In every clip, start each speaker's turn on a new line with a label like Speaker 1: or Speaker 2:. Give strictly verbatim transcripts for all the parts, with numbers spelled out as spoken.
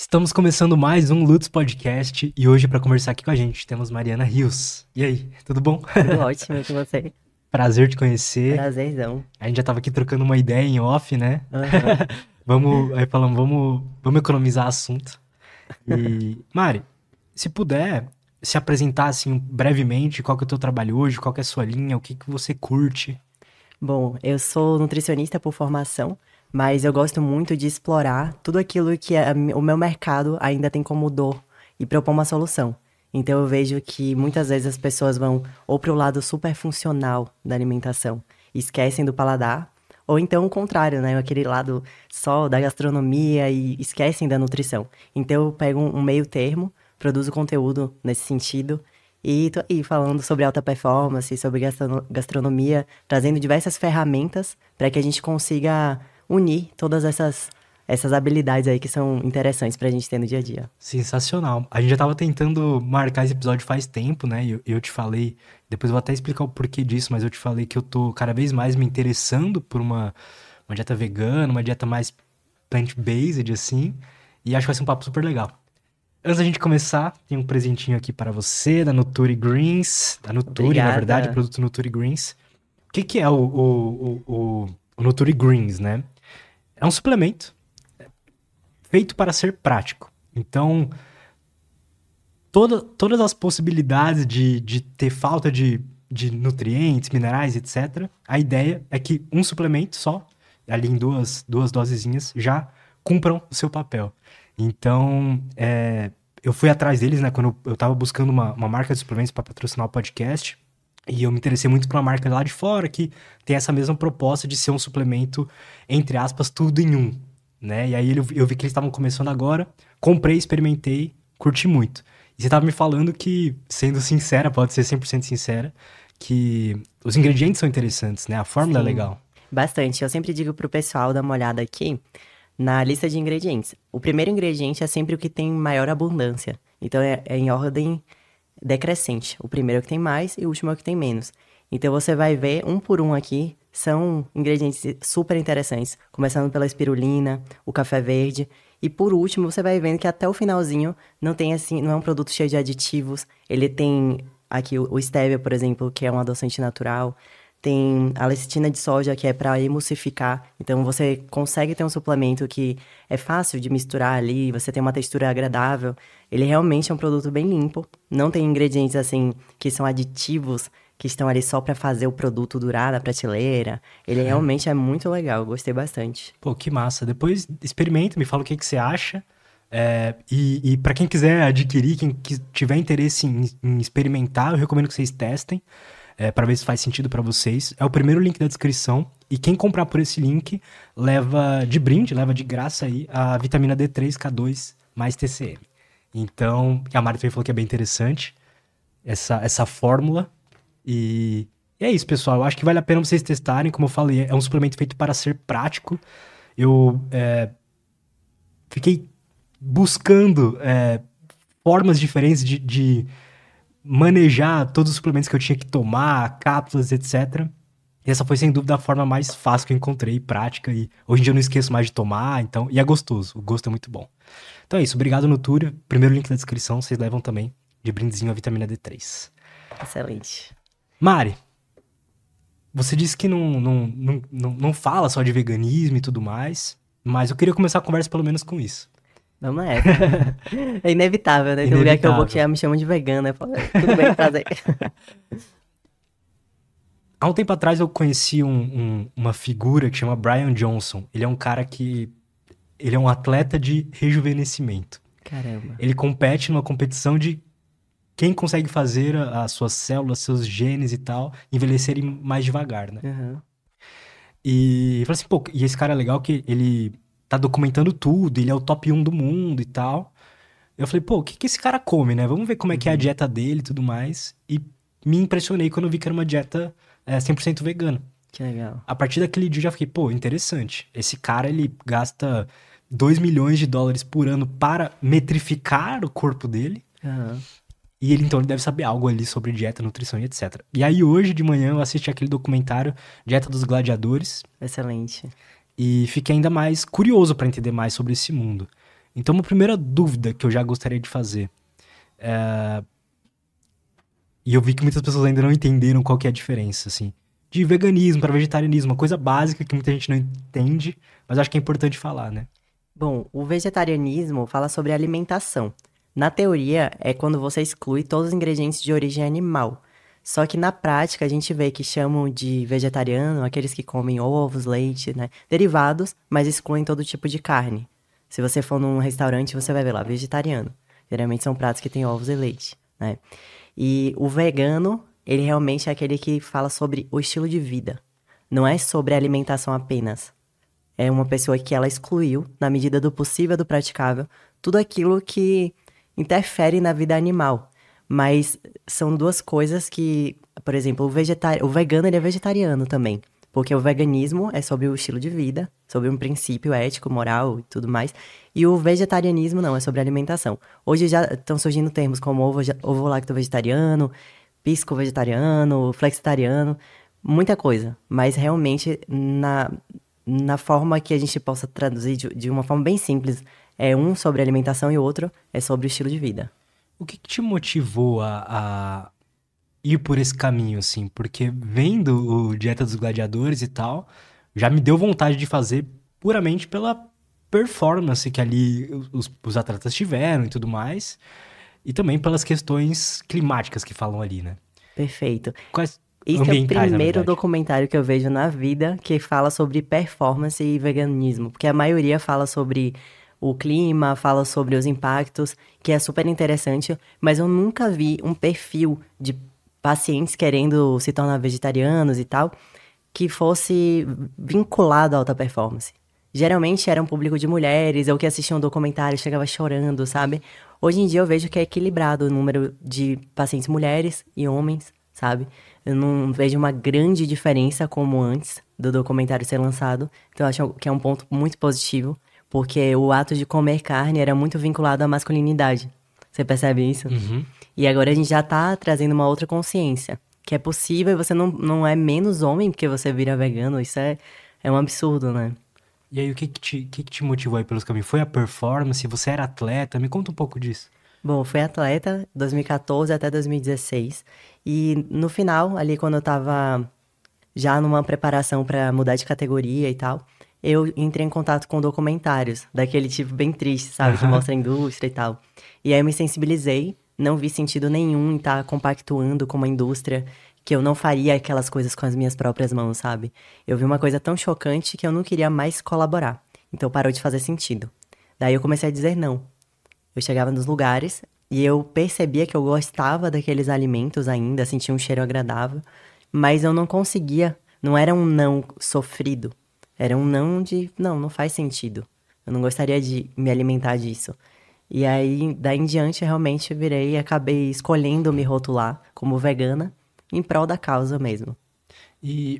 Speaker 1: Estamos começando mais um Lutz Podcast e hoje para conversar aqui com a gente temos Mariana Rios. E aí, tudo bom?
Speaker 2: Tudo ótimo com você.
Speaker 1: Prazer te conhecer.
Speaker 2: Prazerzão.
Speaker 1: A gente já tava aqui trocando uma ideia em off, né?
Speaker 2: Aham.
Speaker 1: Vamos, aí falamos, vamos, vamos economizar assunto. E, Mari, se puder se apresentar assim brevemente, qual que é o teu trabalho hoje, qual que é a sua linha, o que que você curte?
Speaker 2: Bom, eu sou nutricionista por formação, mas eu gosto muito de explorar tudo aquilo que a mi- o meu mercado ainda tem como dor e propor uma solução. Então eu vejo que muitas vezes as pessoas vão ou para o lado super funcional da alimentação, e esquecem do paladar, ou então o contrário, né? Aquele lado só da gastronomia e esquecem da nutrição. Então eu pego um um meio termo, produzo conteúdo nesse sentido e tô aí falando sobre alta performance, sobre gastrono- gastronomia, trazendo diversas ferramentas para que a gente consiga unir todas essas, essas habilidades aí que são interessantes para a gente ter no dia a dia.
Speaker 1: Sensacional. A gente já tava tentando marcar esse episódio faz tempo, né? E eu, eu te falei, depois eu vou até explicar o porquê disso, mas eu te falei que eu tô cada vez mais me interessando por uma, uma dieta vegana, uma dieta mais plant-based, assim. E acho que vai ser um papo super legal. Antes da gente começar, tem um presentinho aqui para você, da Nuturi Greens. Da Nuturi, na verdade,
Speaker 2: Obrigada.
Speaker 1: produto Nuturi Greens. O que que é o, o, o, o, o Nuturi Greens, né? É um suplemento feito para ser prático. Então, toda, todas as possibilidades de, de ter falta de, de nutrientes, minerais, etcétera. A ideia é que um suplemento só, ali em duas, duas dosezinhas, já cumpram o seu papel. Então, é, eu fui atrás deles, né, quando eu, eu tava buscando uma, uma marca de suplementos para patrocinar o podcast, e eu me interessei muito por uma marca lá de fora que tem essa mesma proposta de ser um suplemento, entre aspas, tudo em um, né? E aí ele- eu vi que eles estavam começando agora, comprei, experimentei, curti muito. E você tava me falando que, sendo sincera, pode ser cem por cento sincera, que os ingredientes são interessantes, né? A fórmula é
Speaker 2: Sim,
Speaker 1: legal.
Speaker 2: bastante. Eu sempre digo pro pessoal dar uma olhada aqui na lista de ingredientes. O primeiro ingrediente é sempre o que tem maior abundância. Então é, é em ordem decrescente. O primeiro é o que tem mais e o último é o que tem menos. Então você vai ver um por um aqui, são ingredientes super interessantes, começando pela espirulina, o café verde, e por último você vai vendo que até o finalzinho não tem assim, não é um produto cheio de aditivos. Ele tem aqui o o stevia, por exemplo, que é um adoçante natural. Tem a lecitina de soja, que é para emulsificar. Então, você consegue ter um suplemento que é fácil de misturar ali, você tem uma textura agradável. Ele realmente é um produto bem limpo. Não tem ingredientes, assim, que são aditivos, que estão ali só para fazer o produto durar na prateleira. Ele realmente é muito legal, eu gostei bastante.
Speaker 1: Pô, que massa. Depois experimenta, me fala o que, que você acha. É, e e para quem quiser adquirir, quem que tiver interesse em, em experimentar, eu recomendo que vocês testem, é, para ver se faz sentido para vocês. É o primeiro link da descrição. E quem comprar por esse link leva de brinde, leva de graça aí a vitamina D três, K dois mais T C M. Então, a Mari também falou que é bem interessante essa, essa fórmula. E, e é isso, pessoal. Eu acho que vale a pena vocês testarem. Como eu falei, é um suplemento feito para ser prático. Eu é, fiquei buscando é, formas diferentes de, de manejar todos os suplementos que eu tinha que tomar, cápsulas, etcétera. E essa foi sem dúvida a forma mais fácil que eu encontrei, prática. E hoje em dia eu não esqueço mais de tomar, então. E é gostoso, o gosto é muito bom. Então é isso, obrigado Nuturi. Primeiro link na descrição, vocês levam também de brindezinho a vitamina D três.
Speaker 2: Excelente.
Speaker 1: Mari, você disse que não, não, não, não, não fala só de veganismo e tudo mais, mas eu queria começar a conversa pelo menos com isso.
Speaker 2: Vamos nessa. É inevitável, né? Tem lugar que eu vou que
Speaker 1: Inevitável.
Speaker 2: já me chamam de vegana. Eu falo, tudo bem, prazer.
Speaker 1: Há um tempo atrás eu conheci um- um- uma figura que chama Brian Johnson. Ele é um cara que... Ele é um atleta de rejuvenescimento.
Speaker 2: Caramba.
Speaker 1: Ele compete numa competição de quem consegue fazer a- as suas células, seus genes e tal, envelhecerem mais devagar, né?
Speaker 2: Aham.
Speaker 1: E eu falei assim, pô, e esse cara é legal que ele tá documentando tudo, ele é o top um do mundo e tal. Eu falei, pô, o que que esse cara come, né? Vamos ver como é que é a
Speaker 2: Uhum.
Speaker 1: dieta dele e tudo mais. E me impressionei quando eu vi que era uma dieta é, cem por cento vegana.
Speaker 2: Que legal.
Speaker 1: A partir daquele dia eu já fiquei, pô, interessante. Esse cara, ele gasta dois milhões de dólares por ano para metrificar o corpo dele.
Speaker 2: Aham.
Speaker 1: E ele, então, ele deve saber algo ali sobre dieta, nutrição e etcétera. E aí, hoje de manhã, eu assisti aquele documentário Dieta dos Gladiadores
Speaker 2: Excelente.
Speaker 1: e fiquei ainda mais curioso para entender mais sobre esse mundo. Então, uma primeira dúvida que eu já gostaria de fazer. É... E eu vi que muitas pessoas ainda não entenderam qual que é a diferença, assim. De veganismo para vegetarianismo, uma coisa básica que muita gente não entende, mas acho que é importante falar, né?
Speaker 2: Bom, o vegetarianismo fala sobre alimentação. Na teoria, é quando você exclui todos os ingredientes de origem animal. Só que na prática, a gente vê que chamam de vegetariano aqueles que comem ovos, leite, né? Derivados, mas excluem todo tipo de carne. Se você for num restaurante, você vai ver lá, vegetariano. Geralmente são pratos que têm ovos e leite, né? E o vegano, ele realmente é aquele que fala sobre o estilo de vida. Não é sobre alimentação apenas. É uma pessoa que ela excluiu, na medida do possível, do praticável, tudo aquilo que interfere na vida animal. Mas são duas coisas que, por exemplo, o, vegetar... o vegano ele é vegetariano também. Porque o veganismo é sobre o estilo de vida, sobre um princípio ético, moral e tudo mais. E o vegetarianismo não, é sobre alimentação. Hoje já estão surgindo termos como ovo, ovo-lacto-vegetariano, pisco-vegetariano, flexitariano, muita coisa. Mas realmente, na, na forma que a gente possa traduzir de, de uma forma bem simples, é um sobre alimentação e o outro é sobre o estilo de vida.
Speaker 1: O que, que te motivou a, a ir por esse caminho, assim? Porque vendo o Dieta dos Gladiadores e tal, já me deu vontade de fazer puramente pela performance que ali os, os atletas tiveram e tudo mais. E também pelas questões climáticas que falam ali, né?
Speaker 2: Perfeito.
Speaker 1: Quais
Speaker 2: Esse é o
Speaker 1: ambientais, na
Speaker 2: primeiro
Speaker 1: verdade?
Speaker 2: documentário que eu vejo na vida que fala sobre performance e veganismo. Porque a maioria fala sobre o clima, fala sobre os impactos, que é super interessante. Mas eu nunca vi um perfil de pacientes querendo se tornar vegetarianos e tal, que fosse vinculado à alta performance. Geralmente era um público de mulheres, ou que assistiam um documentário, chegava chorando, sabe? Hoje em dia eu vejo que é equilibrado o número de pacientes mulheres e homens, sabe? Eu não vejo uma grande diferença como antes do documentário ser lançado. Então eu acho que é um ponto muito positivo, porque o ato de comer carne era muito vinculado à masculinidade. Você percebe isso?
Speaker 1: Uhum.
Speaker 2: E agora a gente já tá trazendo uma outra consciência, que é possível e você não, não é menos homem porque você vira vegano. Isso é, é um absurdo, né?
Speaker 1: E aí, o que que te, que que te motivou aí pelos caminhos? Foi a performance? Você era atleta? Me conta um pouco disso.
Speaker 2: Bom, eu fui atleta dois mil e quatorze até dois mil e dezesseis. E no final, ali quando eu tava já numa preparação pra mudar de categoria e tal, eu entrei em contato com documentários, daquele tipo bem triste, sabe? Que
Speaker 1: Aham.
Speaker 2: mostra a indústria e tal. E aí eu me sensibilizei, não vi sentido nenhum em estar compactuando com uma indústria que eu não faria aquelas coisas com as minhas próprias mãos, sabe? Eu vi uma coisa tão chocante que eu não queria mais colaborar. Então parou de fazer sentido. Daí eu comecei a dizer não. Eu chegava nos lugares e eu percebia que eu gostava daqueles alimentos ainda, sentia um cheiro agradável, mas eu não conseguia, não era um não sofrido, era um não de, não, não faz sentido. Eu não gostaria de me alimentar disso. E aí, daí em diante, realmente virei e acabei escolhendo me rotular como vegana em prol da causa mesmo.
Speaker 1: E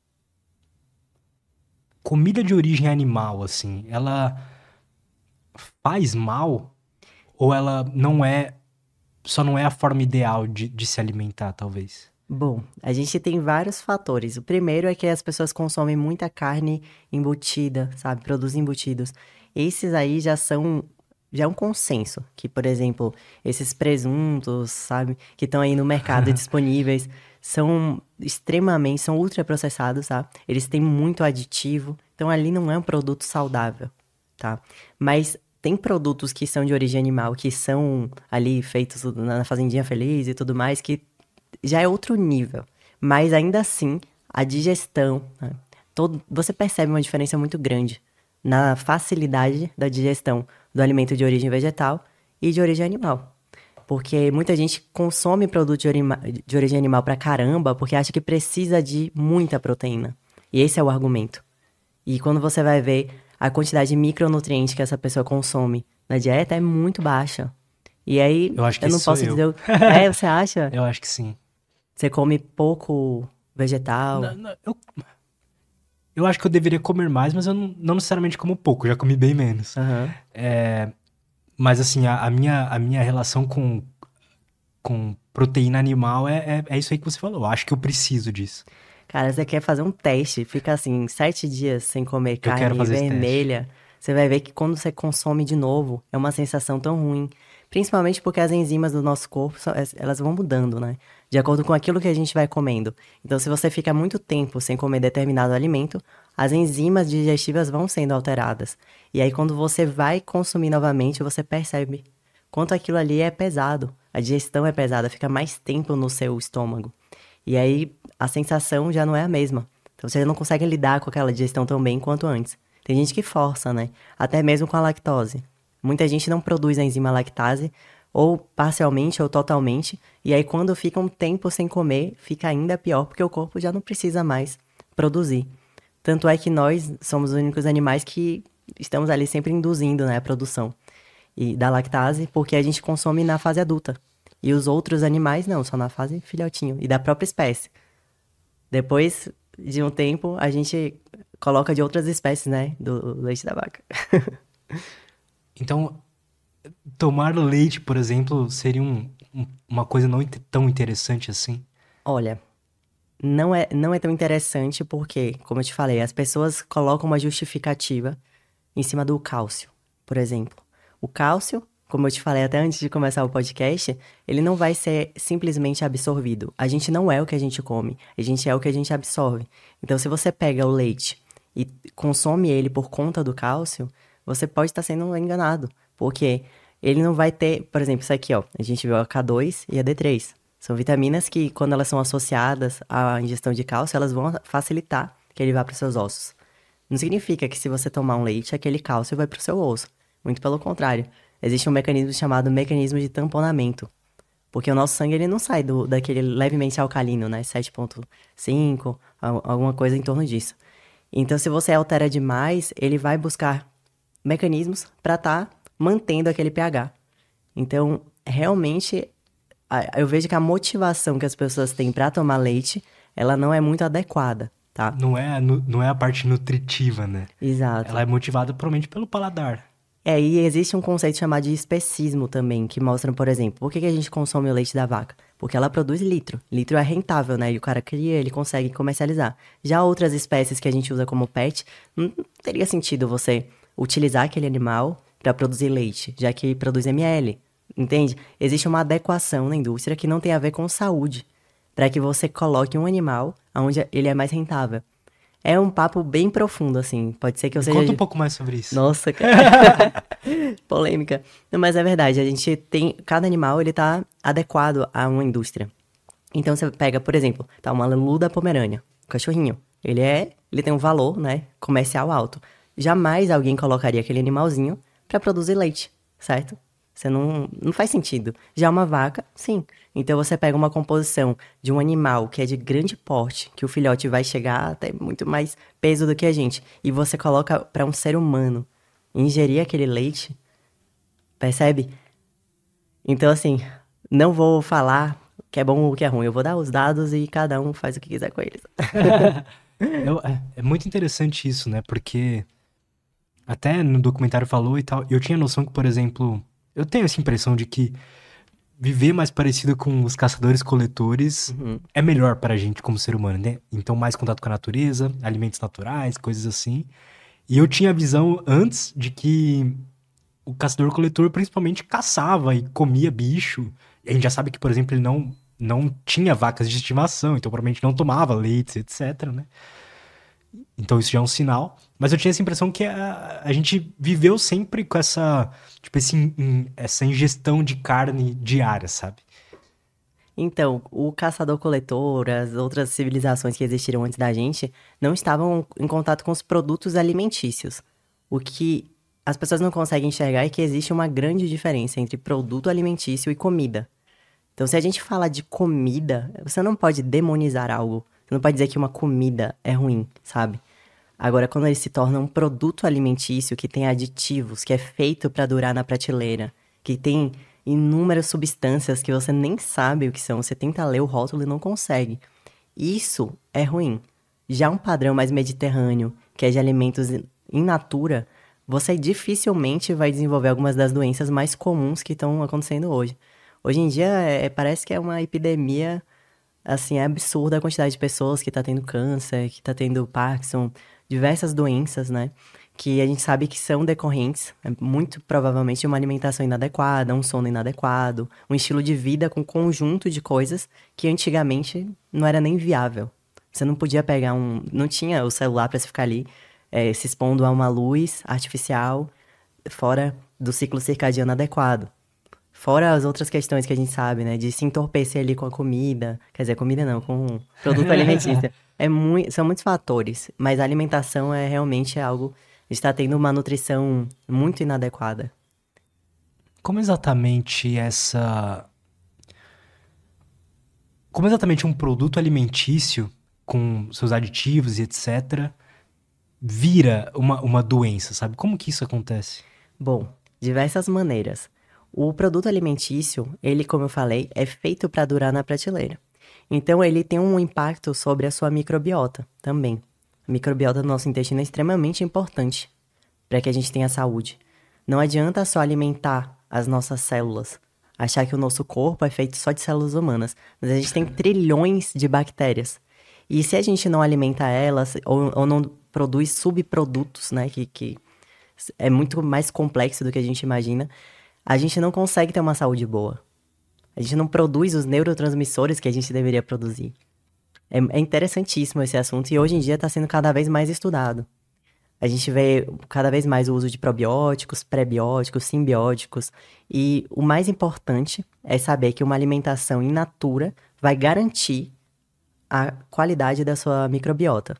Speaker 1: comida de origem animal, assim, ela faz mal? Ou ela não é, só não é a forma ideal de, de se alimentar, talvez?
Speaker 2: Bom, a gente tem vários fatores. O primeiro é que as pessoas consomem muita carne embutida, sabe? Produzem embutidos. Esses aí já são, já é um consenso. Que, por exemplo, esses presuntos, sabe? Que estão aí no mercado disponíveis, são extremamente, são ultraprocessados, tá? Eles têm muito aditivo. Então, ali não é um produto saudável, tá? Mas tem produtos que são de origem animal, que são ali feitos na Fazendinha Feliz e tudo mais, que já é outro nível. Mas ainda assim, a digestão, né? Todo, você percebe uma diferença muito grande na facilidade da digestão do alimento de origem vegetal e de origem animal. Porque muita gente consome produto de, orima, de origem animal pra caramba porque acha que precisa de muita proteína. E esse é o argumento. E quando você vai ver, a quantidade de micronutrientes que essa pessoa consome na dieta é muito baixa. E aí,
Speaker 1: Eu acho que
Speaker 2: eu não
Speaker 1: esse sou
Speaker 2: posso
Speaker 1: eu.
Speaker 2: dizer... o- É, você acha?
Speaker 1: Eu acho que sim.
Speaker 2: Você come pouco vegetal?
Speaker 1: Não, não, eu, eu acho que eu deveria comer mais, mas eu não, não necessariamente como pouco, já comi bem menos.
Speaker 2: Aham.
Speaker 1: Mas assim, a, a minha, a minha relação com, com proteína animal é, é, é isso aí que você falou. Eu acho que eu preciso disso.
Speaker 2: Cara, você quer fazer um teste, fica assim, sete dias sem comer
Speaker 1: Eu quero
Speaker 2: carne
Speaker 1: fazer esse teste.
Speaker 2: vermelha. você vai ver que quando você consome de novo, é uma sensação tão ruim. Principalmente porque as enzimas do nosso corpo, são- elas vão mudando, né? De acordo com aquilo que a gente vai comendo. Então, se você fica muito tempo sem comer determinado alimento, as enzimas digestivas vão sendo alteradas. E aí, quando você vai consumir novamente, você percebe quanto aquilo ali é pesado. A digestão é pesada, fica mais tempo no seu estômago. E aí, a sensação já não é a mesma. Então, você não consegue lidar com aquela digestão tão bem quanto antes. Tem gente que força, né? Até mesmo com a lactose. Muita gente não produz a enzima lactase, ou parcialmente ou totalmente, e aí quando fica um tempo sem comer, fica ainda pior, porque o corpo já não precisa mais produzir. Tanto é que nós somos os únicos animais que estamos ali sempre induzindo, né, a produção e da lactase, porque a gente consome na fase adulta. E os outros animais não, só na fase filhotinho, e da própria espécie. Depois de um tempo, a gente coloca de outras espécies, né, do leite da vaca.
Speaker 1: Então, tomar leite, por exemplo, seria um- um- uma coisa não inte- tão interessante assim?
Speaker 2: Olha, não é, não é tão interessante porque, como eu te falei, as pessoas colocam uma justificativa em cima do cálcio, por exemplo. O cálcio, como eu te falei até antes de começar o podcast, ele não vai ser simplesmente absorvido. A gente não é o que a gente come, a gente é o que a gente absorve. Então, se você pega o leite e consome ele por conta do cálcio, você pode estar sendo enganado, porque ele não vai ter, por exemplo, isso aqui, ó, a gente viu a K dois e a D três. São vitaminas que, quando elas são associadas à ingestão de cálcio, elas vão facilitar que ele vá para os seus ossos. Não significa que se você tomar um leite, aquele cálcio vai para o seu osso. Muito pelo contrário. Existe um mecanismo chamado mecanismo de tamponamento. Porque o nosso sangue ele não sai do, daquele levemente alcalino, né? sete ponto cinco, al- alguma coisa em torno disso. Então, se você altera demais, ele vai buscar mecanismos para estar mantendo aquele pH. Então, realmente, a- eu vejo que a motivação que as pessoas têm para tomar leite, ela não é muito adequada, tá?
Speaker 1: Não é, a nu- não é a parte nutritiva, né?
Speaker 2: Exato.
Speaker 1: Ela é motivada provavelmente pelo paladar.
Speaker 2: É, e existe um conceito chamado de especismo também, que mostra, por exemplo, por que que a gente consome o leite da vaca? Porque ela produz litro. Litro é rentável, né? E o cara cria, ele consegue comercializar. Já outras espécies que a gente usa como pet, não teria sentido você utilizar aquele animal para produzir leite, já que produz ml, entende? Existe uma adequação na indústria que não tem a ver com saúde, para que você coloque um animal onde ele é mais rentável. É um papo bem profundo, assim. Pode ser que eu
Speaker 1: Me
Speaker 2: seja...
Speaker 1: conta um pouco mais sobre isso.
Speaker 2: Nossa, cara. Polêmica. Não, mas é verdade, a gente tem... Cada animal, ele tá adequado a uma indústria. Então, você pega, por exemplo, tá uma Lulu da Pomerânia, um cachorrinho. Ele é... Ele tem um valor, né, comercial alto. Jamais alguém colocaria aquele animalzinho pra produzir leite, certo? Você não... Não faz sentido. Já uma vaca, sim. Então, você pega uma composição de um animal que é de grande porte, que o filhote vai chegar até muito mais peso do que a gente, e você coloca pra um ser humano ingerir aquele leite, percebe? Então, assim, não vou falar o que é bom ou o que é ruim. Eu vou dar os dados e cada um faz o que quiser com eles.
Speaker 1: Eu- é, é muito interessante isso, né? Porque até no documentário falou e tal, eu tinha noção que, por exemplo, eu tenho essa impressão de que viver mais parecido com os caçadores-coletores é melhor pra gente como ser humano, né? Então, mais contato com a natureza, alimentos naturais, coisas assim. E eu tinha a visão antes de que o caçador-coletor principalmente caçava e comia bicho. E a gente já sabe que, por exemplo, ele não, não tinha vacas de estimação, então provavelmente não tomava leite, etc, né? Então isso já é um sinal. Mas eu tinha essa impressão que a, a gente viveu sempre com essa, tipo, esse, in- essa ingestão de carne diária, sabe?
Speaker 2: Então, o caçador-coletor, as outras civilizações que existiram antes da gente, não estavam em contato com os produtos alimentícios. O que as pessoas não conseguem enxergar é que existe uma grande diferença entre produto alimentício e comida. Então, se a gente fala de comida, você não pode demonizar algo. Você não pode dizer que uma comida é ruim, sabe? Agora, quando ele se torna um produto alimentício que tem aditivos, que é feito para durar na prateleira, que tem inúmeras substâncias que você nem sabe o que são, você tenta ler o rótulo e não consegue. Isso é ruim. Já um padrão mais mediterrâneo, que é de alimentos in natura, você dificilmente vai desenvolver algumas das doenças mais comuns que estão acontecendo hoje. Hoje em dia, é- parece que é uma epidemia, assim, é absurda a quantidade de pessoas que tá tendo câncer, que tá tendo Parkinson, diversas doenças, né? que a gente sabe que são decorrentes, é, muito provavelmente, de uma alimentação inadequada, um sono inadequado, um estilo de vida com um conjunto de coisas que antigamente não era nem viável. Você não podia pegar um... Não tinha o celular para você ficar ali é, se expondo a uma luz artificial fora do ciclo circadiano adequado. Fora as outras questões que a gente sabe, né? De se entorpecer ali com a comida. Quer dizer, comida não, com produto alimentício. É mui- são muitos fatores, mas a alimentação é realmente algo... está tendo uma nutrição muito inadequada.
Speaker 1: Como exatamente essa... Como exatamente um produto alimentício, com seus aditivos e etcétera, vira uma, uma doença, sabe? Como que isso acontece?
Speaker 2: Bom, diversas maneiras. O produto alimentício, ele, como eu falei, é feito para durar na prateleira. Então, ele tem um impacto sobre a sua microbiota também. A microbiota do nosso intestino é extremamente importante para que a gente tenha saúde. Não adianta só alimentar as nossas células, achar que o nosso corpo é feito só de células humanas, mas a gente tem trilhões de bactérias. E se a gente não alimenta elas, ou, ou não produz subprodutos, né, que, que é muito mais complexo do que a gente imagina, a gente não consegue ter uma saúde boa. A gente não produz os neurotransmissores que a gente deveria produzir. É, é interessantíssimo esse assunto e hoje em dia está sendo cada vez mais estudado. A gente vê cada vez mais o uso de probióticos, prebióticos, simbióticos. E o mais importante é saber que uma alimentação in natura vai garantir a qualidade da sua microbiota.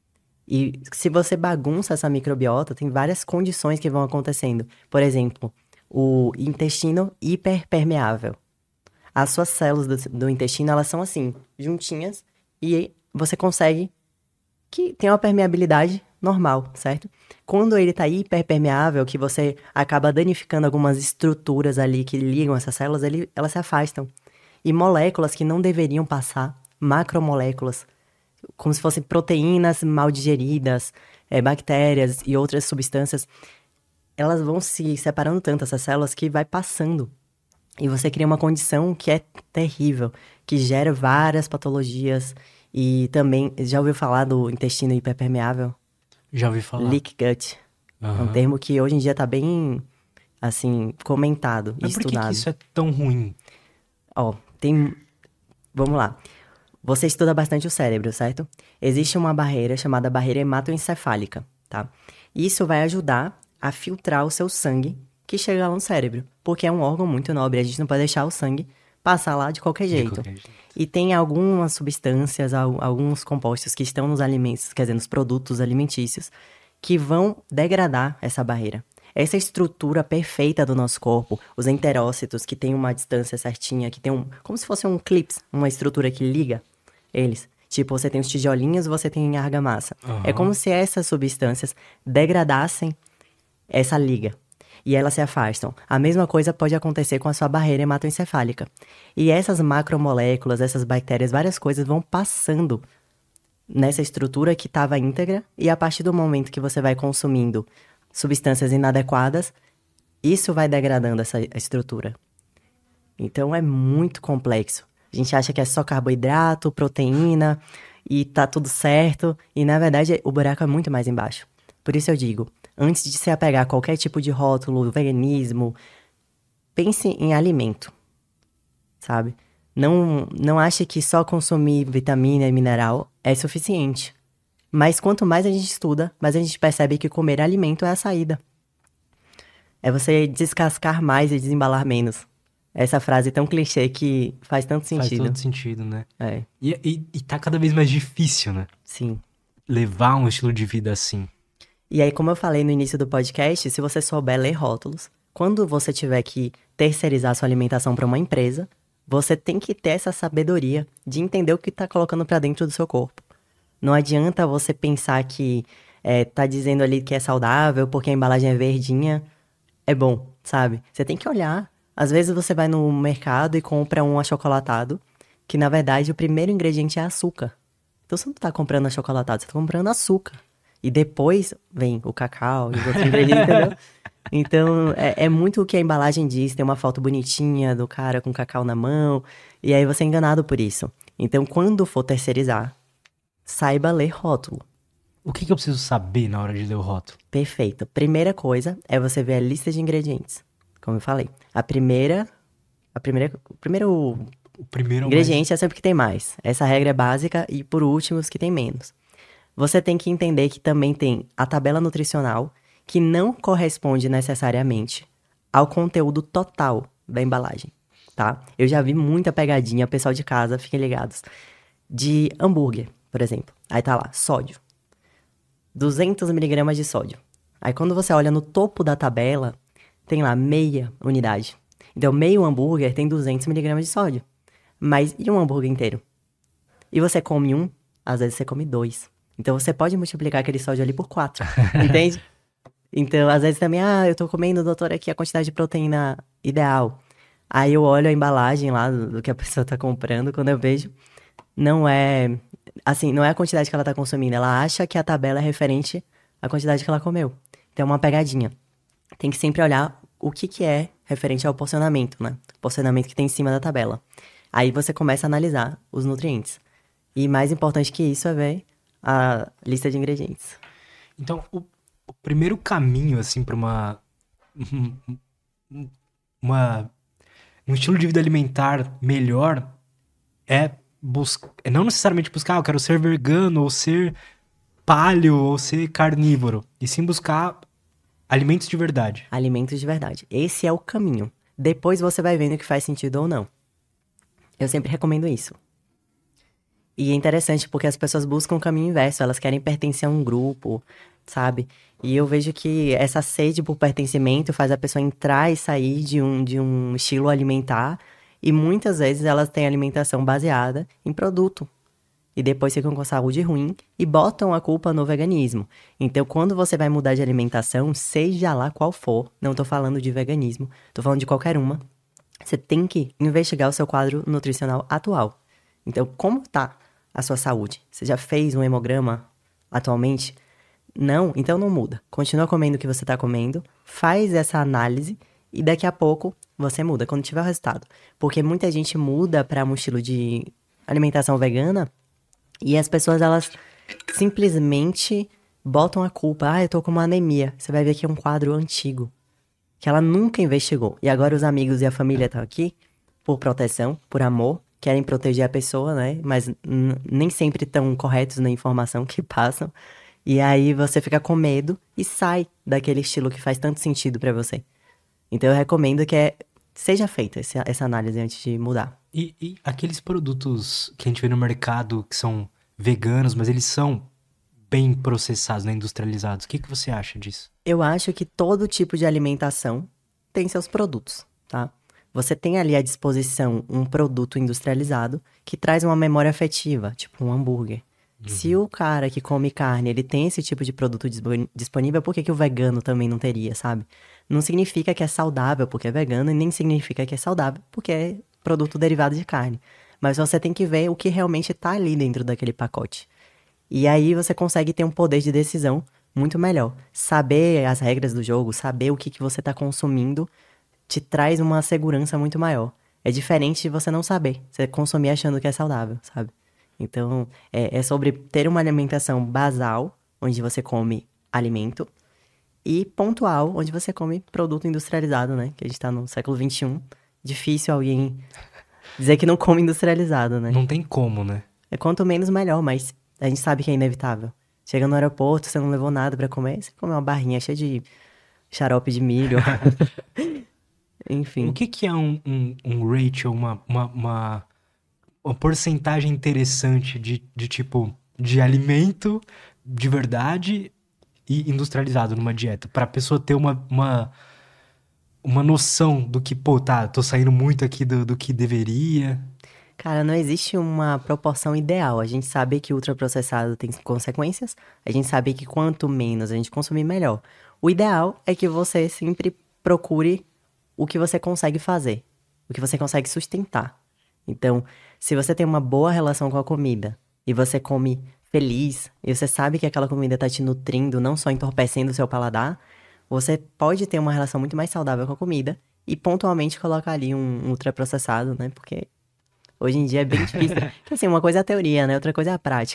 Speaker 2: E se você bagunça essa microbiota, tem várias condições que vão acontecendo. Por exemplo, o intestino hiperpermeável. As suas células do, do intestino, elas são assim, juntinhas, e você consegue que tem uma permeabilidade normal, certo? Quando ele tá hiperpermeável, que você acaba danificando algumas estruturas ali que ligam essas células, ele, elas se afastam. E moléculas que não deveriam passar, macromoléculas, como se fossem proteínas mal digeridas, é, bactérias e outras substâncias, elas vão se separando tanto, essas células, que vai passando. E você cria uma condição que é terrível, que gera várias patologias. E também, já ouviu falar do intestino hiperpermeável?
Speaker 1: Já ouvi falar.
Speaker 2: Leak gut.
Speaker 1: Uhum.
Speaker 2: É um termo que hoje em dia tá bem, assim, comentado e
Speaker 1: Mas por que
Speaker 2: estudado.
Speaker 1: que isso é tão ruim?
Speaker 2: Ó, tem... Vamos lá. Você estuda bastante o cérebro, certo? Existe uma barreira chamada barreira hematoencefálica, tá? Isso vai ajudar a filtrar o seu sangue que chega lá no cérebro, porque é um órgão muito nobre, a gente não pode deixar o sangue passar lá de qualquer jeito. De qualquer jeito. E tem algumas substâncias, alguns compostos que estão nos alimentos, quer dizer, nos produtos alimentícios, que vão degradar essa barreira. Essa estrutura perfeita do nosso corpo, os enterócitos, que tem uma distância certinha, que tem um... como se fosse um clips, uma estrutura que liga eles. Tipo, você tem os tijolinhos, você tem a argamassa. Uhum. É como se essas substâncias degradassem essa liga. E elas se afastam. A mesma coisa pode acontecer com a sua barreira hematoencefálica. E essas macromoléculas, essas bactérias, várias coisas vão passando nessa estrutura que estava íntegra, e a partir do momento que você vai consumindo substâncias inadequadas, isso vai degradando essa estrutura. Então é muito complexo. A gente acha que é só carboidrato, proteína, e tá tudo certo, e na verdade o buraco é muito mais embaixo. Por isso eu digo, antes de se apegar a qualquer tipo de rótulo, veganismo, pense em alimento, sabe? Não, não ache que só consumir vitamina e mineral é suficiente. Mas quanto mais a gente estuda, mais a gente percebe que comer alimento é a saída. É você descascar mais e desembalar menos. Essa frase tão clichê que faz tanto sentido.
Speaker 1: Faz todo sentido, né?
Speaker 2: É.
Speaker 1: E, e, e tá cada vez mais difícil, né?
Speaker 2: Sim.
Speaker 1: Levar um estilo de vida assim.
Speaker 2: E aí, como eu falei no início do podcast, se você souber ler rótulos, quando você tiver que terceirizar sua alimentação para uma empresa, você tem que ter essa sabedoria de entender o que está colocando para dentro do seu corpo. Não adianta você pensar que é, tá dizendo ali que é saudável porque a embalagem é verdinha, é bom, sabe? Você tem que olhar. Às vezes você vai no mercado e compra um achocolatado, que na verdade o primeiro ingrediente é açúcar. Então você não tá comprando achocolatado, você tá comprando açúcar. E depois vem o cacau e os outros ingredientes, entendeu? Então, é, é muito o que a embalagem diz. Tem uma foto bonitinha do cara com cacau na mão. E aí você é enganado por isso. Então, quando for terceirizar, saiba ler rótulo.
Speaker 1: O que, que eu preciso saber na hora de ler o rótulo?
Speaker 2: Perfeito. Primeira coisa é você ver a lista de ingredientes. Como eu falei. A primeira... A primeira... O primeiro
Speaker 1: O primeiro é o
Speaker 2: ingrediente
Speaker 1: mais...
Speaker 2: é sempre o que tem mais. Essa regra é básica e, por último, os que tem menos. Você tem que entender que também tem a tabela nutricional, que não corresponde necessariamente ao conteúdo total da embalagem, tá? Eu já vi muita pegadinha, pessoal de casa, fiquem ligados, de hambúrguer, por exemplo. Aí tá lá, sódio. duzentos miligramas de sódio. Aí quando você olha no topo da tabela, tem lá meia unidade. Então, meio hambúrguer tem duzentos miligramas de sódio. Mas e um hambúrguer inteiro? E você come um, às vezes você come dois. Então, você pode multiplicar aquele sódio ali por quatro, entende? Então, às vezes também, ah, eu tô comendo, doutor, aqui a quantidade de proteína ideal. Aí eu olho a embalagem lá do, do que a pessoa tá comprando, quando eu vejo, não é, assim, não é a quantidade que ela tá consumindo, ela acha que a tabela é referente à quantidade que ela comeu. Então, é uma pegadinha. Tem que sempre olhar o que que é referente ao porcionamento, né? O porcionamento que tem em cima da tabela. Aí você começa a analisar os nutrientes. E mais importante que isso é ver a lista de ingredientes.
Speaker 1: Então, o, o primeiro caminho, assim, para uma, uma... um estilo de vida alimentar melhor é, buscar, é não necessariamente buscar, ah, eu quero ser vegano, ou ser paleo, ou ser carnívoro. E sim buscar alimentos de verdade.
Speaker 2: Alimentos de verdade. Esse é o caminho. Depois você vai vendo o que faz sentido ou não. Eu sempre recomendo isso. E é interessante porque as pessoas buscam o caminho inverso, elas querem pertencer a um grupo, sabe? E eu vejo que essa sede por pertencimento faz a pessoa entrar e sair de um, de um estilo alimentar, e muitas vezes elas têm alimentação baseada em produto. E depois ficam com saúde ruim e botam a culpa no veganismo. Então, quando você vai mudar de alimentação, seja lá qual for, não tô falando de veganismo, tô falando de qualquer uma, você tem que investigar o seu quadro nutricional atual. Então, como tá a sua saúde? Você já fez um hemograma atualmente? Não? Então não muda. Continua comendo o que você tá comendo, faz essa análise e daqui a pouco você muda, quando tiver o resultado. Porque muita gente muda para um estilo de alimentação vegana e as pessoas, elas simplesmente botam a culpa. Ah, eu tô com uma anemia. Você vai ver que é um quadro antigo, que ela nunca investigou. E agora os amigos e a família estão aqui por proteção, por amor, querem proteger a pessoa, né? Mas n- nem sempre estão corretos na informação que passam. E aí você fica com medo e sai daquele estilo que faz tanto sentido pra você. Então eu recomendo que é, seja feita essa, essa análise antes de mudar.
Speaker 1: E, e aqueles produtos que a gente vê no mercado que são veganos, mas eles são bem processados, né, industrializados. O que, que você acha disso?
Speaker 2: Eu acho que todo tipo de alimentação tem seus produtos, tá? Você tem ali à disposição um produto industrializado que traz uma memória afetiva, tipo um hambúrguer. Uhum. Se o cara que come carne, ele tem esse tipo de produto disponível, por que, que o vegano também não teria, sabe? Não significa que é saudável porque é vegano e nem significa que é saudável porque é produto derivado de carne. Mas você tem que ver o que realmente tá ali dentro daquele pacote. E aí você consegue ter um poder de decisão muito melhor. Saber as regras do jogo, saber o que, que você tá consumindo, te traz uma segurança muito maior. É diferente de você não saber. Você consumir achando que é saudável, sabe? Então, é, é sobre ter uma alimentação basal, onde você come alimento, e pontual, onde você come produto industrializado, né? Que a gente tá no século vinte e um. Difícil alguém dizer que não come industrializado, né?
Speaker 1: Não tem como, né?
Speaker 2: É quanto menos melhor, mas a gente sabe que é inevitável. Chega no aeroporto, você não levou nada pra comer, você come uma barrinha cheia de xarope de milho. Enfim.
Speaker 1: O que, que é um, um, um ratio, uma, uma, uma, uma porcentagem interessante de, de tipo, de alimento de verdade e industrializado numa dieta? Pra pessoa ter uma, uma, uma noção do que, pô, tá, tô saindo muito aqui do, do que deveria.
Speaker 2: Cara, não existe uma proporção ideal. A gente sabe que ultraprocessado tem consequências. A gente sabe que quanto menos a gente consumir, melhor. O ideal é que você sempre procure o que você consegue fazer, o que você consegue sustentar. Então, se você tem uma boa relação com a comida e você come feliz e você sabe que aquela comida tá te nutrindo, não só entorpecendo o seu paladar, você pode ter uma relação muito mais saudável com a comida e pontualmente colocar ali um ultraprocessado, né? Porque hoje em dia é bem difícil. Porque, assim, uma coisa é a teoria, né? Outra coisa é a prática. Você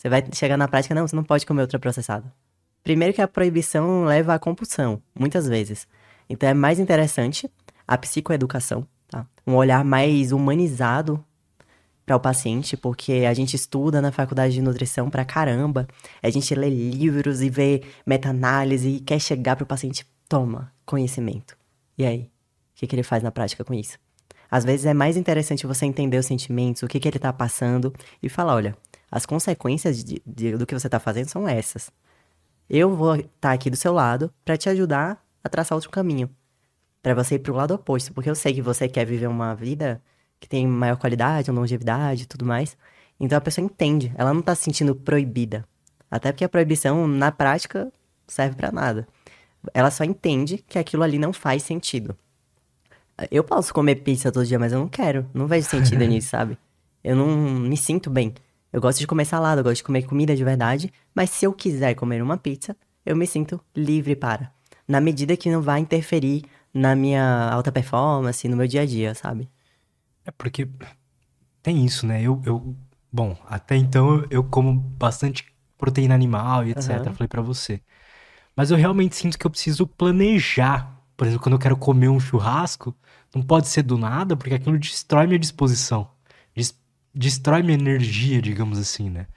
Speaker 2: Você vai chegar na prática, não, você não pode comer ultraprocessado. Primeiro que a proibição leva à compulsão, muitas vezes. Então é mais interessante a psicoeducação, tá? Um olhar mais humanizado para o paciente, porque a gente estuda na faculdade de nutrição pra caramba, a gente lê livros e vê meta-análise e quer chegar pro paciente, toma conhecimento. E aí? O que, que ele faz na prática com isso? Às vezes é mais interessante você entender os sentimentos, o que, que ele tá passando e falar, olha, as consequências de, de, do que você tá fazendo são essas. Eu vou estar aqui do seu lado para te ajudar a traçar outro caminho, para você ir pro lado oposto, porque eu sei que você quer viver uma vida que tem maior qualidade, longevidade e tudo mais. Então a pessoa entende, ela não tá se sentindo proibida. Até porque a proibição, na prática, serve pra nada. Ela só entende que aquilo ali não faz sentido. Eu posso comer pizza todo dia, mas eu não quero. Não vejo sentido nisso, sabe? Eu não me sinto bem. Eu gosto de comer salada, eu gosto de comer comida de verdade, mas se eu quiser comer uma pizza, eu me sinto livre para. Na medida que não vai interferir na minha alta performance, no meu dia a dia, sabe?
Speaker 1: É porque tem isso, né? Eu, eu bom, até então eu, eu como bastante proteína animal e etcétera.
Speaker 2: Aham.
Speaker 1: Falei pra você. Mas eu realmente sinto que eu preciso planejar. Por exemplo, quando eu quero comer um churrasco, não pode ser do nada, porque aquilo destrói minha disposição. Des- destrói minha energia, digamos assim, né?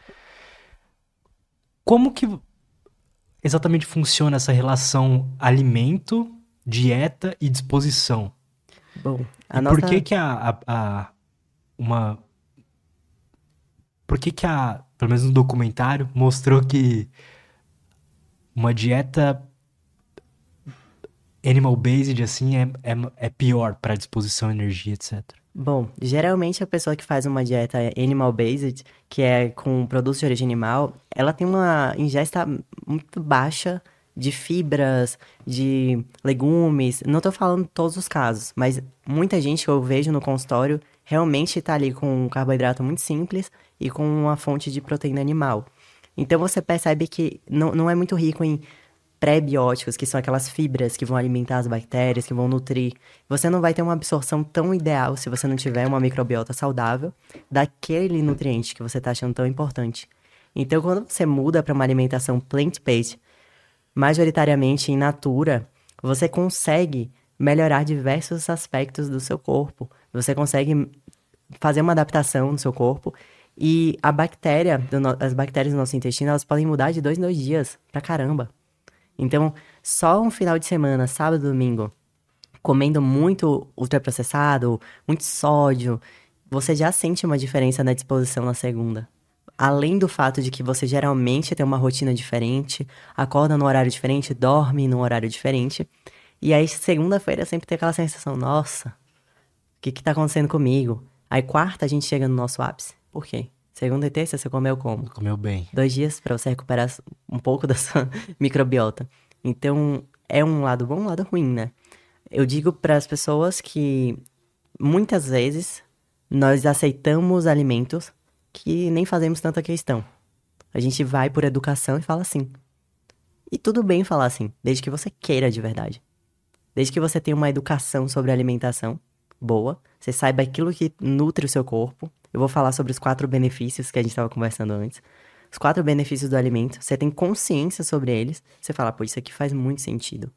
Speaker 1: Como que exatamente funciona essa relação alimento, dieta e disposição?
Speaker 2: Bom,
Speaker 1: E
Speaker 2: a
Speaker 1: por que
Speaker 2: nossa...
Speaker 1: que a, a, a- uma por que que a, pelo menos no documentário, mostrou que uma dieta animal-based, assim, é, é, é pior para disposição, energia, etcétera.
Speaker 2: Bom, geralmente a pessoa que faz uma dieta animal-based, que é com produtos de origem animal, ela tem uma ingesta muito baixa de fibras, de legumes. Não tô falando todos os casos, mas muita gente que eu vejo no consultório realmente tá ali com um carboidrato muito simples e com uma fonte de proteína animal. Então você percebe que não, não é muito rico em pré-bióticos, que são aquelas fibras que vão alimentar as bactérias, que vão nutrir. Você não vai ter uma absorção tão ideal se você não tiver uma microbiota saudável daquele nutriente que você está achando tão importante. Então, quando você muda para uma alimentação plant-based, majoritariamente in natura, você consegue melhorar diversos aspectos do seu corpo. Você consegue fazer uma adaptação no seu corpo e a bactéria, do no- as bactérias do nosso intestino, elas podem mudar de dois em dois dias, pra caramba. Então, só um final de semana, sábado, domingo, comendo muito ultraprocessado, muito sódio, você já sente uma diferença na disposição na segunda. Além do fato de que você geralmente tem uma rotina diferente, acorda num horário diferente, dorme num horário diferente. E aí, segunda-feira, sempre tem aquela sensação, nossa, o que que tá acontecendo comigo? Aí, quarta, a gente chega no nosso ápice. Por quê? Segunda e terça, você comeu como?
Speaker 1: Comeu bem.
Speaker 2: Dois dias para você recuperar um pouco da sua microbiota. Então, é um lado bom, um lado ruim, né? Eu digo para as pessoas que muitas vezes nós aceitamos alimentos que nem fazemos tanta questão. A gente vai por educação e fala assim. E tudo bem falar assim, desde que você queira de verdade. Desde que você tenha uma educação sobre alimentação boa, você saiba aquilo que nutre o seu corpo. Eu vou falar sobre os quatro benefícios que a gente estava conversando antes. Os quatro benefícios do alimento, você tem consciência sobre eles, você fala, pô, isso aqui faz muito sentido.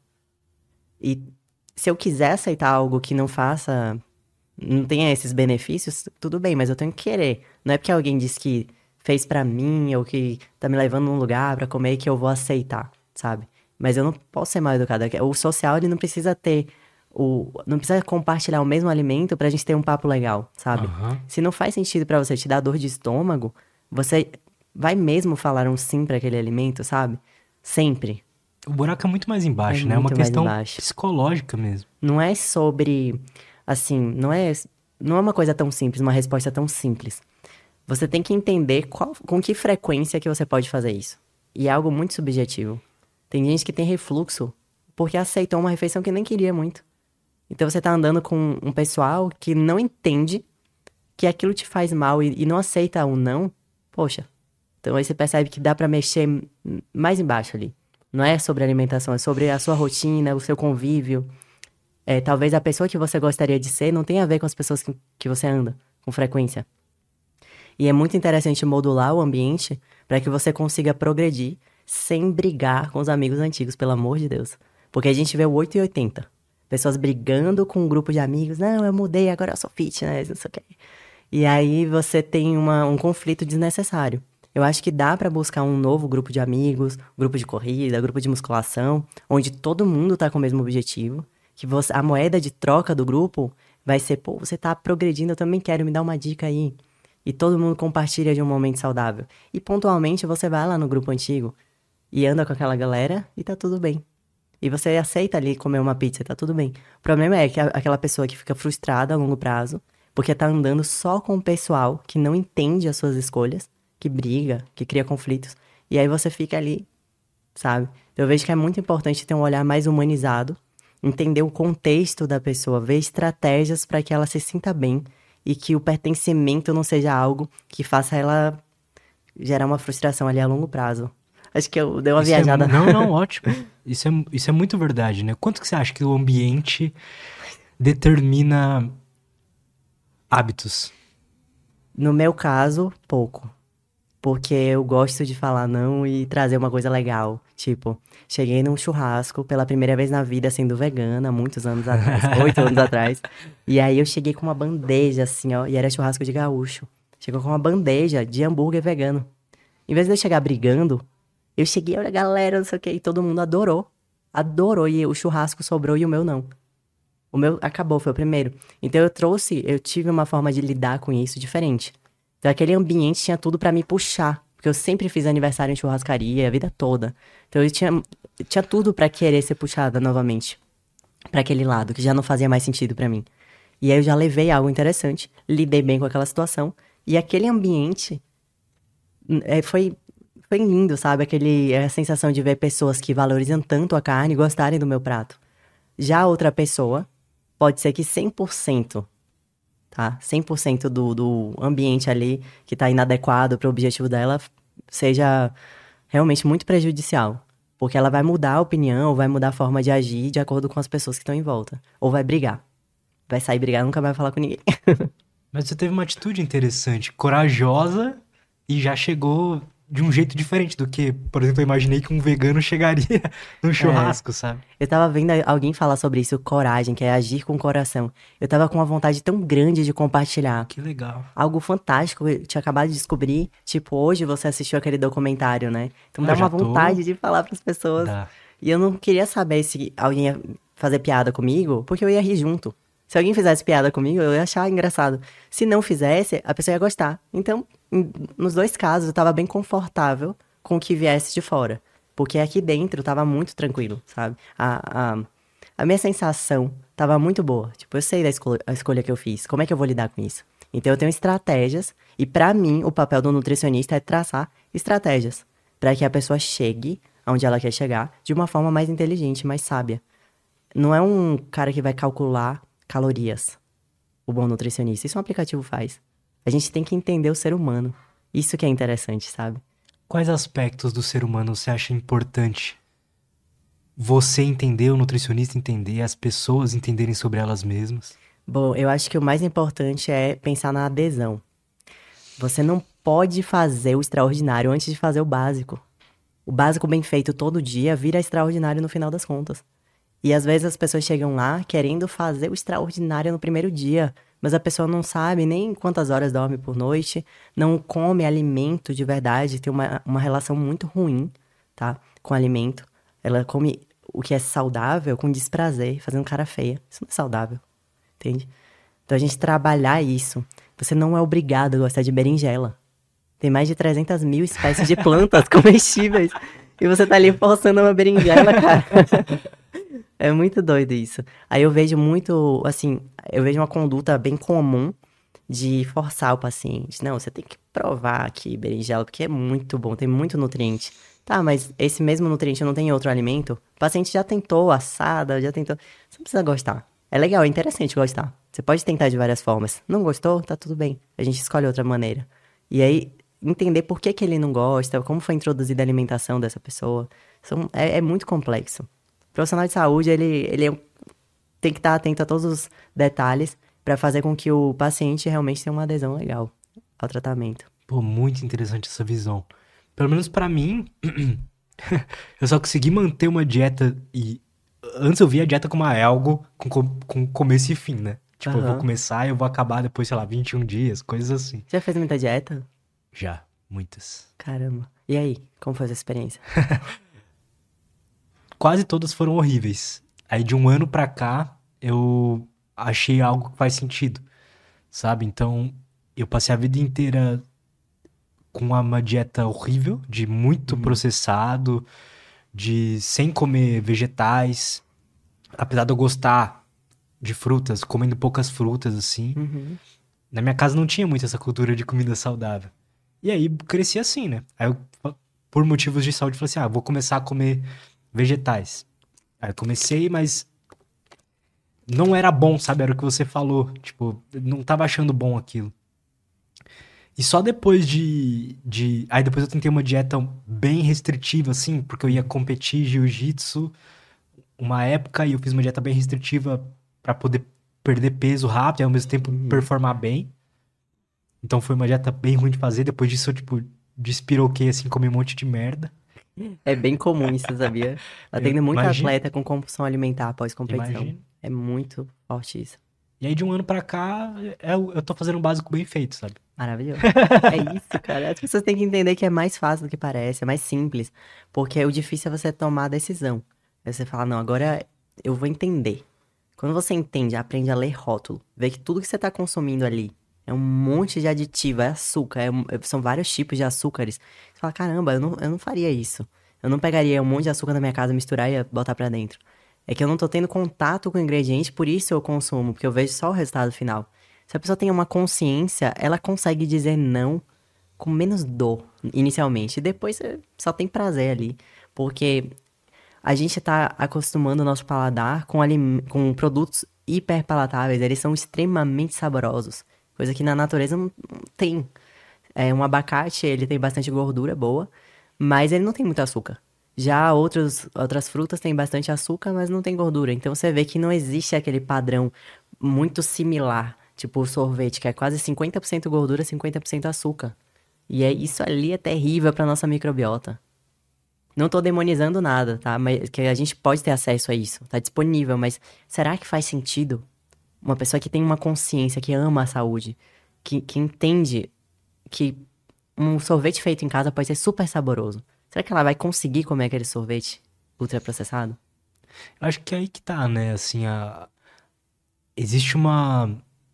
Speaker 2: E se eu quiser aceitar algo que não faça, não tenha esses benefícios, tudo bem, mas eu tenho que querer. Não é porque alguém disse que fez pra mim ou que tá me levando num lugar pra comer que eu vou aceitar, sabe? Mas eu não posso ser mal educado. O social, ele não precisa ter o... Não precisa compartilhar o mesmo alimento pra gente ter um papo legal, sabe?
Speaker 1: Aham.
Speaker 2: Se não faz sentido pra você te dar dor de estômago, você vai mesmo falar um sim pra aquele alimento, sabe? Sempre.
Speaker 1: O buraco é muito mais embaixo,
Speaker 2: É
Speaker 1: né? É uma
Speaker 2: muito mais
Speaker 1: questão
Speaker 2: embaixo.
Speaker 1: psicológica mesmo.
Speaker 2: Não é sobre, assim, não é, não é uma coisa tão simples, uma resposta tão simples. Você tem que entender qual, com que frequência que você pode fazer isso. E é algo muito subjetivo. Tem gente que tem refluxo porque aceitou uma refeição que nem queria muito. Então você tá andando com um pessoal que não entende que aquilo te faz mal e, e não aceita o não. Poxa. Então aí você percebe que dá pra mexer mais embaixo ali. Não é sobre alimentação, é sobre a sua rotina, o seu convívio. É, talvez a pessoa que você gostaria de ser não tenha a ver com as pessoas que, que você anda com frequência. E é muito interessante modular o ambiente para que você consiga progredir sem brigar com os amigos antigos, pelo amor de Deus. Porque a gente vê o oito e oitenta. Pessoas brigando com um grupo de amigos. Não, eu mudei, agora eu sou fitness, não sei o quê. E aí você tem uma, um conflito desnecessário. Eu acho que dá pra buscar um novo grupo de amigos, grupo de corrida, grupo de musculação, onde todo mundo tá com o mesmo objetivo. Que você, a moeda de troca do grupo vai ser, pô, você tá progredindo, eu também quero, me dá uma dica aí. E todo mundo compartilha de um momento saudável. E pontualmente você vai lá no grupo antigo e anda com aquela galera e tá tudo bem. E você aceita ali comer uma pizza, tá tudo bem. O problema é que a- aquela pessoa que fica frustrada a longo prazo, porque tá andando só com o pessoal que não entende as suas escolhas, que briga, que cria conflitos. E aí você fica ali, sabe? Eu vejo que é muito importante ter um olhar mais humanizado, entender o contexto da pessoa, ver estratégias para que ela se sinta bem e que o pertencimento não seja algo que faça ela gerar uma frustração ali a longo prazo. Acho que eu dei uma
Speaker 1: Isso é
Speaker 2: viajada.
Speaker 1: mu- não, não, ótimo. Isso é, isso é muito verdade, né? Quanto que você acha que o ambiente determina hábitos?
Speaker 2: No meu caso, pouco. Porque eu gosto de falar não e trazer uma coisa legal. Tipo, cheguei num churrasco pela primeira vez na vida sendo vegana, muitos anos atrás, oito anos atrás. E aí eu cheguei com uma bandeja, assim, ó, e era churrasco de gaúcho. Chegou com uma bandeja de hambúrguer vegano. Em vez de eu chegar brigando, eu cheguei, olha, galera, não sei o que, e todo mundo adorou. Adorou, e o churrasco sobrou e o meu não. O meu acabou, foi o primeiro. Então eu trouxe, eu tive uma forma de lidar com isso diferente. Então aquele ambiente tinha tudo pra me puxar. Porque eu sempre fiz aniversário em churrascaria a vida toda. Então eu tinha, eu tinha tudo pra querer ser puxada novamente pra aquele lado, que já não fazia mais sentido pra mim. E aí eu já levei algo interessante, lidei bem com aquela situação. E aquele ambiente hum, é, foi, foi lindo, sabe? Aquele, a sensação de ver pessoas que valorizam tanto a carne gostarem do meu prato. Já a outra pessoa, pode ser que cem por cento, tá? cem por cento do, do ambiente ali que tá inadequado para o objetivo dela seja realmente muito prejudicial. Porque ela vai mudar a opinião, vai mudar a forma de agir de acordo com as pessoas que estão em volta. Ou vai brigar. Vai sair brigar, nunca vai falar com ninguém.
Speaker 1: Mas você teve uma atitude interessante, corajosa e já chegou de um jeito diferente do que, por exemplo, eu imaginei que um vegano chegaria num churrasco, sabe?
Speaker 2: Eu tava vendo alguém falar sobre isso, coragem, que é agir com o coração. Eu tava com uma vontade tão grande de compartilhar.
Speaker 1: Que legal.
Speaker 2: Algo fantástico, eu tinha acabado de descobrir. Tipo, hoje você assistiu aquele documentário, né? Então
Speaker 1: Eu
Speaker 2: dá
Speaker 1: já
Speaker 2: uma
Speaker 1: tô-
Speaker 2: vontade de falar pras pessoas.
Speaker 1: Dá.
Speaker 2: E eu não queria saber se alguém ia fazer piada comigo, porque eu ia rir junto. Se alguém fizesse piada comigo, eu ia achar engraçado. Se não fizesse, a pessoa ia gostar. Então, em- nos dois casos, eu tava bem confortável com o que viesse de fora. Porque aqui dentro tava muito tranquilo, sabe? A, a, a minha sensação tava muito boa. Tipo, eu sei da escolha, a escolha que eu fiz. Como é que eu vou lidar com isso? Então, eu tenho estratégias. E pra mim, o papel do nutricionista é traçar estratégias. Pra que a pessoa chegue onde ela quer chegar de uma forma mais inteligente, mais sábia. Não é um cara que vai calcular calorias, o bom nutricionista. Isso um aplicativo faz. A gente tem que entender o ser humano. Isso que é interessante, sabe?
Speaker 1: Quais aspectos do ser humano você acha importante você entender, o nutricionista entender, as pessoas entenderem sobre elas mesmas?
Speaker 2: Bom, eu acho que o mais importante é pensar na adesão. Você não pode fazer o extraordinário antes de fazer o básico. O básico bem feito todo dia vira extraordinário no final das contas. E às vezes as pessoas chegam lá querendo fazer o extraordinário no primeiro dia, mas a pessoa não sabe nem quantas horas dorme por noite, não come alimento de verdade, tem uma, uma relação muito ruim, tá? Com alimento. Ela come o que é saudável com desprazer, fazendo cara feia. Isso não é saudável, entende? Então a gente trabalhar isso. Você não é obrigado a gostar de berinjela. Tem mais de trezentas mil espécies de plantas comestíveis. E você tá ali forçando uma berinjela, cara. É muito doido isso. Aí eu vejo muito, assim, eu vejo uma conduta bem comum de forçar o paciente. Não, você tem que provar aqui berinjela, porque é muito bom, tem muito nutriente. Tá, mas esse mesmo nutriente não tem em outro alimento? O paciente já tentou assada, já tentou. Você não precisa gostar. É legal, é interessante gostar. Você pode tentar de várias formas. Não gostou? Tá tudo bem. A gente escolhe outra maneira. E aí, entender por que, que ele não gosta, como foi introduzida a alimentação dessa pessoa. São, é, é muito complexo. O profissional de saúde, ele, ele é- tem que estar atento a todos os detalhes para fazer com que o paciente realmente tenha uma adesão legal ao tratamento.
Speaker 1: Pô, muito interessante essa visão. Pelo menos pra mim, eu só consegui manter uma dieta e... Antes eu via a dieta como algo com, com com começo e fim, né? Tipo, eu vou
Speaker 2: Aham.
Speaker 1: começar e eu vou acabar depois, sei lá, vinte e um dias, coisas assim.
Speaker 2: Já fez muita dieta?
Speaker 1: Já, muitas.
Speaker 2: Caramba. E aí, como foi essa experiência?
Speaker 1: Quase todas foram horríveis. Aí de um ano pra cá, eu achei algo que faz sentido, sabe? Então, eu passei a vida inteira com uma dieta horrível, de muito
Speaker 2: Uhum.
Speaker 1: processado, de sem comer vegetais, apesar de eu gostar de frutas, comendo poucas frutas assim.
Speaker 2: Uhum.
Speaker 1: Na minha casa não tinha muito essa cultura de comida saudável. E aí cresci assim, né? Aí eu, por motivos de saúde, falei assim: ah, vou começar a comer vegetais. Aí eu comecei, mas não era bom, sabe? Era o que você falou. Tipo, não tava achando bom aquilo. E só depois de, de. Aí depois eu tentei uma dieta bem restritiva, assim, porque eu ia competir jiu-jitsu uma época e eu fiz uma dieta bem restritiva pra poder perder peso rápido e ao mesmo tempo
Speaker 2: Uhum.
Speaker 1: performar bem. Então foi uma dieta bem ruim de fazer. Depois disso eu, tipo, despiroquei, assim, comi um monte de merda.
Speaker 2: É bem comum isso, sabia?
Speaker 1: Eu
Speaker 2: Atendo muito
Speaker 1: imagino,
Speaker 2: atleta com compulsão alimentar após competição.
Speaker 1: imagino.
Speaker 2: É muito forte isso.
Speaker 1: E aí de um ano pra cá, eu, eu tô fazendo um básico bem feito, sabe?
Speaker 2: Maravilhoso. É isso, cara. As pessoas têm que entender que é mais fácil do que parece, é mais simples. Porque o difícil é você tomar a decisão. Aí você fala, não, agora eu vou entender. Quando você entende, aprende a ler rótulo, vê que tudo que você tá consumindo ali é um monte de aditivo, é açúcar, é um- é- são vários tipos de açúcares. Você fala, caramba, eu não, eu não faria isso. Eu não pegaria um monte de açúcar na minha casa, misturar e botar pra dentro. É que eu não tô tendo contato com o ingrediente, por isso eu consumo, porque eu vejo só o resultado final. Se a pessoa tem uma consciência, ela consegue dizer não com menos dor, inicialmente. E depois você só tem prazer ali. Porque a gente tá acostumando o nosso paladar com, alim- com produtos hiperpalatáveis. Eles são extremamente saborosos. Coisa que na natureza não, não tem. É, um abacate, ele tem bastante gordura boa, mas ele não tem muito açúcar. Já outros, outras frutas têm bastante açúcar, mas não tem gordura. Então você vê que não existe aquele padrão muito similar, tipo o sorvete, que é quase cinquenta por cento gordura, cinquenta por cento açúcar. E é, isso ali é terrível para nossa microbiota. Não tô demonizando nada, tá? Mas que a gente pode ter acesso a isso, tá disponível, mas será que faz sentido uma pessoa que tem uma consciência, que ama a saúde, que, que entende que um sorvete feito em casa pode ser super saboroso. Será que ela vai conseguir comer aquele sorvete ultraprocessado?
Speaker 1: Eu acho que é aí que tá, né? Assim, a... existe uma,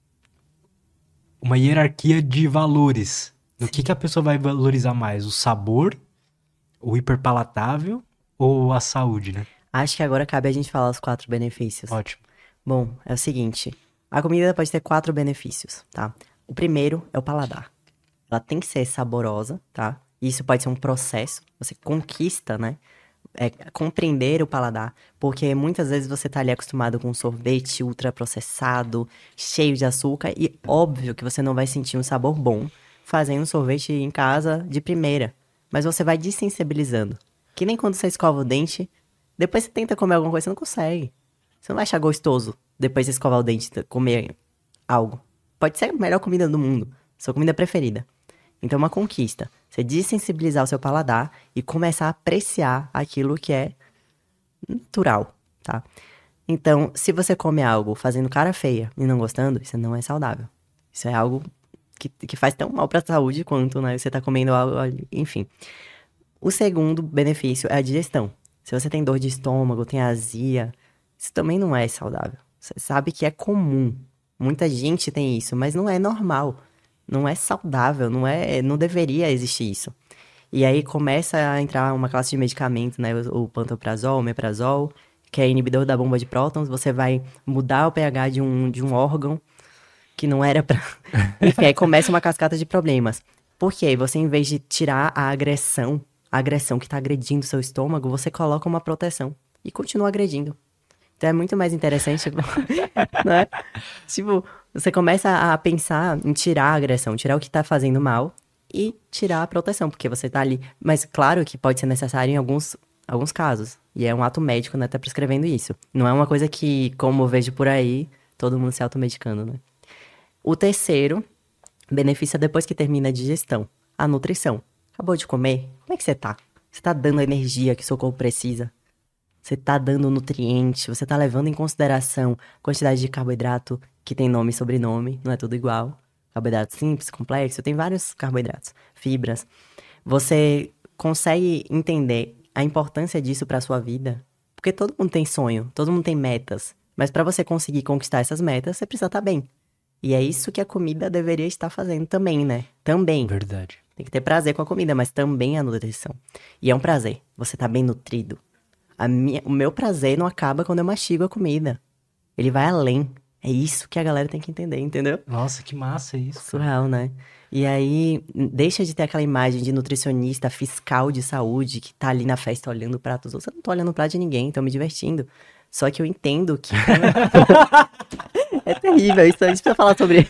Speaker 1: uma hierarquia de valores. Do que, que a
Speaker 2: Sim.
Speaker 1: pessoa vai valorizar mais? O sabor, o hiperpalatável ou a saúde, né?
Speaker 2: Acho que agora cabe a gente falar os quatro benefícios.
Speaker 1: Ótimo.
Speaker 2: Bom, é o seguinte: a comida pode ter quatro benefícios, tá? O primeiro é o paladar. Ela tem que ser saborosa, tá? Isso pode ser um processo, você conquista, né? É, compreender o paladar, porque muitas vezes você tá ali acostumado com um sorvete ultraprocessado, cheio de açúcar, e óbvio que você não vai sentir um sabor bom fazendo um sorvete em casa de primeira, mas você vai desensibilizando. Que nem quando você escova o dente, depois você tenta comer alguma coisa, você não consegue. Você não vai achar gostoso depois de escovar o dente, e comer algo. Pode ser a melhor comida do mundo, sua comida preferida. Então, é uma conquista. Você desensibilizar o seu paladar e começar a apreciar aquilo que é natural, tá? Então, se você come algo fazendo cara feia e não gostando, isso não é saudável. Isso é algo que, que faz tão mal pra saúde quanto, né? Você tá comendo algo ali, enfim. O segundo benefício é a digestão. Se você tem dor de estômago, tem azia, isso também não é saudável. Você sabe que é comum. Muita gente tem isso, mas não é normal. Não é saudável, não é, não deveria existir isso. E aí começa a entrar uma classe de medicamento, né? O, o pantoprazol, o omeprazol, que é inibidor da bomba de prótons. Você vai mudar o pH de um, de um órgão que não era pra... Enfim, aí começa uma cascata de problemas. Por quê? Você, em vez de tirar a agressão, a agressão que tá agredindo o seu estômago, você coloca uma proteção e continua agredindo. Então é muito mais interessante, né? Tipo, você começa a pensar em tirar a agressão, tirar o que tá fazendo mal e tirar a proteção, porque você tá ali. Mas claro que pode ser necessário em alguns, alguns casos. E é um ato médico, né? Tá prescrevendo isso. Não é uma coisa que, como eu vejo por aí, todo mundo se automedicando, né? O terceiro benefício é depois que termina a digestão, a nutrição. Acabou de comer? Como é que você tá? Você tá dando a energia que seu corpo precisa? Você tá dando nutriente? Você tá levando em consideração a quantidade de carboidrato que tem nome e sobrenome, não é tudo igual. Carboidrato simples, complexo, tem vários carboidratos, fibras. Você consegue entender a importância disso pra sua vida? Porque todo mundo tem sonho, todo mundo tem metas. Mas pra você conseguir conquistar essas metas, você precisa estar bem. E é isso que a comida deveria estar fazendo também, né? Também.
Speaker 1: Verdade.
Speaker 2: Tem que ter prazer com a comida, mas também a nutrição. E é um prazer. Você tá bem nutrido. A minha, o meu prazer não acaba quando eu mastigo a comida. Ele vai além. É isso que a galera tem que entender, entendeu?
Speaker 1: Nossa, que massa isso. Cara.
Speaker 2: Surreal, né? E aí, deixa de ter aquela imagem de nutricionista fiscal de saúde que tá ali na festa olhando o prato dos outros. Eu não tô olhando o prato de ninguém, tô me divertindo. Só que eu entendo que... é terrível, isso a gente precisa falar sobre.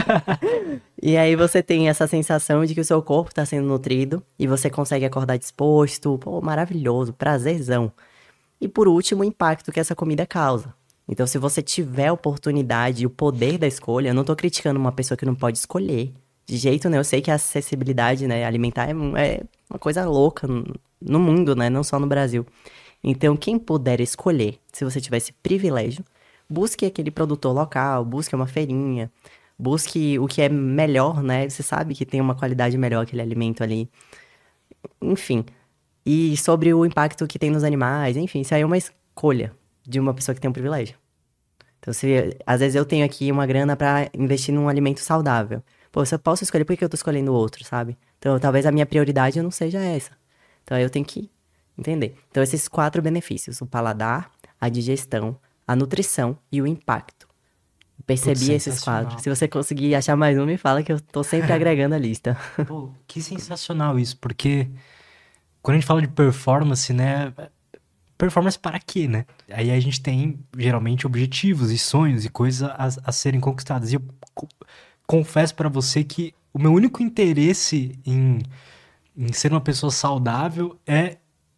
Speaker 2: E aí você tem essa sensação de que o seu corpo tá sendo nutrido e você consegue acordar disposto. Pô, maravilhoso, prazerzão. E por último, o impacto que essa comida causa. Então, se você tiver a oportunidade e o poder da escolha, eu não tô criticando uma pessoa que não pode escolher. De jeito nenhum, eu sei que a acessibilidade, né, alimentar é, é uma coisa louca no, no mundo, né, não só no Brasil. Então, quem puder escolher, se você tiver esse privilégio, busque aquele produtor local, busque uma feirinha, busque o que é melhor, né, você sabe que tem uma qualidade melhor aquele alimento ali. Enfim, e sobre o impacto que tem nos animais, enfim, isso aí é uma escolha de uma pessoa que tem um privilégio. Então, se, às vezes eu tenho aqui uma grana pra investir num alimento saudável. Pô, se eu posso escolher, por que eu tô escolhendo outro, sabe? Então, talvez a minha prioridade não seja essa. Então, eu tenho que entender. Então, esses quatro benefícios. O paladar, a digestão, a nutrição e o impacto. Percebi
Speaker 1: Putz,
Speaker 2: esses quatro. Se você conseguir achar mais um, me fala que eu tô sempre agregando a lista.
Speaker 1: Pô, que sensacional isso, porque quando a gente fala de performance, né? Performance para quê, né? Aí a gente tem, geralmente, objetivos e sonhos e coisas a, a serem conquistadas. E eu confesso pra você que o meu único interesse em, em ser uma pessoa saudável é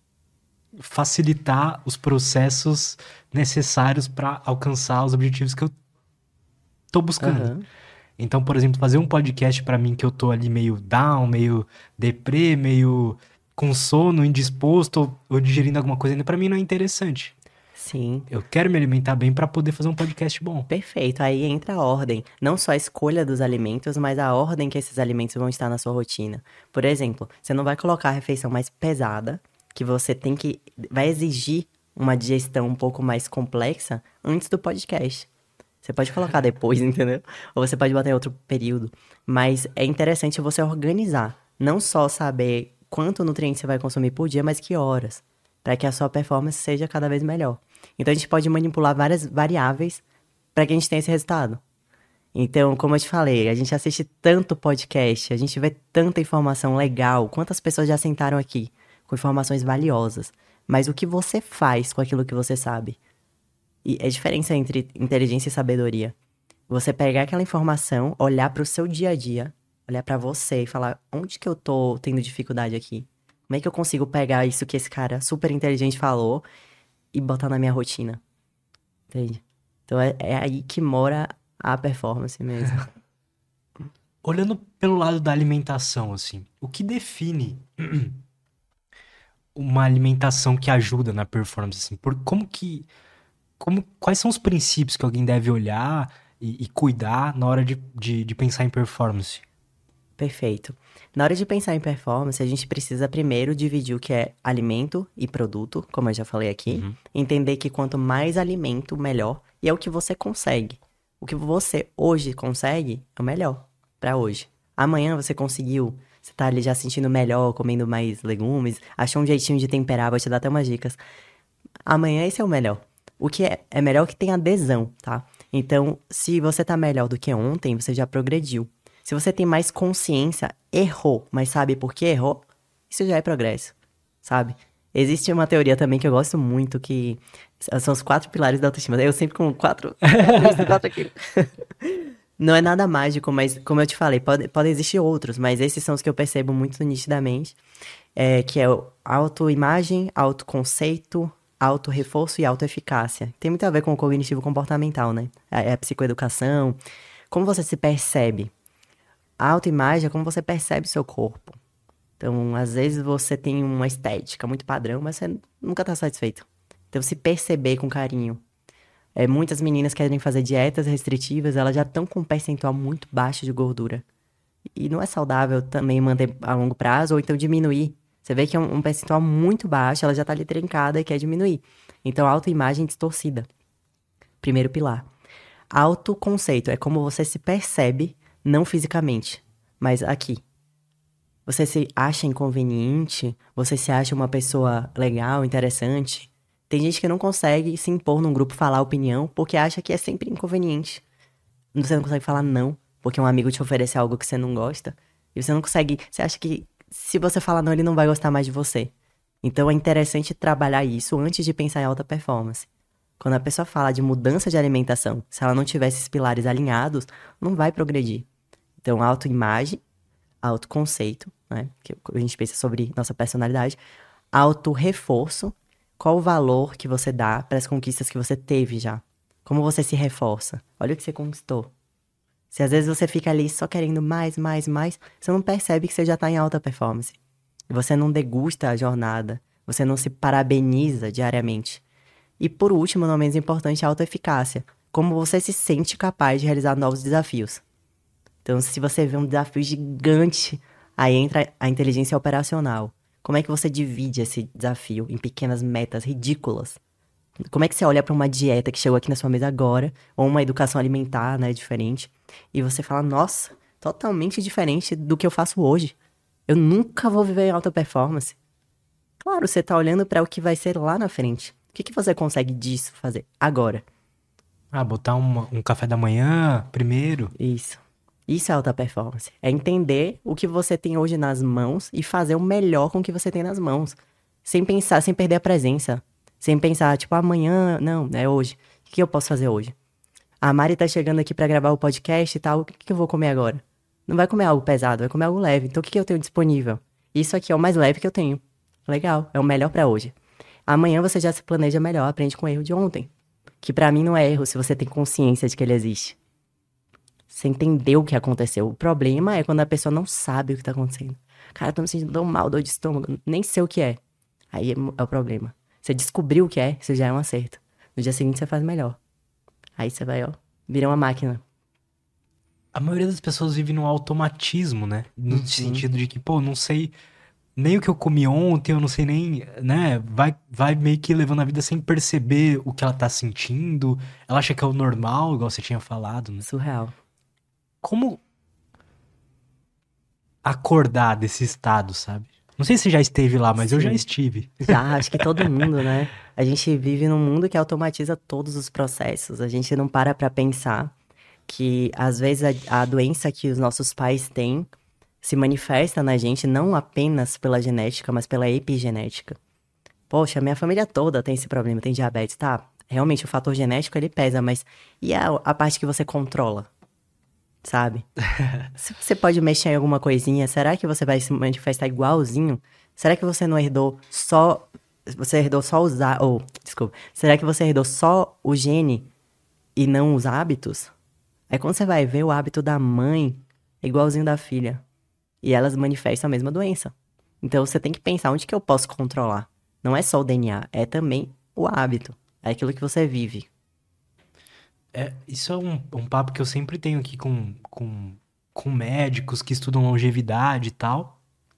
Speaker 1: facilitar os processos necessários para alcançar os objetivos que eu tô buscando.
Speaker 2: Uhum.
Speaker 1: Então, por exemplo, fazer um podcast pra mim que eu tô ali meio down, meio deprê, meio com sono, indisposto ou, ou digerindo alguma coisa ainda, pra mim não é interessante.
Speaker 2: Sim.
Speaker 1: Eu quero me alimentar bem pra poder fazer um podcast bom.
Speaker 2: Perfeito, aí entra a ordem. Não só a escolha dos alimentos, mas a ordem que esses alimentos vão estar na sua rotina. Por exemplo, você não vai colocar a refeição mais pesada, que você tem que... vai exigir uma digestão um pouco mais complexa antes do podcast. Você pode colocar depois, entendeu? Ou você pode botar em outro período. Mas é interessante você organizar. Não só saber quanto nutriente você vai consumir por dia, mas que horas. Para que a sua performance seja cada vez melhor. Então, a gente pode manipular várias variáveis para que a gente tenha esse resultado. Então, como eu te falei, a gente assiste tanto podcast, a gente vê tanta informação legal. Quantas pessoas já sentaram aqui com informações valiosas? Mas o que você faz com aquilo que você sabe? E é a diferença entre inteligência e sabedoria. Você pegar aquela informação, olhar para o seu dia a dia, olhar para você e falar, onde que eu tô tendo dificuldade aqui? Como é que eu consigo pegar isso que esse cara super inteligente falou e botar na minha rotina? Entende? Então é, é aí que mora a performance mesmo.
Speaker 1: Olhando pelo lado da alimentação, assim, o que define uma alimentação que ajuda na performance, assim? Por, como que... Como, quais são os princípios que alguém deve olhar e, e cuidar na hora de, de, de pensar em performance?
Speaker 2: Perfeito. Na hora de pensar em performance, a gente precisa primeiro dividir o que é alimento e produto, como eu já falei aqui.
Speaker 1: Uhum.
Speaker 2: Entender que quanto mais alimento, melhor. E é o que você consegue. O que você hoje consegue é o melhor pra hoje. Amanhã você conseguiu, você tá ali já sentindo melhor, comendo mais legumes, achou um jeitinho de temperar, vou te dar até umas dicas. Amanhã esse é o melhor. O que é, é melhor que tem adesão, tá? Então, se você tá melhor do que ontem, você já progrediu. Se você tem mais consciência, errou, mas sabe por que errou? Isso já é progresso, sabe? Existe uma teoria também que eu gosto muito, que são os quatro pilares da autoestima. Eu sempre com quatro... quatro aqui. Não é nada mágico, mas como eu te falei, pode, pode existir outros, mas esses são os que eu percebo muito nitidamente, é, que é o autoimagem, autoconceito, auto-reforço e auto-eficácia. Tem muito a ver com o cognitivo comportamental, né? É a psicoeducação. Como você se percebe? A autoimagem é como você percebe seu corpo. Então, às vezes você tem uma estética muito padrão, mas você nunca tá satisfeito. Então, se perceber com carinho. É, muitas meninas querem fazer dietas restritivas, elas já estão com um percentual muito baixo de gordura. E não é saudável também manter a longo prazo, ou então diminuir. Você vê que é um, um percentual muito baixo, ela já tá ali trincada e quer diminuir. Então, autoimagem distorcida. Primeiro pilar. Autoconceito é como você se percebe, não fisicamente, mas aqui. Você se acha inconveniente? Você se acha uma pessoa legal, interessante? Tem gente que não consegue se impor num grupo falar opinião porque acha que é sempre inconveniente. Você não consegue falar não, porque um amigo te oferece algo que você não gosta. E você não consegue... Você acha que se você falar não, ele não vai gostar mais de você. Então é interessante trabalhar isso antes de pensar em alta performance. Quando a pessoa fala de mudança de alimentação, se ela não tiver esses pilares alinhados, não vai progredir. Então, autoimagem, autoconceito, né? Que a gente pensa sobre nossa personalidade. Autorreforço, qual o valor que você dá para as conquistas que você teve já? Como você se reforça? Olha o que você conquistou. Se às vezes você fica ali só querendo mais, mais, mais, você não percebe que você já está em alta performance. Você não degusta a jornada, você não se parabeniza diariamente. E por último, não menos importante, a autoeficácia. Como você se sente capaz de realizar novos desafios. Então, se você vê um desafio gigante, aí entra a inteligência operacional. Como é que você divide esse desafio em pequenas metas ridículas? Como é que você olha para uma dieta que chegou aqui na sua mesa agora, ou uma educação alimentar, né, diferente, e você fala, nossa, totalmente diferente do que eu faço hoje. Eu nunca vou viver em alta performance. Claro, você tá olhando para o que vai ser lá na frente. O que, que você consegue disso fazer agora?
Speaker 1: Ah, botar uma, um café da manhã primeiro.
Speaker 2: Isso. Isso é alta performance. É entender o que você tem hoje nas mãos e fazer o melhor com o que você tem nas mãos. Sem pensar, sem perder a presença. Sem pensar, tipo, amanhã, não, é hoje. O que eu posso fazer hoje? A Mari tá chegando aqui pra gravar o podcast e tal, o que, que eu vou comer agora? Não vai comer algo pesado, vai comer algo leve. Então, o que, que eu tenho disponível? Isso aqui é o mais leve que eu tenho. Legal, é o melhor pra hoje. Amanhã você já se planeja melhor, aprende com o erro de ontem. Que pra mim não é erro se você tem consciência de que ele existe. Você entendeu o que aconteceu. O problema é quando a pessoa não sabe o que tá acontecendo. Cara, tô me sentindo tão mal, dor de estômago, nem sei o que é. Aí é o problema. Você descobriu o que é, isso já é um acerto. No dia seguinte você faz melhor. Aí você vai, ó, vira uma máquina.
Speaker 1: A maioria das pessoas vive no automatismo, né? No
Speaker 2: Uhum.
Speaker 1: sentido de que, pô, não sei nem o que eu comi ontem, eu não sei nem, né? Vai, vai meio que levando a vida sem perceber o que ela tá sentindo. Ela acha que é o normal, igual você tinha falado, né?
Speaker 2: Surreal.
Speaker 1: Como acordar desse estado, sabe? Não sei se você já esteve lá, mas eu já
Speaker 2: Sim.
Speaker 1: estive.
Speaker 2: Já, acho que todo mundo, né? A gente vive num mundo que automatiza todos os processos. A gente não para pra pensar que, às vezes, a, a doença que os nossos pais têm se manifesta na gente não apenas pela genética, mas pela epigenética. Poxa, minha família toda tem esse problema, tem diabetes, tá? Realmente, o fator genético, ele pesa, mas e a, a parte que você controla? Sabe? Se você pode mexer em alguma coisinha, será que você vai se manifestar igualzinho? Será que você não herdou só... Você herdou só os... há- Ou, desculpa. Será que você herdou só o gene e não os hábitos? Aí quando você vai ver, o hábito da mãe é igualzinho da filha. E elas manifestam a mesma doença. Então você tem que pensar onde que eu posso controlar. Não é só o D N A, é também o hábito. É aquilo que você vive.
Speaker 1: É, isso é um, um papo que eu sempre tenho aqui com, com, com médicos que estudam longevidade e tal.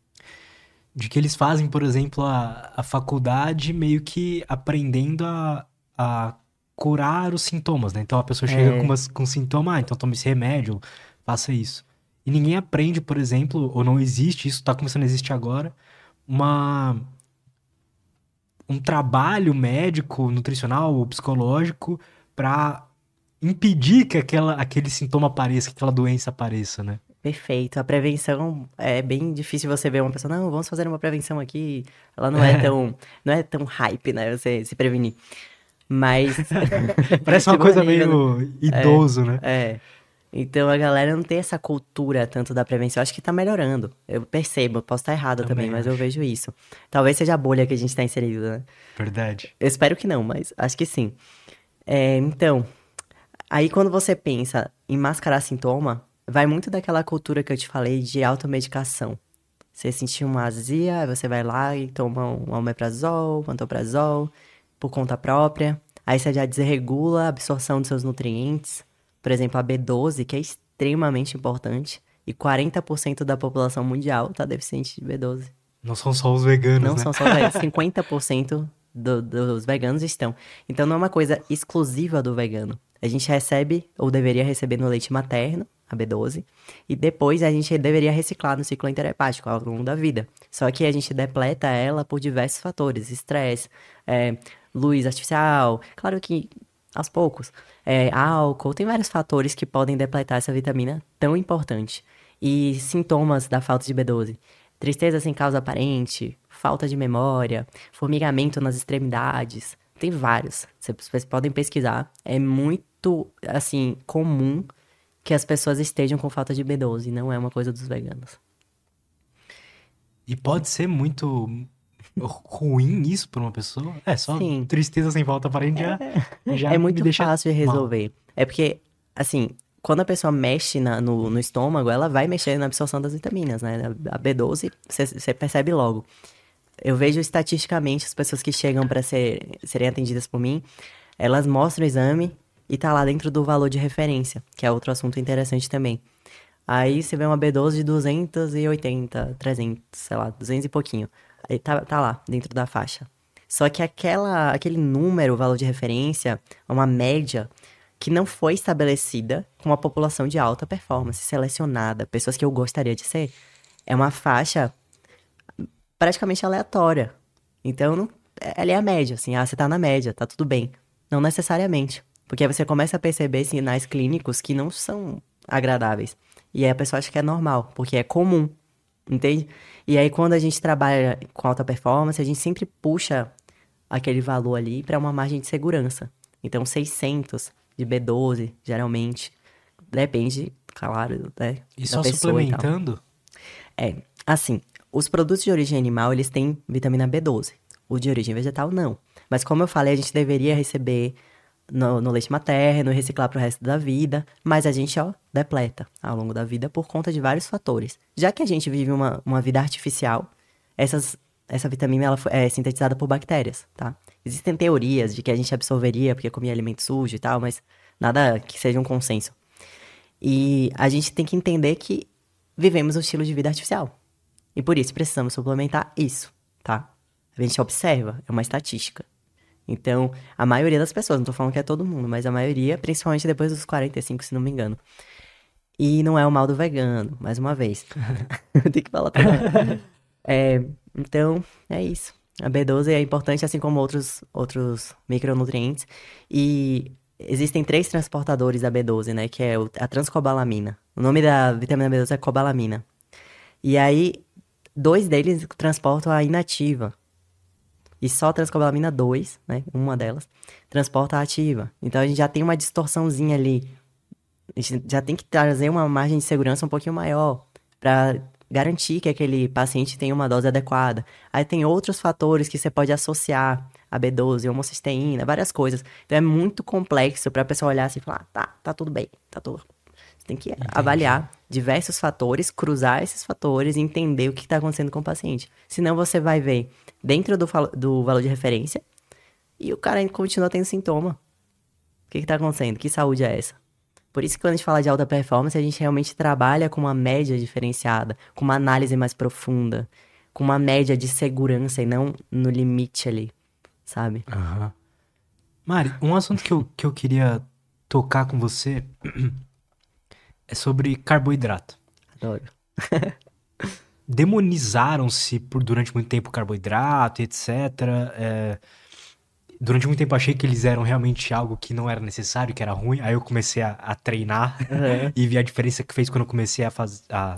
Speaker 1: De que eles fazem, por exemplo, a, a faculdade meio que aprendendo a, a curar os sintomas, né? Então a pessoa chega com,
Speaker 2: É,
Speaker 1: umas, com sintoma, ah, então tome esse remédio, faça isso. E ninguém aprende, por exemplo, ou não existe, isso tá começando a existir agora, uma, um trabalho médico, nutricional ou psicológico pra impedir que aquela, aquele sintoma apareça, que aquela doença apareça, né?
Speaker 2: perfeito. A prevenção é bem difícil você ver uma pessoa, não, vamos fazer uma prevenção aqui. Ela não é tão, não é tão hype, né? Você se prevenir. Mas
Speaker 1: Parece uma
Speaker 2: de
Speaker 1: coisa
Speaker 2: maneira, né?
Speaker 1: meio idoso, né?
Speaker 2: É. Então a galera não tem essa cultura tanto da prevenção. Eu acho que tá melhorando. Eu percebo, posso estar errado também,
Speaker 1: Também
Speaker 2: mas eu
Speaker 1: acho.
Speaker 2: vejo isso. Talvez seja a bolha que a gente tá inserido, né?
Speaker 1: Verdade.
Speaker 2: Eu espero que não, mas acho que sim. É, então, aí quando você pensa em mascarar sintoma, vai muito daquela cultura que eu te falei de automedicação. Você sentiu uma azia, aí você vai lá e toma um omeprazol, pantoprazol, por conta própria. Aí você já desregula a absorção dos seus nutrientes. Por exemplo, a B doze, que é extremamente importante. E quarenta por cento da população mundial tá deficiente de B doze.
Speaker 1: Não são só os veganos,
Speaker 2: Não
Speaker 1: né?
Speaker 2: são só os veganos, cinquenta por cento do, dos veganos estão. Então não é uma coisa exclusiva do vegano. A gente recebe, ou deveria receber no leite materno, a B doze, e depois a gente deveria reciclar no ciclo enterhepático ao longo da vida. Só que a gente depleta ela por diversos fatores, estresse, é, luz artificial, claro que aos poucos, é, álcool, tem vários fatores que podem depletar essa vitamina tão importante. E sintomas da falta de B doze. Tristeza sem causa aparente, falta de memória, formigamento nas extremidades. Tem vários. Vocês podem pesquisar. É muito, assim, comum que as pessoas estejam com falta de B doze. Não é uma coisa dos veganos.
Speaker 1: E pode ser muito ruim isso pra uma pessoa? É, só
Speaker 2: Sim.
Speaker 1: tristeza sem falta aparente já, já
Speaker 2: É
Speaker 1: me
Speaker 2: muito
Speaker 1: deixa
Speaker 2: fácil de
Speaker 1: mal.
Speaker 2: resolver. É porque, assim, quando a pessoa mexe na- no, no estômago, ela vai mexer na absorção das vitaminas, né? A B doze, você percebe logo. Eu vejo estatisticamente as pessoas que chegam para ser, serem atendidas por mim, elas mostram o exame e tá lá dentro do valor de referência, que é outro assunto interessante também. Aí você vê uma B doze de duzentos e oitenta, trezentos, sei lá, duzentos e pouquinho. Aí tá, tá lá, dentro da faixa. Só que aquela, aquele número, o valor de referência, é uma média que não foi estabelecida com uma população de alta performance, selecionada, pessoas que eu gostaria de ser. É uma faixa praticamente aleatória. Então, não, ela é a média, assim, ah, você tá na média, tá tudo bem. Não necessariamente. Porque aí você começa a perceber sinais clínicos que não são agradáveis. E aí a pessoa acha que é normal, porque é comum, entende? E aí quando a gente trabalha com alta performance, a gente sempre puxa aquele valor ali para uma margem de segurança. Então, seiscentos de B doze, geralmente, depende, claro, né,
Speaker 1: E
Speaker 2: da
Speaker 1: só
Speaker 2: pessoa e tal.
Speaker 1: suplementando?
Speaker 2: É, assim, os produtos de origem animal, eles têm vitamina B doze. O de origem vegetal, não. Mas como eu falei, a gente deveria receber no, no leite materno e reciclar pro resto da vida. Mas a gente, ó, depleta ao longo da vida por conta de vários fatores. Já que a gente vive uma, uma vida artificial, essas, essa vitamina ela é sintetizada por bactérias, tá? Existem teorias de que a gente absorveria porque comia alimento sujo e tal, mas nada que seja um consenso. E a gente tem que entender que vivemos um estilo de vida artificial. E por isso precisamos suplementar isso, tá? A gente observa, é uma estatística. Então, a maioria das pessoas, não tô falando que é todo mundo, mas a maioria, principalmente depois dos quarenta e cinco, se não me engano. E não é o mal do vegano, mais uma vez. Tem que falar também. É, então, é isso. A B doze é importante, assim como outros, outros micronutrientes. E existem três transportadores da B doze, né? Que é o- a transcobalamina. O nome da vitamina B doze é cobalamina. E aí, dois deles transportam a inativa. E só a transcobalamina dois, né? Uma delas, transporta a ativa. Então a gente já tem uma distorçãozinha ali. A gente já tem que trazer uma margem de segurança um pouquinho maior para garantir que aquele paciente tenha uma dose adequada. Aí tem outros fatores que você pode associar a B doze, homocisteína, várias coisas. Então é muito complexo para a pessoa olhar assim e falar, ah, tá, tá tudo bem, tá tudo. Você tem que
Speaker 1: Entendi.
Speaker 2: avaliar diversos fatores, cruzar esses fatores e entender o que está acontecendo com o paciente. Senão você vai ver dentro do, falo- do valor de referência e o cara ainda continua tendo sintoma. O que está acontecendo? Que saúde é essa? Por isso que quando a gente fala de alta performance, a gente realmente trabalha com uma média diferenciada, com uma análise mais profunda, com uma média de segurança e não no limite ali, sabe?
Speaker 1: Aham. Mari, um assunto que eu, que eu queria tocar com você é sobre carboidrato.
Speaker 2: Adoro.
Speaker 1: Demonizaram-se por durante muito tempo o carboidrato, etcétera. É, durante muito tempo achei que eles eram realmente algo que não era necessário, que era ruim. Aí eu comecei a, a treinar
Speaker 2: Aham.
Speaker 1: e vi a diferença que fez quando eu comecei a, faz, a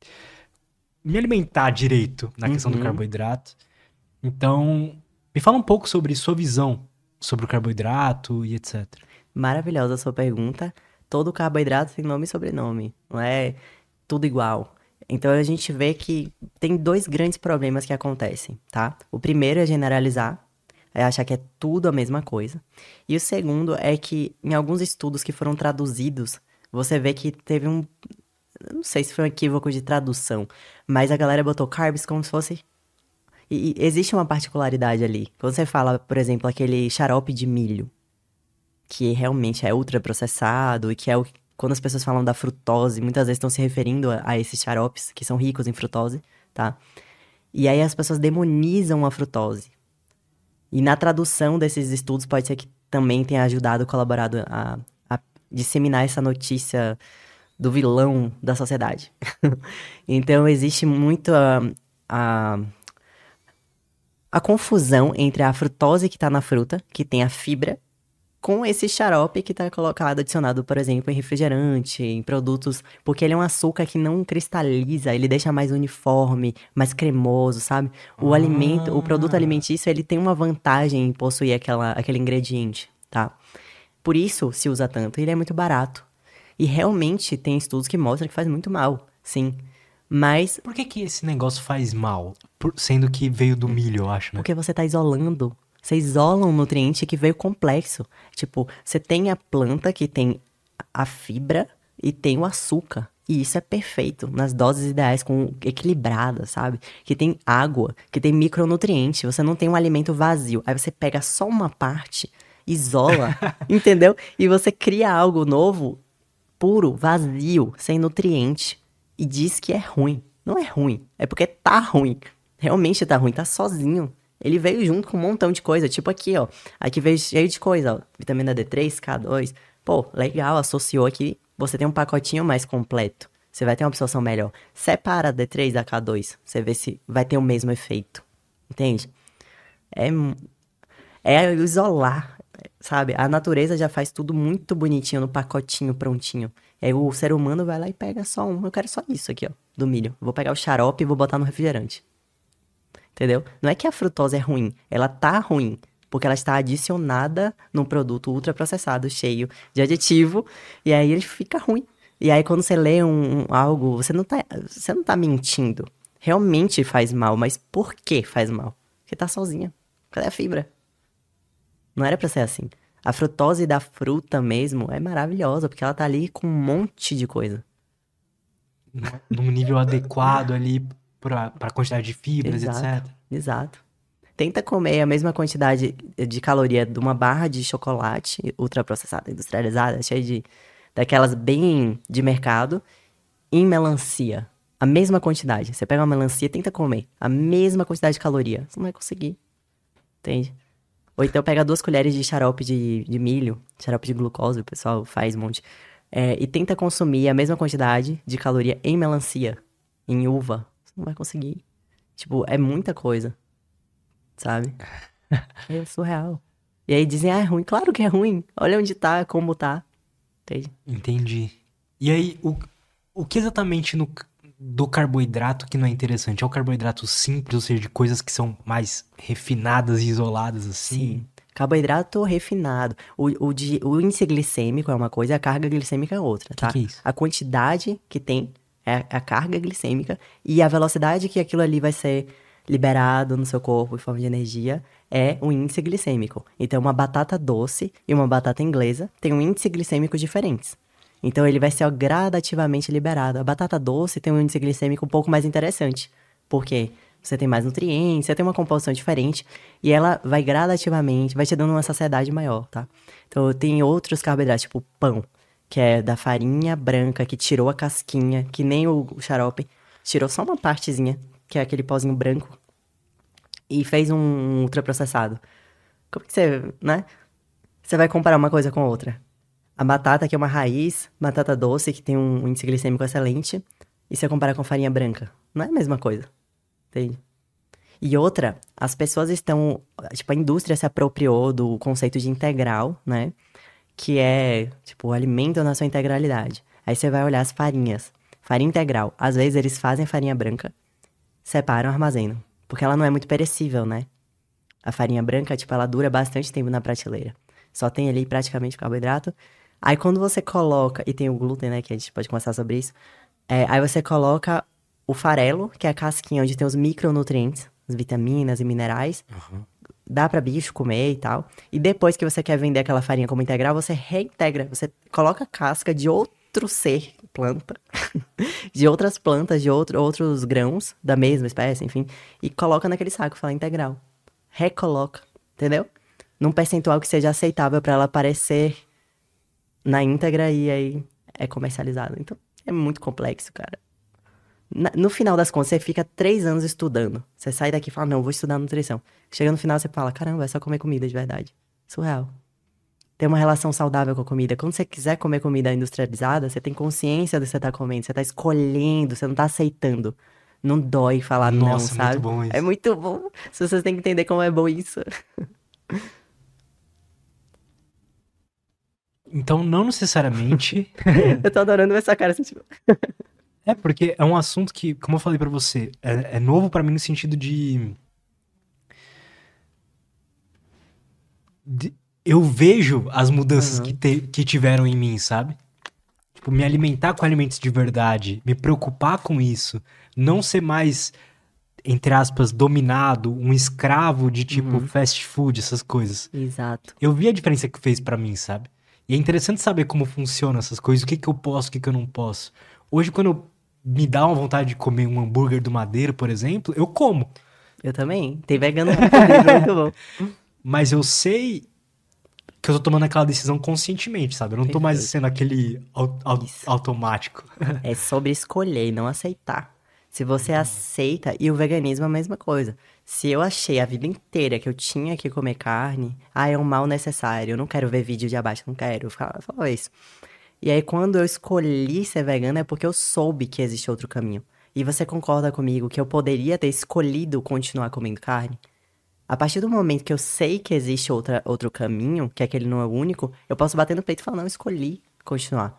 Speaker 1: me alimentar direito na questão do
Speaker 2: Uhum.
Speaker 1: carboidrato. Então, me fala um pouco sobre sua visão sobre o carboidrato e etcétera.
Speaker 2: Maravilhosa a sua pergunta. Todo carboidrato tem nome e sobrenome, não é tudo igual. Então a gente vê que tem dois grandes problemas que acontecem, tá? O primeiro é generalizar, é achar que é tudo a mesma coisa. E o segundo é que em alguns estudos que foram traduzidos, você vê que teve um eu não sei se foi um equívoco de tradução, mas a galera botou carbs como se fosse... E, e existe uma particularidade ali. Quando você fala, por exemplo, aquele xarope de milho, que realmente é ultraprocessado e que é o... Quando as pessoas falam da frutose, muitas vezes estão se referindo a, a esses xaropes, que são ricos em frutose, tá? E aí as pessoas demonizam a frutose. E na tradução desses estudos pode ser que também tenha ajudado, colaborado a, a disseminar essa notícia do vilão da sociedade. Então existe muito a, a, a confusão entre a frutose que está na fruta, que tem a fibra, com esse xarope que está colocado, adicionado, por exemplo, em refrigerante, em produtos... Porque ele é um açúcar que não cristaliza, ele deixa mais uniforme, mais cremoso, sabe? O
Speaker 1: Ah.
Speaker 2: alimento, o produto alimentício, ele tem uma vantagem em possuir aquela, aquele ingrediente, tá? Por isso se usa tanto, e ele é muito barato. E realmente tem estudos que mostram que faz muito mal, sim. Mas...
Speaker 1: Por que que esse negócio faz mal? Por- sendo que veio do milho, eu acho, né?
Speaker 2: Porque você tá isolando. Você isola um nutriente que veio complexo. Tipo, você tem a planta que tem a fibra e tem o açúcar. E isso é perfeito, nas doses ideais, com equilibradas, sabe? Que tem água, que tem micronutriente. Você não tem um alimento vazio. Aí você pega só uma parte, isola, entendeu? E você cria algo novo, puro, vazio, sem nutriente. E diz que é ruim. Não é ruim, é porque tá ruim. Realmente tá ruim, tá sozinho. Ele veio junto com um montão de coisa, tipo aqui, ó. Aqui veio cheio de coisa, ó. Vitamina D três, K dois. Pô, legal, associou aqui. Você tem um pacotinho mais completo. Você vai ter uma absorção melhor. Separa a D três da K dois. Você vê se vai ter o mesmo efeito. Entende? É, é isolar, sabe? A natureza já faz tudo muito bonitinho no pacotinho prontinho. Aí o ser humano vai lá e pega só um. Eu quero só isso aqui, ó, do milho. Vou pegar o xarope e vou botar no refrigerante. Entendeu? Não é que a frutose é ruim, ela tá ruim, porque ela está adicionada num produto ultraprocessado, cheio de aditivo, e aí ele fica ruim. E aí quando você lê um, um- algo, você não, tá, você não tá mentindo. Realmente faz mal, mas por que faz mal? Porque tá sozinha. Cadê a fibra? Não era pra ser assim. A frutose da fruta mesmo é maravilhosa, porque ela tá ali com um monte de coisa.
Speaker 1: Num nível adequado ali pra, pra quantidade de fibras,
Speaker 2: Exato,
Speaker 1: etcétera.
Speaker 2: exato. Tenta comer a mesma quantidade de caloria de uma barra de chocolate ultraprocessada, industrializada, cheia de... daquelas bem de mercado, em melancia. A mesma quantidade. Você pega uma melancia e tenta comer a mesma quantidade de caloria. Você não vai conseguir. Entende? Ou então pega duas colheres de xarope de, de milho, xarope de glucose, o pessoal faz um monte. É, e tenta consumir a mesma quantidade de caloria em melancia, em uva. Você não vai conseguir. Tipo, é muita coisa. Sabe? É surreal. E aí dizem, ah, é ruim. Claro que é ruim. Olha onde tá, como tá. Entende?
Speaker 1: Entendi. E aí, o, o que exatamente no, do carboidrato que não é interessante? É o carboidrato simples, ou seja, de coisas que são mais refinadas e isoladas assim?
Speaker 2: Sim. Carboidrato refinado. O, o, de- o índice glicêmico é uma coisa, a carga glicêmica é outra, tá?
Speaker 1: que é isso?
Speaker 2: A quantidade que tem é a carga glicêmica e a velocidade que aquilo ali vai ser liberado no seu corpo em forma de energia é o índice glicêmico. Então, uma batata doce e uma batata inglesa têm um índice glicêmico diferentes. Então, ele vai ser ó, gradativamente liberado. A batata doce tem um índice glicêmico um pouco mais interessante. Por quê? Você tem mais nutrientes, você tem uma composição diferente e ela vai gradativamente, vai te dando uma saciedade maior, tá? Então, tem outros carboidratos, tipo pão, que é da farinha branca, que tirou a casquinha, que nem o o xarope, tirou só uma partezinha, que é aquele pozinho branco, e fez um ultraprocessado. Como que você, né? Você vai comparar uma coisa com a outra. A batata, que é uma raiz, batata doce, que tem um índice glicêmico excelente, e você compara com farinha branca. Não é a mesma coisa. Entende? E outra, as pessoas estão... Tipo, a indústria se apropriou do conceito de integral, né? Que é, tipo, o alimento na sua integralidade. Aí você vai olhar as farinhas. Farinha integral. Às vezes eles fazem farinha branca, separam, armazenam. Porque ela não é muito perecível, né? A farinha branca, tipo, ela dura bastante tempo na prateleira. Só tem ali praticamente carboidrato. Aí quando você coloca... E tem o glúten, né? Que a gente pode conversar sobre isso. É, aí você coloca o farelo, que é a casquinha onde tem os micronutrientes, as vitaminas e minerais. Dá pra bicho comer e tal. E depois que você quer vender aquela farinha como integral, você reintegra. Você coloca a casca de outro ser planta, de outras plantas, de outro, outros grãos da mesma espécie, enfim, e coloca naquele saco, fala integral. Recoloca, entendeu? Num percentual que seja aceitável para ela aparecer na íntegra e aí é comercializado. Então, é muito complexo, cara. Na, no final das contas, você fica três anos estudando. Você sai daqui e fala, não, vou estudar nutrição. Chega no final, você fala, caramba, é só comer comida de verdade. Surreal. Ter uma relação saudável com a comida. Quando você quiser comer comida industrializada, você tem consciência do que você tá comendo. Você tá escolhendo, você não tá aceitando. Não dói falar não,
Speaker 1: Nossa,
Speaker 2: sabe?
Speaker 1: muito bom isso.
Speaker 2: É muito bom. Se vocês têm que entender como é bom isso.
Speaker 1: Então, não necessariamente...
Speaker 2: Eu tô adorando ver essa cara assim, tipo...
Speaker 1: É, porque é um assunto que, como eu falei pra você, é, é novo pra mim no sentido de... de- eu vejo as mudanças
Speaker 2: Aham.
Speaker 1: que, te- que tiveram em mim, sabe? Tipo, me alimentar com alimentos de verdade, me preocupar com isso, não ser mais, entre aspas, dominado, um escravo de tipo
Speaker 2: Uhum.
Speaker 1: fast food, essas coisas.
Speaker 2: Exato.
Speaker 1: Eu vi a diferença que fez pra mim, sabe? E é interessante saber como funcionam essas coisas, o que que eu posso, o que que eu não posso. Hoje, quando eu- me dá uma vontade de comer um hambúrguer do Madeiro, por exemplo, eu como.
Speaker 2: Eu também. Tem vegano lá comigo, muito bom.
Speaker 1: Mas eu sei que eu tô tomando aquela decisão conscientemente, sabe? Eu não tô mais
Speaker 2: Perfeito.
Speaker 1: sendo aquele au- au-
Speaker 2: Isso.
Speaker 1: automático.
Speaker 2: É sobre escolher e não aceitar. Se você aceita, e o veganismo é a mesma coisa. Se eu achei a vida inteira que eu tinha que comer carne, ah, é um mal necessário, eu não quero ver vídeo de abaixo, não quero, eu falava, eu falava isso. E aí, quando eu escolhi ser vegana, é porque eu soube que existe outro caminho. E você concorda comigo que eu poderia ter escolhido continuar comendo carne? A partir do momento que eu sei que existe outra, outro caminho, que aquele não é o único, eu posso bater no peito e falar, não, eu escolhi continuar.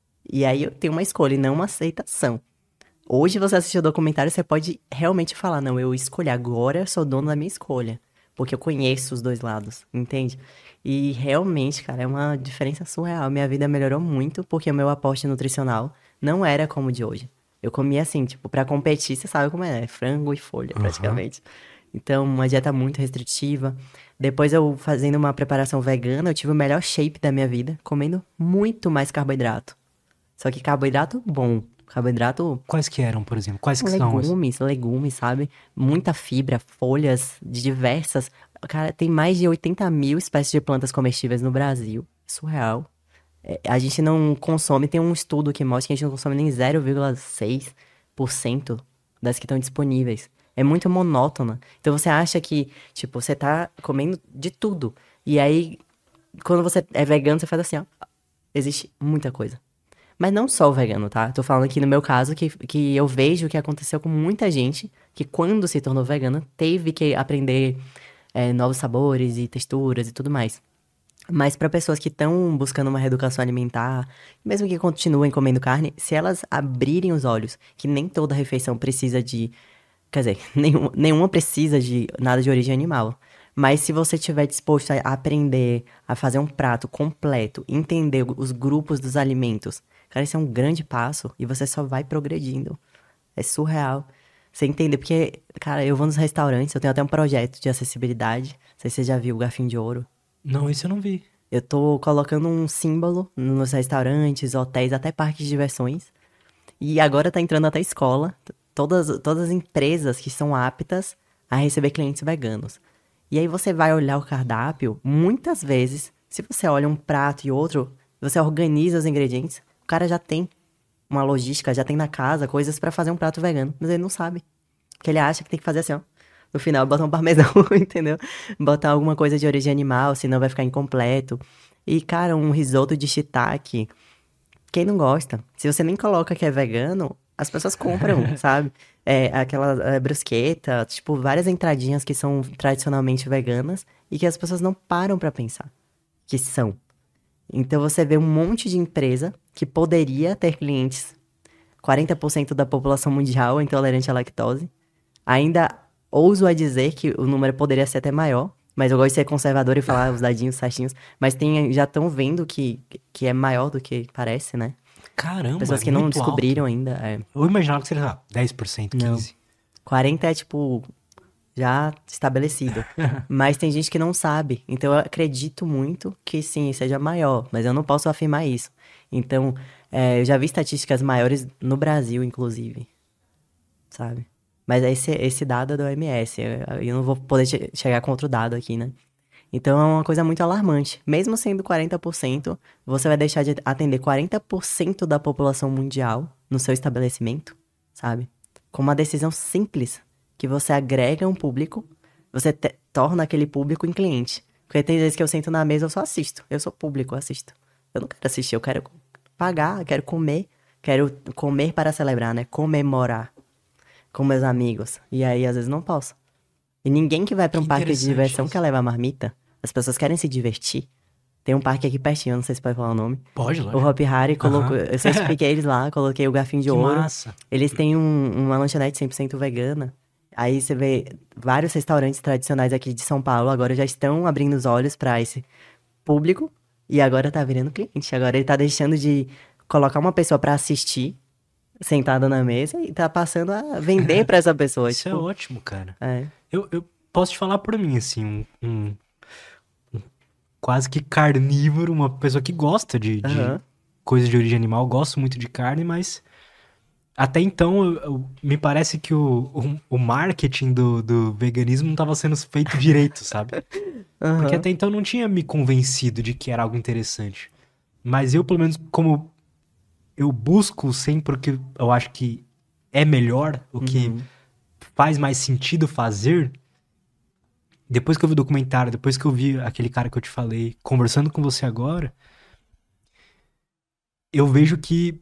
Speaker 2: E aí eu tenho uma escolha e não uma aceitação. Hoje você assistiu o documentário, você pode realmente falar, não, eu escolhi, agora eu sou dono da minha escolha. Porque eu conheço os dois lados, entende? E realmente, cara, é uma diferença surreal. Minha vida melhorou muito porque o meu aporte nutricional não era como o de hoje. Eu comia assim, tipo, pra competir, você sabe como é, né? Frango e folha,
Speaker 1: Aham.
Speaker 2: praticamente. Então, uma dieta muito restritiva. Depois eu fazendo uma preparação vegana, eu tive o melhor shape da minha vida, comendo muito mais carboidrato. Só que carboidrato bom. Carboidrato,
Speaker 1: Quais que eram, por exemplo? Quais que são as...
Speaker 2: legumes, legumes, sabe? Muita fibra, folhas de diversas. Cara, tem mais de oitenta mil espécies de plantas comestíveis no Brasil. Surreal. É, a gente não consome, tem um estudo que mostra que a gente não consome nem zero vírgula seis por cento das que estão disponíveis. É muito monótona. Então você acha que, tipo, você tá comendo de tudo. E aí, quando você é vegano, você faz assim, ó. Existe muita coisa. Mas não só o vegano, tá? Tô falando aqui no meu caso que, que eu vejo que aconteceu com muita gente que quando se tornou vegana teve que aprender é, novos sabores e texturas e tudo mais. Mas para pessoas que estão buscando uma reeducação alimentar, mesmo que continuem comendo carne, se elas abrirem os olhos, que nem toda refeição precisa de... Quer dizer, nenhum, nenhuma precisa de nada de origem animal. Mas se você estiver disposto a aprender a fazer um prato completo, entender os grupos dos alimentos, cara, isso é um grande passo e você só vai progredindo. É surreal. Você entender, porque, cara, eu vou nos restaurantes, eu tenho até um projeto de acessibilidade. Não sei se você já viu o Garfinho de Ouro.
Speaker 1: Não, esse eu não vi.
Speaker 2: Eu tô colocando um símbolo nos restaurantes, hotéis, até parques de diversões. E agora tá entrando até escola. Todas, todas as empresas que são aptas a receber clientes veganos. E aí você vai olhar o cardápio, muitas vezes, se você olha um prato e outro, você organiza os ingredientes, o cara já tem uma logística, já tem na casa coisas pra fazer um prato vegano, mas ele não sabe. Porque ele acha que tem que fazer assim, ó. No final, botar um parmesão, entendeu? Botar alguma coisa de origem animal, senão vai ficar incompleto. E, cara, um risoto de shiitake, quem não gosta? Se você nem coloca que é vegano, as pessoas compram, sabe? É, aquela é, brusqueta, tipo, várias entradinhas que são tradicionalmente veganas e que as pessoas não param pra pensar que são. Então você vê um monte de empresa que poderia ter clientes, quarenta por cento da população mundial é intolerante à lactose. Ainda ouso a dizer que o número poderia ser até maior, mas eu gosto de ser conservador e falar os dadinhos certinhos. Mas tem, já estão vendo que, que é maior do que parece, né?
Speaker 1: Caramba,
Speaker 2: Pessoas
Speaker 1: é
Speaker 2: que não
Speaker 1: muito
Speaker 2: descobriram
Speaker 1: alto.
Speaker 2: ainda. É.
Speaker 1: Eu imaginava que seria sei lá, dez por cento,
Speaker 2: Não.
Speaker 1: quinze por cento.
Speaker 2: quarenta é tipo já estabelecido. Mas tem gente que não sabe. Então eu acredito muito que sim, seja maior, mas eu não posso afirmar isso. Então, É, eu já vi estatísticas maiores no Brasil, inclusive, sabe? Mas esse, esse dado é do O M S, eu, eu não vou poder che- chegar com outro dado aqui, né? Então é uma coisa muito alarmante. Mesmo sendo quarenta por cento, você vai deixar de atender quarenta por cento da população mundial no seu estabelecimento, sabe? Com uma decisão simples, que você agrega um público, você te- torna aquele público em cliente. Porque tem vezes que eu sento na mesa, eu só assisto. Eu sou público, eu assisto. Eu não quero assistir, eu quero pagar, eu quero comer. Quero comer para celebrar, né? Comemorar com meus amigos. E aí, às vezes, não posso. E ninguém que vai pra
Speaker 1: Que
Speaker 2: um parque de
Speaker 1: interessante
Speaker 2: diversão
Speaker 1: isso.
Speaker 2: quer levar marmita. As pessoas querem se divertir. Tem um parque aqui pertinho, eu não sei se pode falar o nome.
Speaker 1: Pode,
Speaker 2: O
Speaker 1: lógico.
Speaker 2: Hopi Hari colocou...
Speaker 1: Aham.
Speaker 2: Eu certifiquei eles lá, coloquei o garfinho de
Speaker 1: Que
Speaker 2: ouro.
Speaker 1: massa.
Speaker 2: Eles têm um- uma lanchonete cem por cento vegana. Aí você vê vários restaurantes tradicionais aqui de São Paulo agora já estão abrindo os olhos pra esse público. E agora tá virando cliente. Agora ele tá deixando de colocar uma pessoa pra assistir, sentada na mesa, e tá passando a vender pra essa pessoa.
Speaker 1: Isso é
Speaker 2: Tipo,
Speaker 1: ótimo, cara.
Speaker 2: é.
Speaker 1: Eu, eu posso te falar por mim, assim, um, um- quase que carnívoro, uma pessoa que gosta de, de
Speaker 2: Aham.
Speaker 1: coisas de origem animal, gosto muito de carne, mas até então eu- eu- me parece que o, o, o marketing do, do veganismo não estava sendo feito direito, sabe? Porque
Speaker 2: Aham.
Speaker 1: até então não tinha me convencido de que era algo interessante. Mas eu, pelo menos, como eu busco sempre o que eu acho que é melhor, o que
Speaker 2: Uhum.
Speaker 1: faz mais sentido fazer, depois que eu vi o documentário, depois que eu vi aquele cara que eu te falei, conversando com você agora, eu vejo que,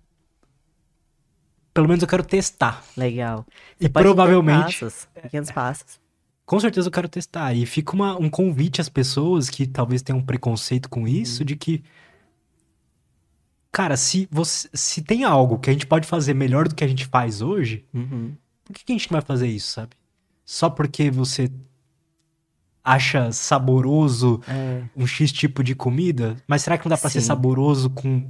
Speaker 1: pelo menos eu quero testar.
Speaker 2: Legal.
Speaker 1: E
Speaker 2: Você pode ir em
Speaker 1: provavelmente,
Speaker 2: passos, pequenos passos.
Speaker 1: com certeza eu quero testar. E fica uma- um convite às pessoas que talvez tenham um preconceito com isso,
Speaker 2: Uhum.
Speaker 1: de que, cara, se, você, se tem algo que a gente pode fazer melhor do que a gente faz hoje,
Speaker 2: Uhum.
Speaker 1: por que que a gente não vai fazer isso, sabe? Só porque você acha saboroso
Speaker 2: É,
Speaker 1: um X tipo de comida, mas será que não dá pra ser
Speaker 2: sim.
Speaker 1: saboroso com,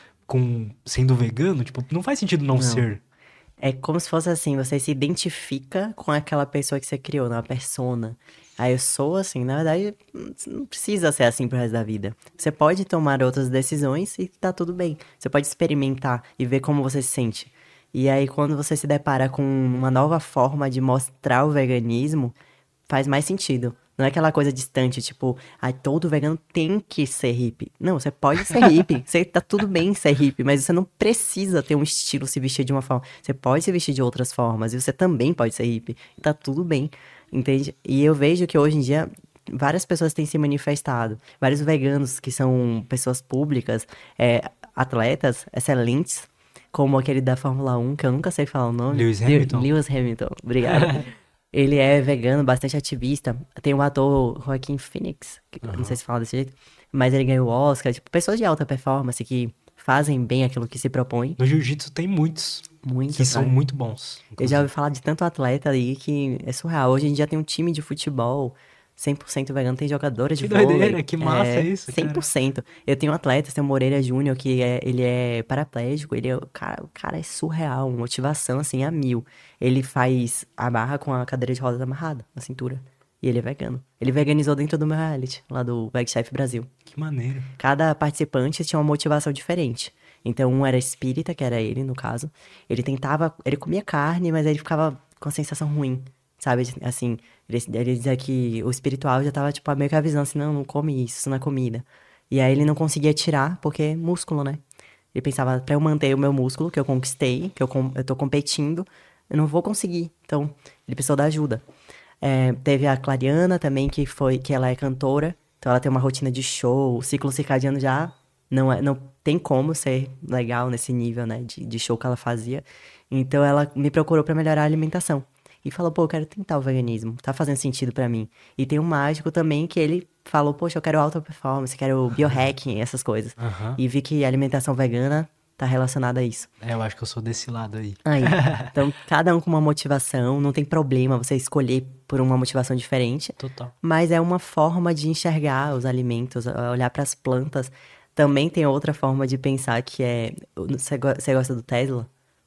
Speaker 1: com sendo vegano? Tipo, não faz sentido não,
Speaker 2: Não.
Speaker 1: ser.
Speaker 2: É como se fosse assim, você se identifica com aquela pessoa que você criou, na persona. Aí eu sou assim, na verdade, não precisa ser assim pro resto da vida. Você pode tomar outras decisões e tá tudo bem. Você pode experimentar e ver como você se sente. E aí, quando você se depara com uma nova forma de mostrar o veganismo, faz mais sentido. Não é aquela coisa distante, tipo, ai, todo vegano tem que ser hippie. Não, você pode ser hippie. Você tá tudo bem ser hippie, mas você não precisa ter um estilo, se vestir de uma forma. Você pode se vestir de outras formas, e você também pode ser hippie. E tá tudo bem, entende? E eu vejo que hoje em dia várias pessoas têm se manifestado. Vários veganos que são pessoas públicas, é, atletas excelentes, como aquele da Fórmula um, que eu nunca sei falar o nome.
Speaker 1: Lewis
Speaker 2: Lew-
Speaker 1: Hamilton?
Speaker 2: Lewis Hamilton, obrigado. Ele é vegano, bastante ativista. Tem o ator Joaquin Phoenix, que eu não sei se fala desse jeito, mas ele ganhou o Oscar. Tipo, pessoas de alta performance que fazem bem aquilo que se propõe.
Speaker 1: No jiu-jitsu tem muitos
Speaker 2: Muito,
Speaker 1: que são
Speaker 2: sabe?
Speaker 1: muito bons.
Speaker 2: Eu já
Speaker 1: inclusive.
Speaker 2: ouvi falar de tanto atleta aí que é surreal. Hoje em dia tem um time de futebol cem por cento vegano, tem jogadores de
Speaker 1: Que
Speaker 2: vôlei.
Speaker 1: doideira, que massa
Speaker 2: é,
Speaker 1: isso,
Speaker 2: cem por cento. Eu tenho um atleta, tem o Moreira Júnior, que é, ele é paraplégico, ele é, o cara, o cara é surreal, motivação assim a mil. Ele faz a barra com a cadeira de rodas amarrada na cintura. E ele é vegano. Ele veganizou dentro do meu reality, lá do Veg Chef Brasil.
Speaker 1: Que maneiro.
Speaker 2: Cada participante tinha uma motivação diferente. Então, um era espírita, que era ele, no caso. Ele tentava... Ele comia carne, mas ele ficava com a sensação ruim, sabe? Assim, ele, ele dizia que o espiritual já tava, tipo, meio que avisando assim, não, não come isso, isso não é comida. E aí ele não conseguia tirar, porque é músculo, né? Ele pensava, pra eu manter o meu músculo, que eu conquistei, que eu, com- eu tô competindo, eu não vou conseguir. Então, ele precisou da ajuda. É, teve a Clariana também, que foi, que ela é cantora. Então ela tem uma rotina de show, o ciclo circadiano já não, é, não tem como ser legal nesse nível, né, de, de show que ela fazia. Então ela me procurou pra melhorar a alimentação. E falou, pô, eu quero tentar o veganismo, tá fazendo sentido pra mim. E tem um mágico também que ele falou, poxa, eu quero alta performance, quero biohacking, essas coisas.
Speaker 1: Aham.
Speaker 2: E vi que a alimentação vegana tá relacionada a isso.
Speaker 1: É, eu acho que eu sou desse lado aí.
Speaker 2: Aí, então, cada um com uma motivação, não tem problema você escolher por uma motivação diferente,
Speaker 1: Total.
Speaker 2: mas é uma forma de enxergar os alimentos, olhar para as plantas. Também tem outra forma de pensar que é. Você go- você gosta do Tesla?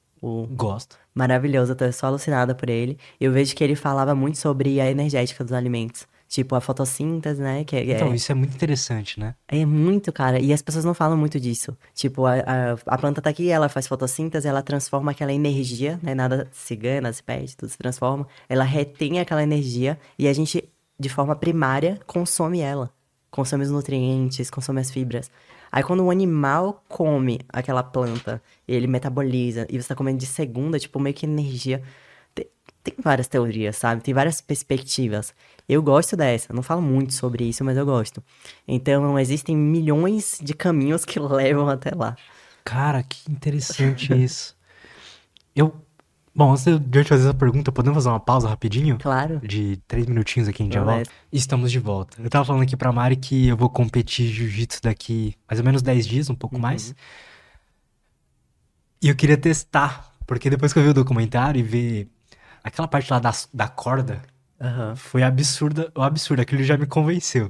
Speaker 2: O
Speaker 1: Gosto.
Speaker 2: maravilhoso, eu tô só alucinada por ele. Eu vejo que ele falava muito sobre a energética dos alimentos. Tipo a fotossíntese, né? Que é,
Speaker 1: Então,
Speaker 2: é,
Speaker 1: isso é muito interessante, né?
Speaker 2: é muito, cara. E as pessoas não falam muito disso. Tipo, a, a, a planta tá aqui, ela faz fotossíntese, ela transforma aquela energia, né? Nada se ganha, nada se perde, tudo se transforma. Ela retém aquela energia e a gente, de forma primária, consome ela. Consome os nutrientes, consome as fibras. Aí quando o animal come aquela planta, ele metaboliza, e você tá comendo de segunda, tipo, meio que energia. Tem, tem várias teorias, sabe? Tem várias perspectivas. Eu gosto dessa, não falo muito sobre isso, mas eu gosto. Então, existem milhões de caminhos que levam até lá.
Speaker 1: Cara, que interessante isso. Eu. Bom, antes de eu te fazer essa pergunta, podemos fazer uma pausa rapidinho?
Speaker 2: Claro,
Speaker 1: De três minutinhos aqui, a gente já
Speaker 2: vamos
Speaker 1: volta.
Speaker 2: nessa.
Speaker 1: Estamos de volta. Eu tava falando aqui pra Mari que eu vou competir jiu-jitsu daqui mais ou menos dez dias, um pouco mais. E eu queria testar, porque depois que eu vi o documentário e ver aquela parte lá da, da corda,
Speaker 2: Aham.
Speaker 1: foi absurda, o absurdo, aquilo já me convenceu.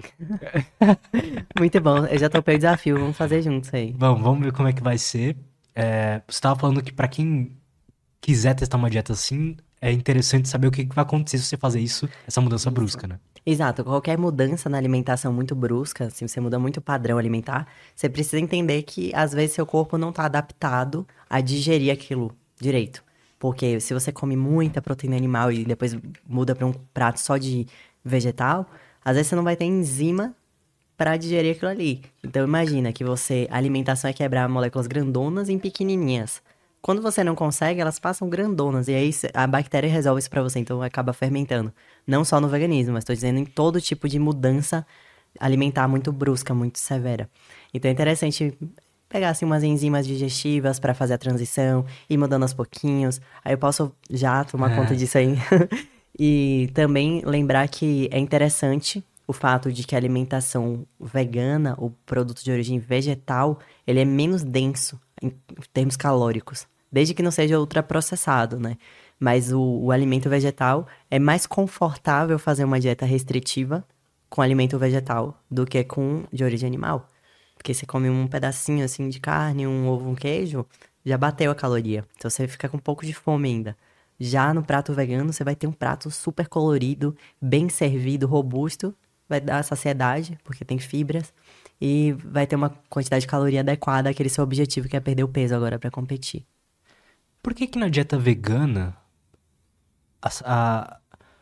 Speaker 2: Muito bom, eu já topei o desafio, vamos fazer juntos aí.
Speaker 1: Bom, vamos ver como é que vai ser. É, você tava falando que pra quem quiser testar uma dieta assim, é interessante saber o que que vai acontecer se você fazer isso, essa mudança brusca, né?
Speaker 2: Exato, qualquer mudança na alimentação muito brusca, se você muda muito o padrão alimentar, você precisa entender que às vezes seu corpo não está adaptado a digerir aquilo direito. Porque se você come muita proteína animal e depois muda para um prato só de vegetal, às vezes você não vai ter enzima para digerir aquilo ali. Então imagina que você, a alimentação é quebrar moléculas grandonas em pequenininhas. Quando você não consegue, elas passam grandonas e aí cê- a bactéria resolve isso pra você, então acaba fermentando. Não só no veganismo, mas tô dizendo em todo tipo de mudança alimentar muito brusca, muito severa. Então é interessante pegar assim umas enzimas digestivas pra fazer a transição, ir mudando aos pouquinhos. Aí eu posso já tomar conta
Speaker 1: É.
Speaker 2: disso aí. E também lembrar que é interessante o fato de que a alimentação vegana, o produto de origem vegetal, ele é menos denso em termos calóricos, desde que não seja ultraprocessado, né? Mas o, o alimento vegetal é mais confortável fazer uma dieta restritiva com alimento vegetal do que com de origem animal. Porque você come um pedacinho assim de carne, um ovo, um queijo, já bateu a caloria. Então você fica com um pouco de fome ainda. Já no prato vegano, você vai ter um prato super colorido, bem servido, robusto, vai dar saciedade, porque tem fibras, e vai ter uma quantidade de caloria adequada àquele seu objetivo, que é perder o peso agora pra competir.
Speaker 1: Por que que na dieta vegana, a, a-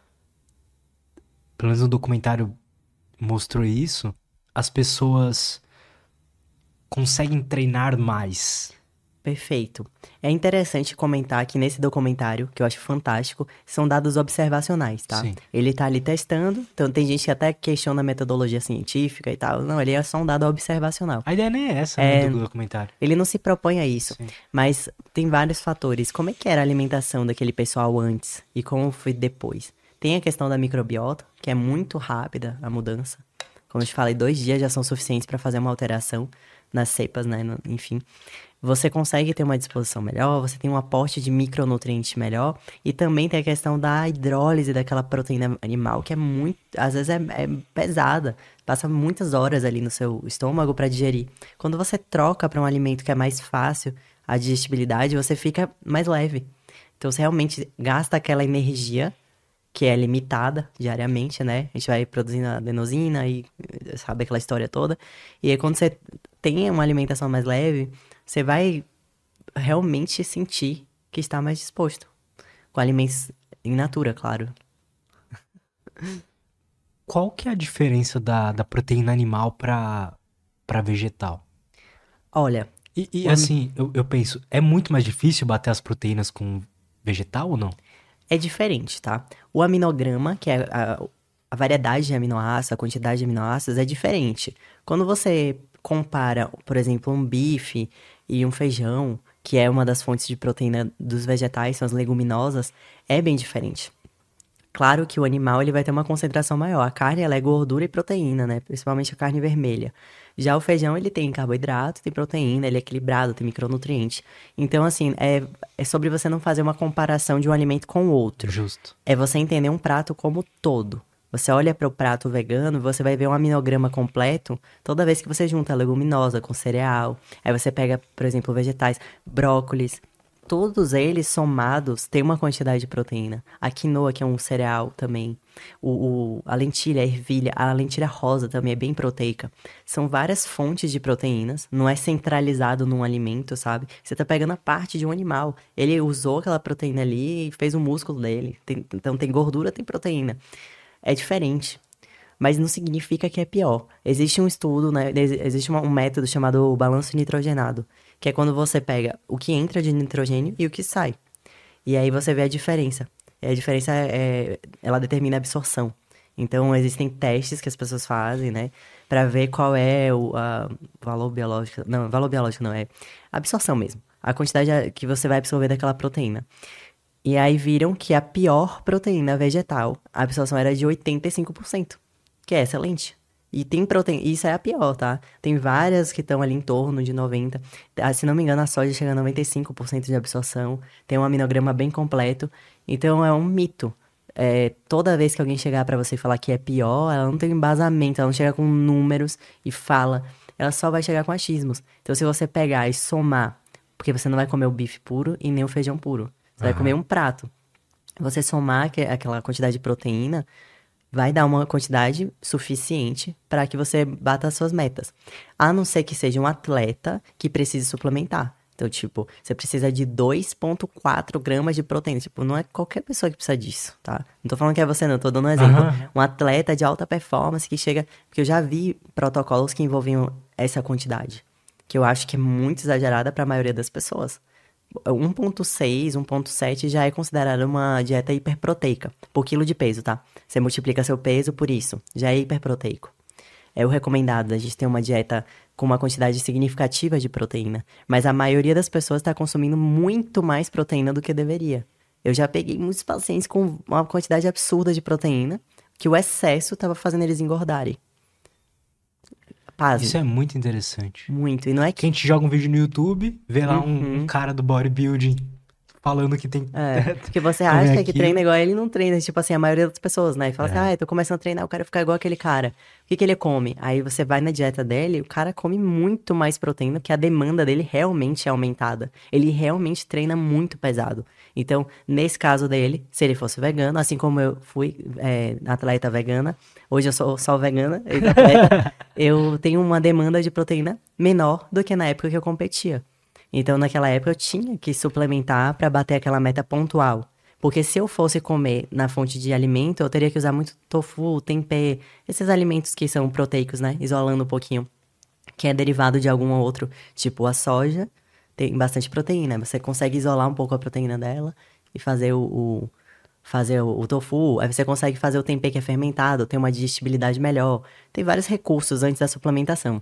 Speaker 1: pelo menos no documentário mostrou isso, as pessoas conseguem treinar mais?
Speaker 2: Perfeito. É interessante comentar que nesse documentário, que eu acho fantástico, são dados observacionais, tá?
Speaker 1: Sim.
Speaker 2: Ele tá ali testando, então tem gente que até questiona a metodologia científica e tal. Não, ele é só um dado observacional.
Speaker 1: A ideia nem é essa, né, do documentário.
Speaker 2: Ele não se propõe a isso,
Speaker 1: Sim.
Speaker 2: mas tem vários fatores. Como é que era a alimentação daquele pessoal antes e como foi depois? Tem a questão da microbiota, que é muito rápida a mudança. Como eu te falei, dois dias já são suficientes para fazer uma alteração nas cepas, né? no- Enfim, você consegue ter uma disposição melhor, você tem um aporte de micronutrientes melhor e também tem a questão da hidrólise daquela proteína animal, que é muito, às vezes é, é pesada, passa muitas horas ali no seu estômago para digerir. Quando você troca para um alimento que é mais fácil, a digestibilidade, você fica mais leve. Então você realmente gasta aquela energia que é limitada diariamente, né? A gente vai produzindo adenosina e eh, sabe aquela história toda. E aí quando você tem uma alimentação mais leve, você vai realmente sentir que está mais disposto. Com alimentos in natura, claro.
Speaker 1: Qual que é a diferença da, da proteína animal pra, pra vegetal?
Speaker 2: Olha,
Speaker 1: E, e,
Speaker 2: o ami-
Speaker 1: assim, eu, eu penso, é muito mais difícil bater as proteínas com vegetal ou não?
Speaker 2: é diferente, tá? O aminograma, que é a, a variedade de aminoácidos, a quantidade de aminoácidos, é diferente. Quando você compara, por exemplo, um bife e um feijão, que é uma das fontes de proteína dos vegetais, são as leguminosas, é bem diferente. Claro que o animal ele vai ter uma concentração maior. A carne ela é gordura e proteína, né? Principalmente a carne vermelha. Já o feijão ele tem carboidrato, tem proteína, ele é equilibrado, tem micronutrientes. Então, assim, é, é sobre você não fazer uma comparação de um alimento com o outro.
Speaker 1: Justo.
Speaker 2: É você entender um prato como todo. Você olha para o prato vegano, você vai ver um aminograma completo toda vez que você junta leguminosa com cereal. Aí você pega, por exemplo, vegetais, brócolis, Todos eles somados têm uma quantidade de proteína. A quinoa, que é um cereal também. O, o- a lentilha, a ervilha, a lentilha rosa também é bem proteica. São várias fontes de proteínas. Não é centralizado num alimento, sabe? Você tá pegando a parte de um animal. Ele usou aquela proteína ali e fez o músculo dele. Tem- então tem gordura, tem proteína. É diferente. Mas não significa que é pior. Existe um estudo, né? ex- Existe uma- um método chamado balanço nitrogenado, que é quando você pega o que entra de nitrogênio e o que sai. E aí você vê a diferença. E a diferença é, ela determina a absorção. Então existem testes que as pessoas fazem, né, pra ver qual é o a, valor biológico, não, valor biológico não é, a absorção mesmo. A quantidade a- que você vai absorver daquela proteína. E aí viram que a pior proteína vegetal, a absorção era de oitenta e cinco por cento, que é excelente. E tem proteína, isso é a pior, tá? Tem várias que estão ali em torno de noventa. Ah, se não me engano, a soja chega a noventa e cinco por cento de absorção. Tem um aminograma bem completo. Então é um mito. É, toda vez que alguém chegar pra você e falar que é pior, ela não tem embasamento, ela não chega com números e fala. Ela só vai chegar com achismos. Então se você pegar e somar, porque você não vai comer o bife puro e nem o feijão puro. Você vai comer
Speaker 1: Aham.
Speaker 2: um prato. Você somar aque- aquela quantidade de proteína, vai dar uma quantidade suficiente para que você bata as suas metas. A não ser que seja um atleta que precise suplementar. Então, tipo, você precisa de dois vírgula quatro gramas de proteína. Tipo, não é qualquer pessoa que precisa disso, tá? Não tô falando que é você, não. Tô dando um exemplo.
Speaker 1: Aham.
Speaker 2: Um atleta de alta performance que chega... Porque eu já vi protocolos que envolviam essa quantidade. Que eu acho que é muito exagerada para a maioria das pessoas. um ponto seis, um ponto sete já é considerada uma dieta hiperproteica, por quilo de peso, tá? Você multiplica seu peso por isso, já é hiperproteico. É o recomendado, a gente ter uma dieta com uma quantidade significativa de proteína, mas a maioria das pessoas está consumindo muito mais proteína do que deveria. Eu já peguei muitos pacientes com uma quantidade absurda de proteína, que o excesso estava fazendo eles engordarem.
Speaker 1: Isso
Speaker 2: Pasme,
Speaker 1: é muito interessante.
Speaker 2: muito. E não é
Speaker 1: Que a
Speaker 2: que...
Speaker 1: gente joga um vídeo no YouTube, vê lá um, um
Speaker 2: Uhum.
Speaker 1: cara do bodybuilding falando que tem que
Speaker 2: É, porque você
Speaker 1: comer
Speaker 2: acha que treina
Speaker 1: aquilo.
Speaker 2: igual ele, não treina, tipo assim, a maioria das pessoas, né? E fala assim,
Speaker 1: É.
Speaker 2: ah, eu tô começando a treinar, eu quero ficar igual aquele cara. O que que ele come? Aí você vai na dieta dele, o cara come muito mais proteína, porque a demanda dele realmente é aumentada. Ele realmente treina muito pesado. Então, nesse caso dele, se ele fosse vegano, assim como eu fui é, atleta vegana, hoje eu sou só vegana, ex-atleta, eu tenho uma demanda de proteína menor do que na época que eu competia. Então, naquela época, eu tinha que suplementar para bater aquela meta pontual. Porque se eu fosse comer na fonte de alimento, eu teria que usar muito tofu, tempê, esses alimentos que são proteicos, né? Isolando um pouquinho, que é derivado de algum outro, tipo a soja, tem bastante proteína. Você consegue isolar um pouco a proteína dela e fazer o, o- fazer o, o tofu. Aí você consegue fazer o tempê que é fermentado, tem uma digestibilidade melhor. Tem vários recursos antes da suplementação.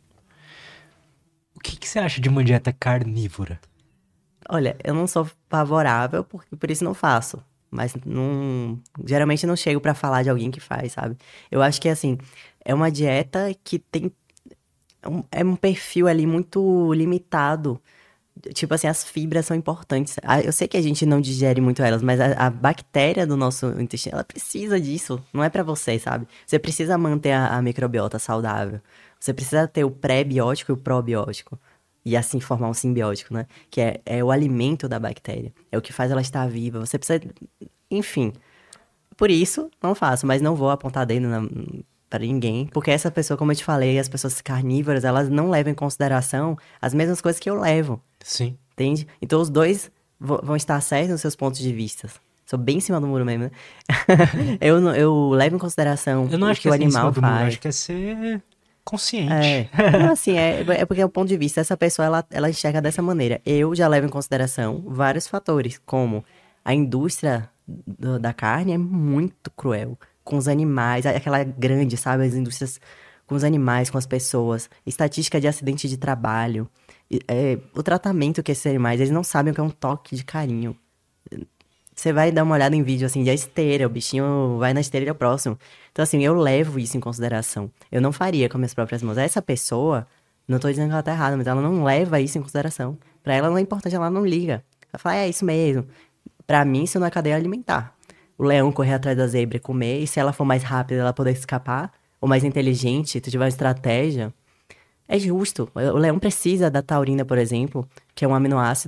Speaker 1: O que, que você acha de uma dieta carnívora?
Speaker 2: Olha, eu não sou favorável, porque por isso não faço. Mas não, geralmente não chego pra falar de alguém que faz, sabe? Eu acho que assim, é uma dieta que tem um- é um perfil ali muito limitado. Tipo assim, as fibras são importantes. Ah, eu sei que a gente não digere muito elas, mas a, a bactéria do nosso intestino, ela precisa disso. Não é pra você, sabe? Você precisa manter a, a microbiota saudável. Você precisa ter o pré-biótico e o probiótico. E assim formar um simbiótico, né? Que é, é o alimento da bactéria. É o que faz ela estar viva. Você precisa. Enfim. Por isso, não faço, mas não vou apontar dedo na, para ninguém. Porque essa pessoa, como eu te falei, as pessoas carnívoras, elas não levam em consideração as mesmas coisas que eu levo.
Speaker 1: Sim.
Speaker 2: Entende? Então os dois vo- vão estar certos nos seus pontos de vista. Sou bem em cima do muro mesmo, né? eu, não- eu levo em consideração
Speaker 1: Eu não
Speaker 2: o
Speaker 1: acho que
Speaker 2: que
Speaker 1: é
Speaker 2: o
Speaker 1: ser em cima
Speaker 2: animal
Speaker 1: do muro, eu
Speaker 2: faz.
Speaker 1: acho que é ser consciente.
Speaker 2: É. Não, assim, é, é porque é o ponto de vista. Essa pessoa, ela, ela enxerga dessa maneira. Eu já levo em consideração vários fatores, como a indústria do- da carne é muito cruel com os animais, aquela grande, sabe? As indústrias com os animais, com as pessoas, estatística de acidente de trabalho, e, é, o tratamento que esses animais, eles não sabem o que é um toque de carinho. Você vai dar uma olhada em vídeo, assim, de a esteira, o bichinho vai na esteira e é o próximo. Então, assim, eu levo isso em consideração. Eu não faria com minhas próprias mãos. Essa pessoa, não tô dizendo que ela tá errada, mas ela não leva isso em consideração. Pra ela não é importante, ela não liga. Ela fala, é isso mesmo. Pra mim, isso não é cadeia alimentar. O leão correr atrás da zebra e comer, e se ela for mais rápida, ela poder escapar, ou mais inteligente, tu tiver uma estratégia, é justo. O leão precisa da taurina, por exemplo, que é um aminoácido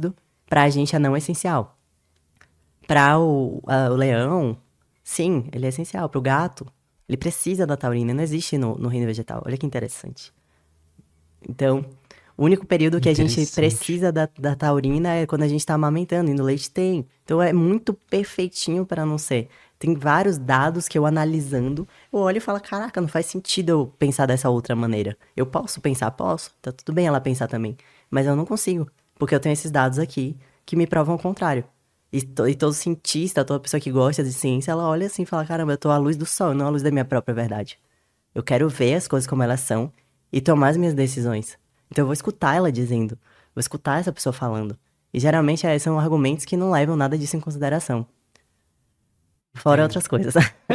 Speaker 2: pra gente é não essencial. Pra o, a- o leão, sim, ele é essencial. Pro gato, ele precisa da taurina, não existe no, no reino vegetal. Olha que interessante. Então, o único período que a gente
Speaker 1: Interessante.
Speaker 2: precisa da, da taurina é quando a gente tá amamentando, e no leite tem. Então, é muito perfeitinho para não ser. Tem vários dados que eu analisando, eu olho e falo, caraca, não faz sentido eu pensar dessa outra maneira. Eu posso pensar? Posso. Tá tudo bem ela pensar também. Mas eu não consigo, porque eu tenho esses dados aqui que me provam o contrário. E, to, e todo cientista, toda pessoa que gosta de ciência, ela olha assim e fala, caramba, eu tô à luz do sol, não à luz da minha própria verdade. Eu quero ver as coisas como elas são e tomar as minhas decisões. Então eu vou escutar ela dizendo, vou escutar essa pessoa falando. E geralmente eh, são argumentos que não levam nada disso em consideração. Fora
Speaker 1: Entendi.
Speaker 2: outras coisas.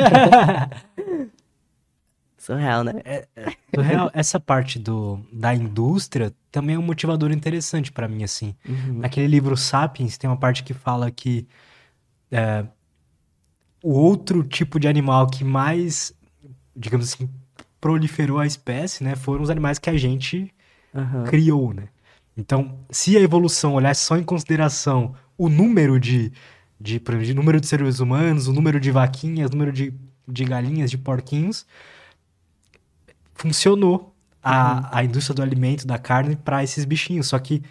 Speaker 2: Surreal, né?
Speaker 1: Surreal, essa parte do, da indústria também é um motivador interessante pra mim, assim.
Speaker 2: Uhum.
Speaker 1: Naquele livro Sapiens, tem uma parte que fala que é, o outro tipo de animal que mais, digamos assim, proliferou a espécie, né, foram os animais que a gente
Speaker 2: Aham.
Speaker 1: criou, né? Então, se a evolução olhasse só em consideração o número de, de, por exemplo, de número de seres humanos, o número de vaquinhas, o número de, de galinhas, de porquinhos, funcionou a, a indústria do alimento, da carne, para esses bichinhos. Só que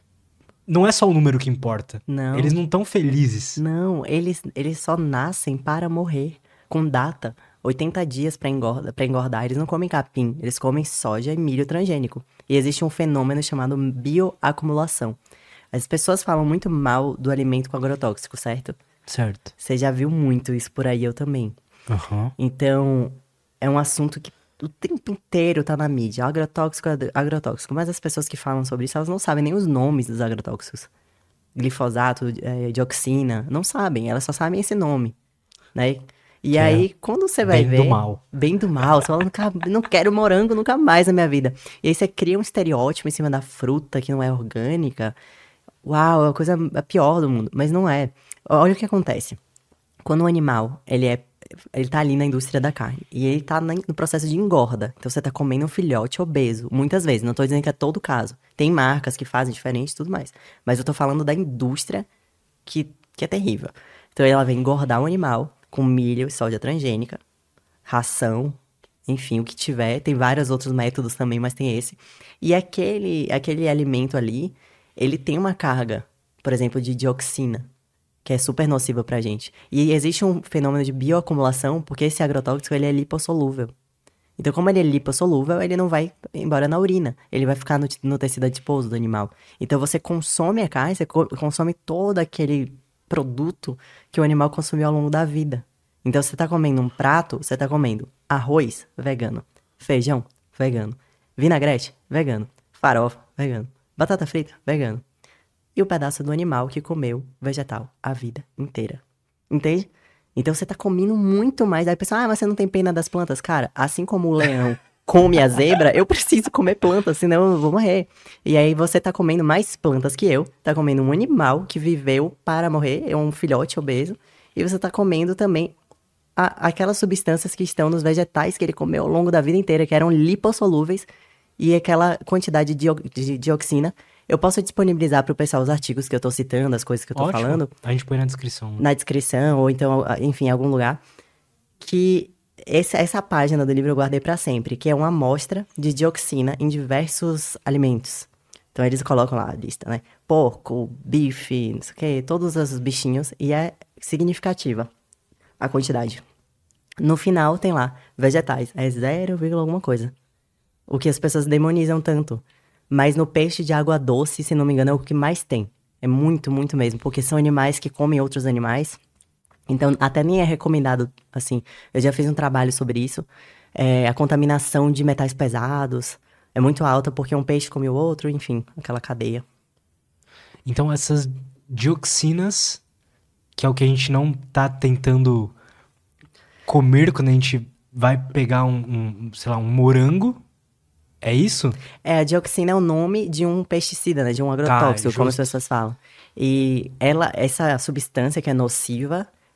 Speaker 1: não é só o número que importa.
Speaker 2: Não.
Speaker 1: Eles não estão felizes.
Speaker 2: Não, eles, eles só nascem para morrer. Com data, oitenta dias para engorda, para engordar. Eles não comem capim, eles comem soja e milho transgênico. E existe um fenômeno chamado bioacumulação. As pessoas falam muito mal do alimento com agrotóxico, certo?
Speaker 1: Certo.
Speaker 2: Você já viu muito isso por aí, eu também.
Speaker 1: Aham.
Speaker 2: Então, é um assunto que o tempo inteiro tá na mídia. Agrotóxico, ad- agrotóxico. Mas as pessoas que falam sobre isso, elas não sabem nem os nomes dos agrotóxicos. Glifosato, eh, dioxina, não sabem. Elas só sabem esse nome, né? E
Speaker 1: Que é
Speaker 2: aí, quando você vai
Speaker 1: bem do
Speaker 2: ver...
Speaker 1: mal.
Speaker 2: Bem do mal. Você fala, "Nunca- não quero morango nunca mais na minha vida." E aí você cria um estereótipo em cima da fruta que não é orgânica. Uau, é a coisa a pior do mundo. Mas não é. Olha o que acontece. Quando o animal, ele é, ele tá ali na indústria da carne, e ele tá na- no processo de engorda. Então você tá comendo um filhote obeso, muitas vezes, não tô dizendo que é todo caso. Tem marcas que fazem diferente e tudo mais. Mas eu tô falando da indústria que, que é terrível. Então ela vem engordar o animal com milho e soja transgênica, ração, enfim, o que tiver. Tem vários outros métodos também, mas tem esse. E aquele, aquele alimento ali, ele tem uma carga, por exemplo, de dioxina, que é super nociva pra gente. E existe um fenômeno de bioacumulação, porque esse agrotóxico, ele é lipossolúvel. Então, como ele é lipossolúvel, ele não vai embora na urina. Ele vai ficar no, te- no tecido adiposo do animal. Então, você consome a carne, você co- consome todo aquele produto que o animal consumiu ao longo da vida. Então, você tá comendo um prato, você tá comendo arroz, vegano. Feijão, vegano. Vinagrete, vegano. Farofa, vegano. Batata frita, vegano. E o pedaço do animal que comeu vegetal a vida inteira. Entende? Então você tá comendo muito mais. Aí a pessoa, ah, mas você não tem pena das plantas? Cara, assim como o leão come a zebra, eu preciso comer plantas, senão eu vou morrer. E aí você tá comendo mais plantas que eu, tá comendo um animal que viveu para morrer, é um filhote obeso, e você tá comendo também a- aquelas substâncias que estão nos vegetais que ele comeu ao longo da vida inteira, que eram lipossolúveis, e aquela quantidade de, dio- de dioxina. Eu posso disponibilizar para o pessoal os artigos que eu tô citando, as coisas que eu tô
Speaker 1: Ótimo.
Speaker 2: falando,
Speaker 1: A gente põe na descrição.
Speaker 2: na descrição, ou então, a- enfim, em algum lugar, que esse- essa página do livro eu guardei para sempre, que é uma amostra de dioxina em diversos alimentos. Então eles colocam lá a lista, né? Porco, bife, não sei o quê, todos os bichinhos, e é significativa a quantidade. No final tem lá, vegetais, é zero, vírgula alguma coisa. O que as pessoas demonizam tanto. Mas no peixe de água doce, se não me engano, é o que mais tem. É muito, muito mesmo. Porque são animais que comem outros animais. Então, até nem é recomendado, assim. Eu já fiz um trabalho sobre isso. É, a contaminação de metais pesados é muito alta porque um peixe come o outro, enfim, aquela cadeia.
Speaker 1: Então, essas dioxinas, que é o que a gente não tá tentando comer quando a gente vai pegar um, um, sei lá, um morango, é isso?
Speaker 2: É, a dioxina é o nome de um pesticida, né? De um agrotóxico, como as
Speaker 1: justo.
Speaker 2: pessoas falam. E ela, essa substância que é nociva,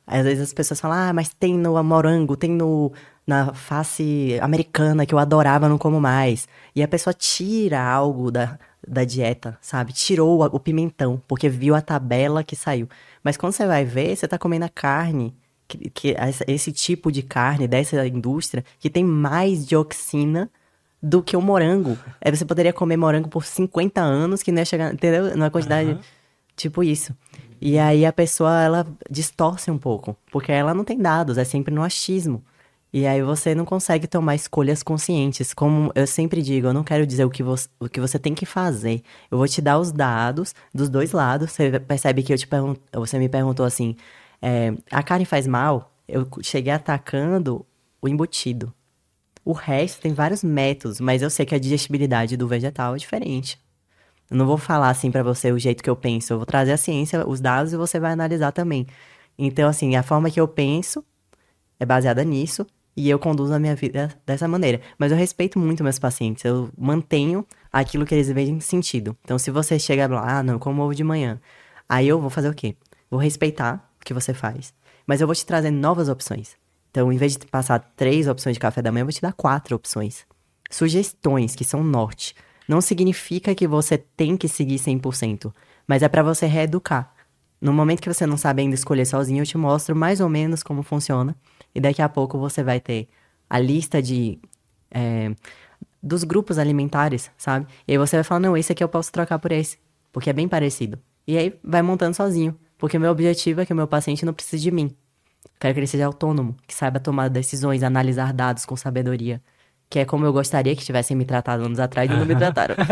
Speaker 2: Às vezes as pessoas falam, ah, mas tem no morango, tem no, na face americana que eu adorava, não como mais. E a pessoa tira algo da, da dieta, sabe? Tirou o, o pimentão, porque viu a tabela que saiu. Mas quando você vai ver, você tá comendo a carne, que, que essa- esse tipo de carne dessa indústria, que tem mais dioxina do que o morango. Aí você poderia comer morango por cinquenta anos, que não ia chegar, entendeu? Numa quantidade,
Speaker 1: Aham.
Speaker 2: tipo isso. E aí a pessoa, ela distorce um pouco, porque ela não tem dados, é sempre no achismo. E aí você não consegue tomar escolhas conscientes. Como eu sempre digo, eu não quero dizer o que você, o que você tem que fazer. Eu vou te dar os dados dos dois lados. Você percebe que eu te pergun- você me perguntou assim, é, a carne faz mal? Eu cheguei atacando o embutido. O resto tem vários métodos, mas eu sei que a digestibilidade do vegetal é diferente. Eu não vou falar assim pra você o jeito que eu penso, eu vou trazer a ciência, os dados e você vai analisar também. Então, assim, a forma que eu penso é baseada nisso e eu conduzo a minha vida dessa maneira. Mas eu respeito muito meus pacientes, eu mantenho aquilo que eles veem sentido. Então, se você chega lá, ah, não, eu como ovo de manhã, aí eu vou fazer o quê? Vou respeitar o que você faz, mas eu vou te trazer novas opções. Então, em vez de passar três opções de café da manhã, eu vou te dar quatro opções. Sugestões que são norte. Não significa que você tem que seguir cem por cento, mas é para você reeducar. No momento que você não sabe ainda escolher sozinho, eu te mostro mais ou menos como funciona. E daqui a pouco você vai ter a lista de é, dos grupos alimentares, sabe? E aí você vai falar, não, esse aqui eu posso trocar por esse, porque é bem parecido. E aí vai montando sozinho, porque o meu objetivo é que o meu paciente não precise de mim. Quero que ele seja autônomo, que saiba tomar decisões, analisar dados com sabedoria. Que é como eu gostaria que tivessem me tratado anos atrás e não me
Speaker 1: Aham.
Speaker 2: trataram.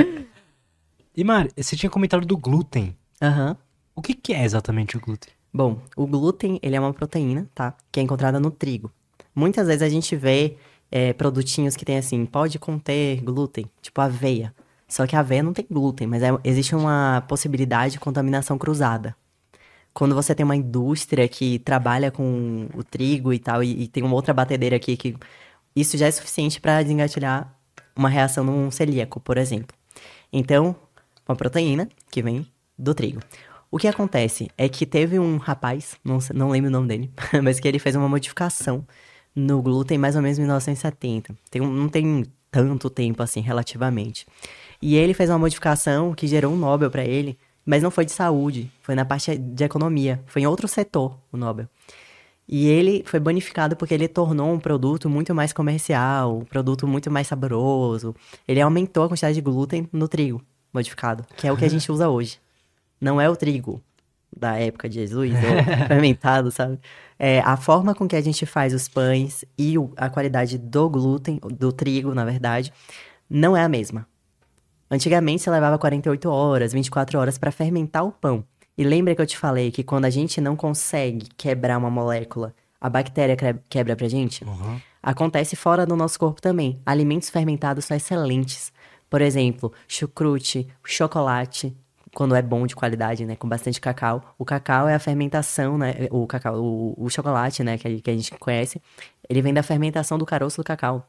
Speaker 1: E, Mari, você tinha comentado do glúten.
Speaker 2: Aham.
Speaker 1: O que que é exatamente o glúten?
Speaker 2: Bom, o glúten, ele é uma proteína, tá? Que é encontrada no trigo. Muitas vezes a gente vê é, produtinhos que tem assim, pode conter glúten, tipo aveia. Só que a aveia não tem glúten, mas é- existe uma possibilidade de contaminação cruzada. Quando você tem uma indústria que trabalha com o trigo e tal, e, e tem uma outra batedeira aqui que isso já é suficiente para desengatilhar uma reação num celíaco, por exemplo. Então, uma proteína que vem do trigo. O que acontece é que teve um rapaz, não, se- não lembro o nome dele, mas que ele fez uma modificação no glúten mais ou menos em mil novecentos e setenta. Tem, um- não tem tanto tempo assim, relativamente. E ele fez uma modificação que gerou um Nobel para ele, mas não foi de saúde, foi na parte de economia, foi em outro setor o Nobel. E ele foi bonificado porque ele tornou um produto muito mais comercial, um produto muito mais saboroso. Ele aumentou a quantidade de glúten no trigo modificado, que é o que a gente usa hoje. Não é o trigo da época de Jesus ou fermentado, sabe? É a forma com que a gente faz os pães e o- a qualidade do glúten, do trigo, na verdade, não é a mesma. Antigamente você levava quarenta e oito horas, vinte e quatro horas para fermentar o pão. E lembra que eu te falei que quando a gente não consegue quebrar uma molécula, a bactéria cre- quebra pra gente?
Speaker 1: Uhum.
Speaker 2: Acontece fora do nosso corpo também. Alimentos fermentados são excelentes. Por exemplo, chucrute, chocolate, quando é bom de qualidade, né, com bastante cacau. O cacau é a fermentação, né, o cacau, o, o chocolate, né, que a, que a gente conhece, ele vem da fermentação do caroço do cacau.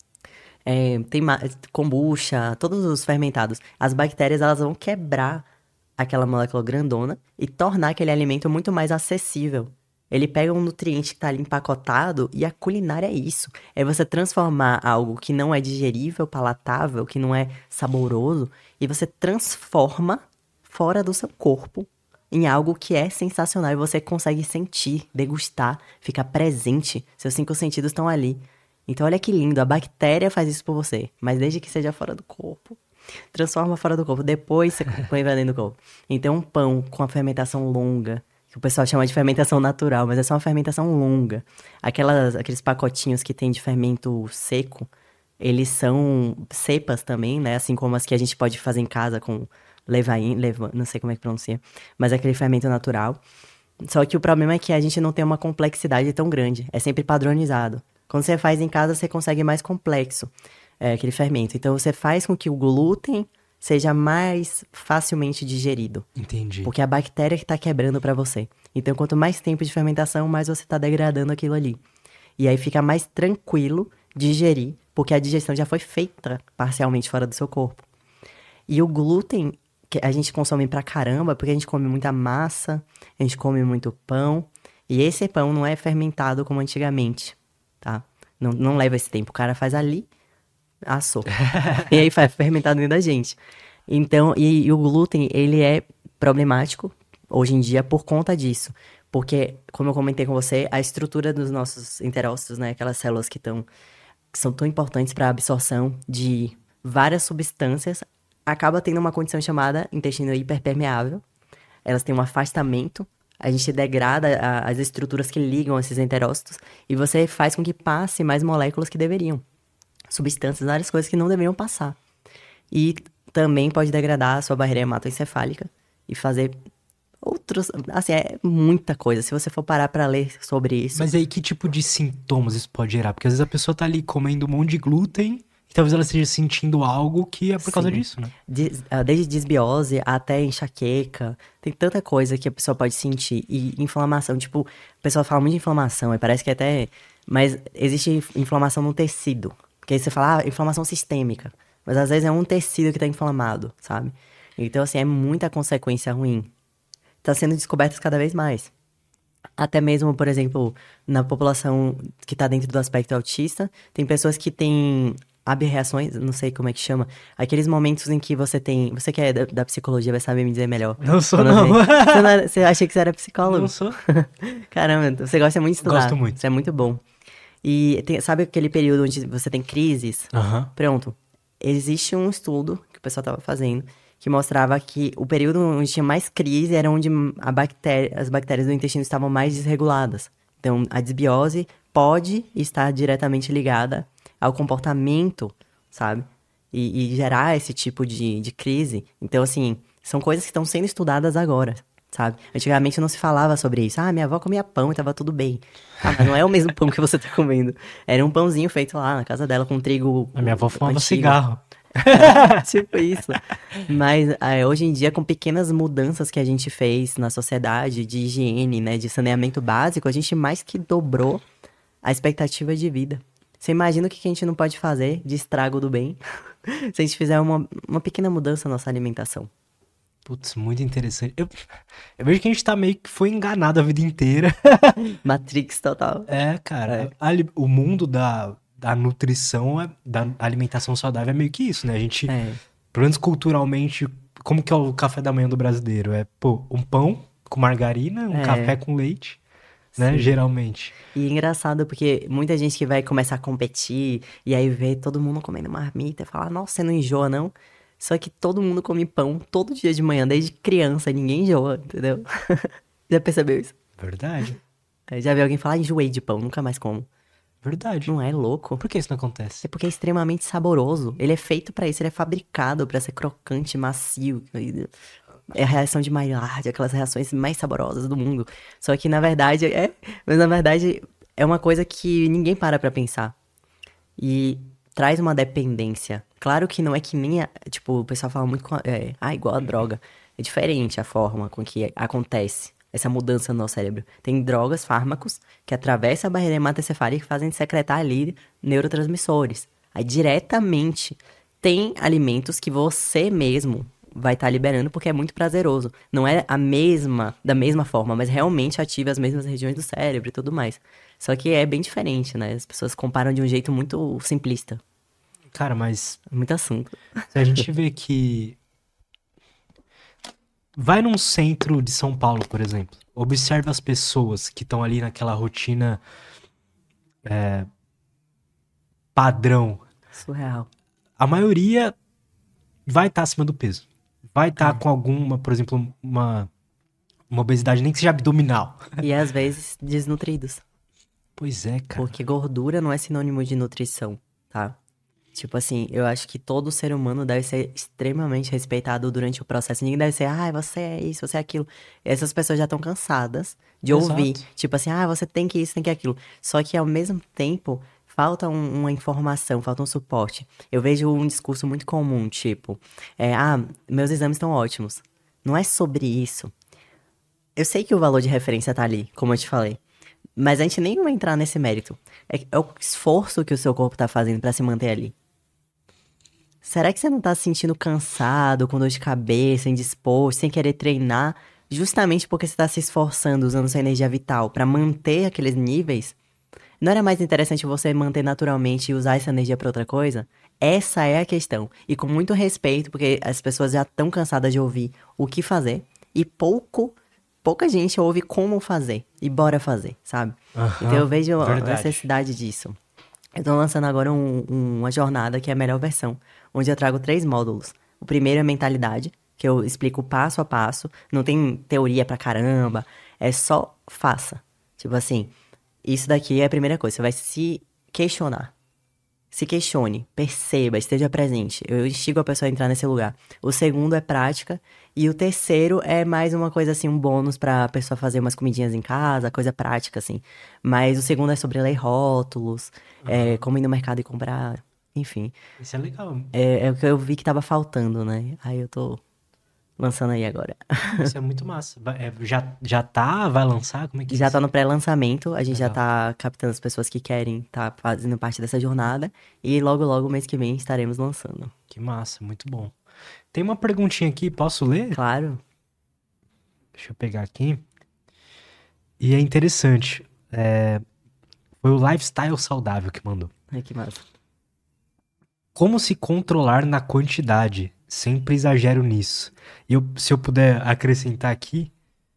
Speaker 2: É, tem ma- kombucha, todos os fermentados. As bactérias, elas vão quebrar aquela molécula grandona e tornar aquele alimento muito mais acessível. Ele pega um nutriente que está ali empacotado e a culinária é isso. É você transformar algo que não é digerível, palatável, que não é saboroso, e você transforma fora do seu corpo em algo que é sensacional e você consegue sentir, degustar, ficar presente. Seus cinco sentidos estão ali. Então, olha que lindo, a bactéria faz isso por você, mas desde que seja fora do corpo. Transforma fora do corpo, depois você põe pra dentro do corpo. Então, um pão com a fermentação longa, que o pessoal chama de fermentação natural, mas é só uma fermentação longa. Aquelas, aqueles pacotinhos que tem de fermento seco, eles são cepas também, né? Assim como as que a gente pode fazer em casa com levain, leva, não sei como é que pronuncia, mas é aquele fermento natural. Só que o problema é que a gente não tem uma complexidade tão grande. É sempre padronizado. Quando você faz em casa, você consegue mais complexo, é, aquele fermento. Então, você faz com que o glúten seja mais facilmente digerido.
Speaker 1: Entendi.
Speaker 2: Porque é a bactéria que está quebrando para você. Então, quanto mais tempo de fermentação, mais você está degradando aquilo ali. E aí fica mais tranquilo digerir, porque a digestão já foi feita parcialmente fora do seu corpo. E o glúten, que a gente consome pra caramba, porque a gente come muita massa, a gente come muito pão. E esse pão não é fermentado como antigamente, tá? Não, não leva esse tempo. O cara faz ali, assou. E aí faz fermentado dentro da gente. Então, e, e o glúten, ele é problemático hoje em dia por conta disso. Porque, como eu comentei com você, a estrutura dos nossos enterócitos, né? Aquelas células que, tão, que são tão importantes para a absorção de várias substâncias, acaba tendo uma condição chamada intestino hiperpermeável. Elas têm um afastamento, a gente degrada a, as estruturas que ligam esses enterócitos e você faz com que passe mais moléculas que deveriam. Substâncias, várias coisas que não deveriam passar. E também pode degradar a sua barreira hematoencefálica e fazer outros... Assim, é muita coisa. Se você for parar pra ler sobre isso...
Speaker 1: Mas aí, que tipo de sintomas isso pode gerar? Porque às vezes a pessoa tá ali comendo um monte de glúten e talvez ela esteja sentindo algo que é por causa
Speaker 2: Sim.
Speaker 1: disso, né?
Speaker 2: Des- ah, Desde desbiose até enxaqueca. Tem tanta coisa que a pessoa pode sentir. E inflamação, tipo... O pessoal fala muito de inflamação, e parece que até... Mas existe inf- inflamação no tecido. Porque aí você fala, ah, inflamação sistêmica. Mas às vezes é um tecido que tá inflamado, sabe? Então, assim, é muita consequência ruim. Tá sendo descobertas cada vez mais. Até mesmo, por exemplo, na população que tá dentro do aspecto autista, tem pessoas que têm aberrações, não sei como é que chama, aqueles momentos em que você tem... Você que é da, da psicologia vai saber me dizer melhor.
Speaker 1: Não sou,
Speaker 2: Quando
Speaker 1: não.
Speaker 2: vem- Você, não era- você achei que você era psicólogo?
Speaker 1: Não sou.
Speaker 2: Caramba, você gosta muito de estudar.
Speaker 1: Gosto muito.
Speaker 2: Isso é muito bom. E tem- sabe aquele período onde você tem crises?
Speaker 1: Aham.
Speaker 2: Pronto. Existe um estudo que o pessoal estava fazendo que mostrava que o período onde tinha mais crise era onde a bactéria, as bactérias do intestino estavam mais desreguladas. Então, a desbiose pode estar diretamente ligada ao comportamento, sabe? E, e gerar esse tipo de, de crise. Então, assim, são coisas que estão sendo estudadas agora, sabe? Antigamente não se falava sobre isso. Ah, minha avó comia pão e tava tudo bem. Ah, mas não é o mesmo pão que você tá comendo. Era um pãozinho feito lá na casa dela com trigo
Speaker 1: A minha avó fumava
Speaker 2: antigo.
Speaker 1: cigarro.
Speaker 2: Tipo isso. Mas é, hoje em dia, com pequenas mudanças que a gente fez na sociedade, de higiene, né, de saneamento básico, a gente mais que dobrou a expectativa de vida. Você imagina o que que a gente não pode fazer de estrago do bem se a gente fizer uma, uma pequena mudança na nossa alimentação.
Speaker 1: Putz, muito interessante. Eu, eu vejo que a gente tá meio que foi enganado a vida inteira.
Speaker 2: Matrix total.
Speaker 1: É, cara. ali- O mundo da, da nutrição, é- da alimentação saudável é meio que isso, né? A gente,
Speaker 2: É.
Speaker 1: pelo menos culturalmente, como que é o café da manhã do brasileiro? É, pô, um pão com margarina, um
Speaker 2: É.
Speaker 1: café com leite, né?
Speaker 2: Sim.
Speaker 1: Geralmente.
Speaker 2: E engraçado porque muita gente que vai começar a competir e aí vê todo mundo comendo marmita e fala, nossa, você não enjoa não? Só que todo mundo come pão todo dia de manhã, desde criança, e ninguém enjoa, entendeu? Já percebeu isso?
Speaker 1: Verdade.
Speaker 2: É, já vi alguém falar, enjoei de pão, nunca mais como.
Speaker 1: Verdade.
Speaker 2: Não é louco?
Speaker 1: Por que isso não acontece?
Speaker 2: É porque é extremamente saboroso. Ele é feito pra isso, ele é fabricado pra ser crocante, macio. É a reação de Maillard, aquelas reações mais saborosas do mundo. Só que na verdade é, mas na verdade é uma coisa que ninguém para pra pensar. E traz uma dependência. Claro que não é que nem, a- tipo, o pessoal fala muito com a- é, ah, igual a droga. É diferente a forma com que acontece essa mudança no nosso cérebro. Tem drogas, fármacos, que atravessam a barreira hematoencefálica e fazem secretar ali neurotransmissores. Aí, diretamente, tem alimentos que você mesmo vai estar liberando porque é muito prazeroso. Não é a mesma, da mesma forma, mas realmente ativa as mesmas regiões do cérebro e tudo mais. Só que é bem diferente, né? As pessoas comparam de um jeito muito simplista.
Speaker 1: Cara, mas
Speaker 2: Muito assunto.
Speaker 1: se a gente vê que... Vai num centro de São Paulo, por exemplo. Observa as pessoas que estão ali naquela rotina é, padrão.
Speaker 2: Surreal.
Speaker 1: A maioria vai estar acima do peso. Vai estar com alguma, por exemplo, uma, uma obesidade, nem que seja abdominal.
Speaker 2: E às vezes desnutridos.
Speaker 1: Pois é, cara.
Speaker 2: Porque gordura não é sinônimo de nutrição, tá? Tipo assim, eu acho que todo ser humano deve ser extremamente respeitado durante o processo. Ninguém deve ser, ah, você é isso, você é aquilo. Essas pessoas já estão cansadas de
Speaker 1: Exato.
Speaker 2: ouvir. Tipo assim, ah, você tem que isso, tem que aquilo. Só que ao mesmo tempo, falta um- uma informação, falta um suporte. Eu vejo um discurso muito comum, tipo, é, ah, meus exames estão ótimos. Não é sobre isso. Eu sei que o valor de referência tá ali, como eu te falei. Mas a gente nem vai entrar nesse mérito. É, é o esforço que o seu corpo tá fazendo pra se manter ali. Será que você não tá se sentindo cansado, com dor de cabeça, indisposto, sem querer treinar? justamente porque você tá se esforçando, usando sua energia vital pra manter aqueles níveis, não era mais interessante você manter naturalmente e usar essa energia pra outra coisa? Essa é a questão. E com muito respeito, porque as pessoas já estão cansadas de ouvir o que fazer e pouco, pouca gente ouve como fazer e bora fazer, sabe?
Speaker 1: Aham,
Speaker 2: Então eu vejo a
Speaker 1: verdade.
Speaker 2: necessidade disso. Eu tô lançando agora um- um- uma jornada que é a melhor versão, onde eu trago três módulos. O primeiro é mentalidade, que eu explico passo a passo, não tem teoria pra caramba, é só faça. Tipo assim, isso daqui é a primeira coisa, você vai se questionar. Se questione, perceba, esteja presente. Eu instigo a pessoa a entrar nesse lugar. O segundo é prática. E o terceiro é mais uma coisa assim, um bônus pra pessoa fazer umas comidinhas em casa, coisa prática, assim. Mas o segundo é sobre ler rótulos, é, como ir no mercado e comprar, enfim.
Speaker 1: Isso é legal.
Speaker 2: É, é o que eu vi que tava faltando, né? Aí eu tô lançando aí agora.
Speaker 1: Isso é muito massa. Vai- é, já, já tá? Vai lançar? Como é que é
Speaker 2: Já
Speaker 1: isso?
Speaker 2: tá no pré-lançamento, a gente já
Speaker 1: Legal.
Speaker 2: tá captando as pessoas que querem tá fazendo parte dessa jornada. E logo, logo, mês que vem, estaremos lançando.
Speaker 1: Que massa, muito bom. Tem uma perguntinha aqui, posso ler?
Speaker 2: Claro.
Speaker 1: Deixa eu pegar aqui. E é interessante. é, Foi o Lifestyle Saudável que mandou.
Speaker 2: Ai, que massa.
Speaker 1: Como se controlar na quantidade? Sempre exagero nisso. E eu- se eu puder acrescentar aqui,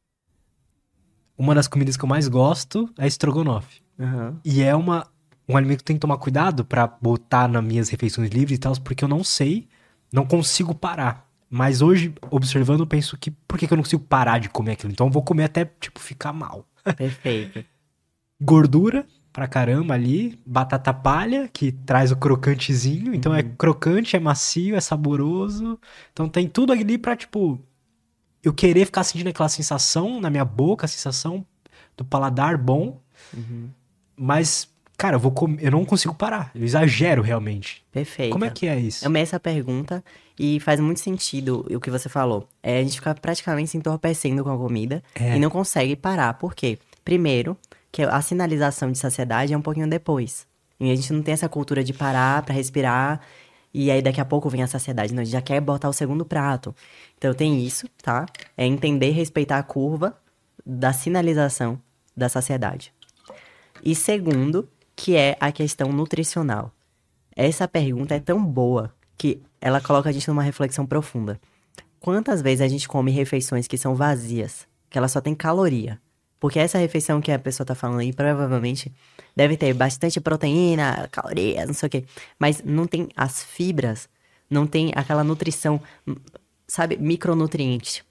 Speaker 1: uma das comidas que eu mais gosto é estrogonofe.
Speaker 2: Aham.
Speaker 1: E é uma, um alimento que tem que tomar cuidado pra botar nas minhas refeições livres e tal, porque eu não sei, não consigo parar. Mas hoje, observando, eu penso que por que que eu não consigo parar de comer aquilo? Então eu vou comer até, tipo, ficar mal.
Speaker 2: Perfeito.
Speaker 1: Gordura pra caramba ali, batata palha, que traz o crocantezinho. Então é crocante, é macio, é saboroso. Então tem tudo ali pra, tipo, eu querer ficar sentindo aquela sensação na minha boca, a sensação do paladar bom.
Speaker 2: Uhum.
Speaker 1: Mas, cara, eu vou comer, eu não consigo parar. Eu exagero realmente.
Speaker 2: Perfeito.
Speaker 1: Como é que é isso?
Speaker 2: Amei essa pergunta e faz muito sentido o que você falou. É, a gente fica praticamente se entorpecendo com a comida
Speaker 1: É.
Speaker 2: e não consegue parar. Por quê? Primeiro, que a sinalização de saciedade é um pouquinho depois. E a gente não tem essa cultura de parar pra respirar e aí daqui a pouco vem a saciedade. Não, a gente já quer botar o segundo prato. Então tem isso, tá? É entender e respeitar a curva da sinalização da saciedade. E segundo, que é a questão nutricional. Essa pergunta é tão boa que ela coloca a gente numa reflexão profunda. Quantas vezes a gente come refeições que são vazias, que ela só tem caloria? Porque essa refeição que a pessoa tá falando aí, provavelmente, deve ter bastante proteína, calorias, não sei o quê. Mas não tem as fibras, não tem aquela nutrição, sabe, micronutriente.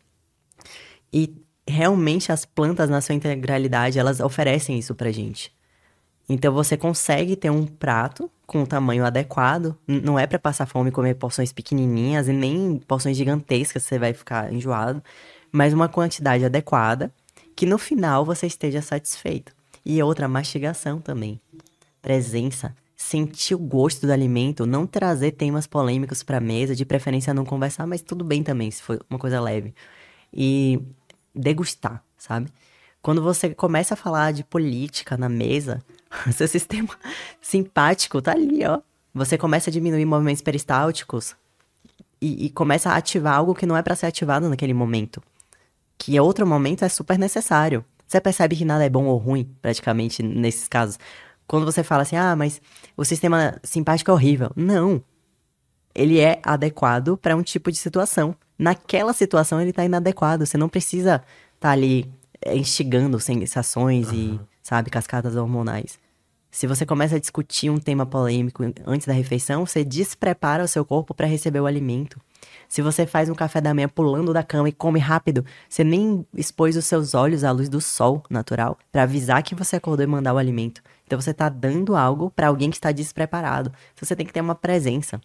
Speaker 2: E realmente as plantas, na sua integralidade, elas oferecem isso pra gente. Então você consegue ter um prato com um tamanho adequado. N- Não é pra passar fome e comer porções pequenininhas e nem porções gigantescas, você vai ficar enjoado. Mas uma quantidade adequada que no final você esteja satisfeito. E outra, mastigação também. Presença. Sentir o gosto do alimento, não trazer temas polêmicos pra mesa, de preferência não conversar, mas tudo bem também, se for uma coisa leve. E degustar, sabe? Quando você começa a falar de política na mesa, seu sistema simpático tá ali, ó. Você começa a diminuir movimentos peristálticos e, e começa a ativar algo que não é pra ser ativado naquele momento. Que em outro momento é super necessário. Você percebe que nada é bom ou ruim, praticamente, nesses casos. Quando você fala assim, ah, mas o sistema simpático é horrível. Não. Ele é adequado para um tipo de situação. Naquela situação ele tá inadequado. Você não precisa estar ali é, instigando sensações e, sabe, cascadas hormonais. Se você começa a discutir um tema polêmico antes da refeição, você desprepara o seu corpo para receber o alimento. Se você faz um café da manhã pulando da cama e come rápido, você nem expôs os seus olhos à luz do sol natural para avisar que você acordou e mandar o alimento. Então você tá dando algo para alguém que está despreparado. Então você tem que ter uma presença.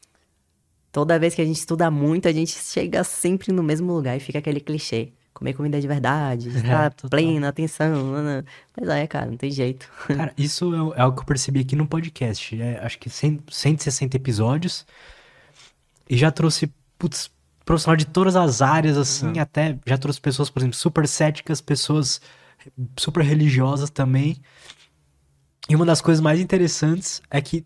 Speaker 2: Toda vez que a gente estuda muito, a gente chega sempre no mesmo lugar e fica aquele clichê. Comer comida de verdade, estar
Speaker 1: total.
Speaker 2: plena, atenção. nanã. Mas é, cara, não tem jeito.
Speaker 1: Cara, isso é, é algo que eu percebi aqui no podcast. É, acho que cem, cento e sessenta episódios. E já trouxe, putz, profissional de todas as áreas, assim, até já trouxe pessoas, por exemplo, super céticas, pessoas super religiosas também. E uma das coisas mais interessantes é que,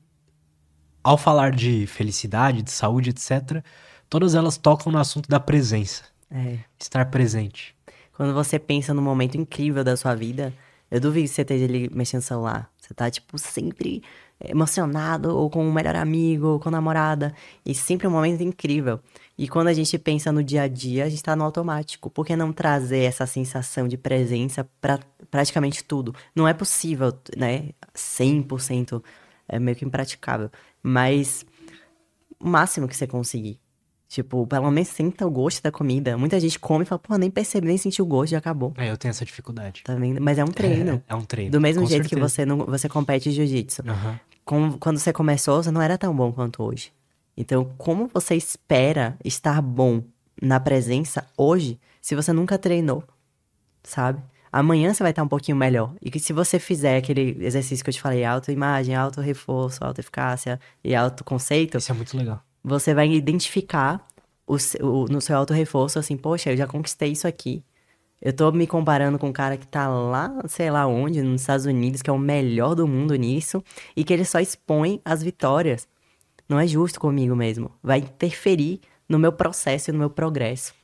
Speaker 1: ao falar de felicidade, de saúde, etcétera, todas elas tocam no assunto da presença.
Speaker 2: É.
Speaker 1: Estar presente.
Speaker 2: Quando você pensa num momento incrível da sua vida, eu duvido que você esteja ali mexendo no celular. Você tá, tipo, sempre emocionado, ou com o melhor amigo, ou com a namorada. E sempre um momento incrível. E quando a gente pensa no dia a dia, a gente tá no automático. Por que não trazer essa sensação de presença pra praticamente tudo? Não é possível, né? cem por cento é meio que impraticável. Mas o máximo que você conseguir. Tipo, pelo menos sinta o gosto da comida. Muita gente come e fala, pô, nem percebi, nem senti o gosto, já acabou.
Speaker 1: É, eu tenho essa dificuldade.
Speaker 2: Tá vendo? Mas é um treino.
Speaker 1: É, é um treino.
Speaker 2: Do mesmo
Speaker 1: com
Speaker 2: jeito
Speaker 1: certeza.
Speaker 2: que você, não, você compete jiu-jitsu.
Speaker 1: Uhum.
Speaker 2: Com- Quando você começou, você não era tão bom quanto hoje. Então, como você espera estar bom na presença hoje, se você nunca treinou, sabe? Amanhã você vai estar um pouquinho melhor. E que se você fizer aquele exercício que eu te falei, autoimagem, auto-reforço, auto-eficácia e autoconceito,
Speaker 1: Isso é muito legal.
Speaker 2: você vai identificar o, se- o- no seu auto-reforço, assim, poxa, eu já conquistei isso aqui. Eu tô me comparando com um cara que tá lá, sei lá onde, nos Estados Unidos, que é o melhor do mundo nisso, e que ele só expõe as vitórias. Não é justo comigo mesmo. Vai interferir no meu processo e no meu progresso.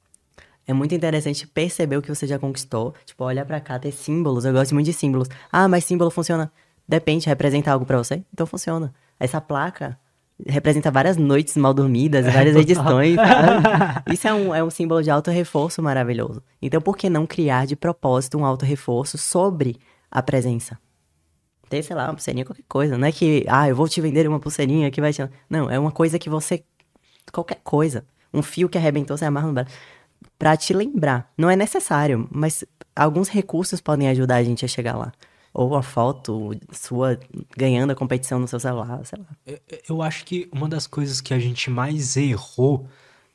Speaker 2: É muito interessante perceber o que você já conquistou. Tipo, olhar pra cá, ter símbolos. Eu gosto muito de símbolos. Ah, mas símbolo funciona. Depende, representa algo pra você? Então funciona. Essa placa representa várias noites mal dormidas, várias edições, sabe? Isso é um, é um símbolo de auto-reforço maravilhoso. Então, por que não criar de propósito um auto-reforço sobre a presença? Ter, sei lá, uma pulseirinha, qualquer coisa. Não é que, ah, eu vou te vender uma pulseirinha que vai te... Não, é uma coisa que você... Qualquer coisa. Um fio que arrebentou, você amarra no braço. Pra te lembrar. Não é necessário, mas alguns recursos podem ajudar a gente a chegar lá. Ou a foto sua ganhando a competição no seu celular, sei lá.
Speaker 1: Eu, eu acho que uma das coisas que a gente mais errou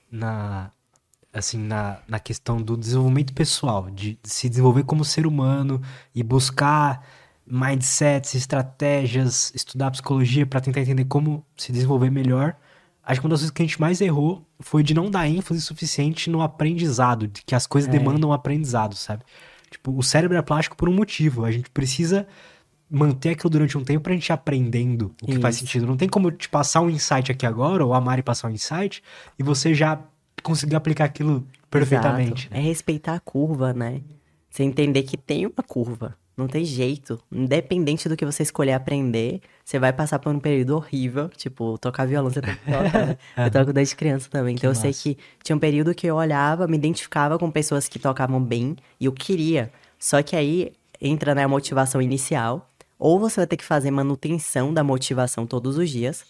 Speaker 1: na, assim, na, na questão do desenvolvimento pessoal, de se desenvolver como ser humano e buscar mindsets, estratégias, estudar psicologia para tentar entender como se desenvolver melhor. Acho que uma das coisas que a gente mais errou foi de não dar ênfase suficiente no aprendizado, de que as coisas
Speaker 2: É.
Speaker 1: demandam aprendizado, sabe? Tipo, o cérebro é plástico por um motivo. A gente precisa manter aquilo durante um tempo pra gente ir aprendendo o que faz
Speaker 2: Isso.
Speaker 1: sentido. Não tem como eu te passar um insight aqui agora, ou a Mari passar um insight, e você já conseguir aplicar aquilo perfeitamente.
Speaker 2: Exato.
Speaker 1: Né?
Speaker 2: É respeitar a curva, né? Você entender que tem uma curva. Não tem jeito. Independente do que você escolher aprender, você vai passar por um período horrível. Tipo, tocar violão, você toca, né? Eu toco desde criança também. Então, eu sei
Speaker 1: massa.
Speaker 2: que tinha um período que eu olhava, me identificava com pessoas que tocavam bem, e eu queria. Só que aí entra, né, a motivação inicial. Ou você vai ter que fazer manutenção da motivação todos os dias,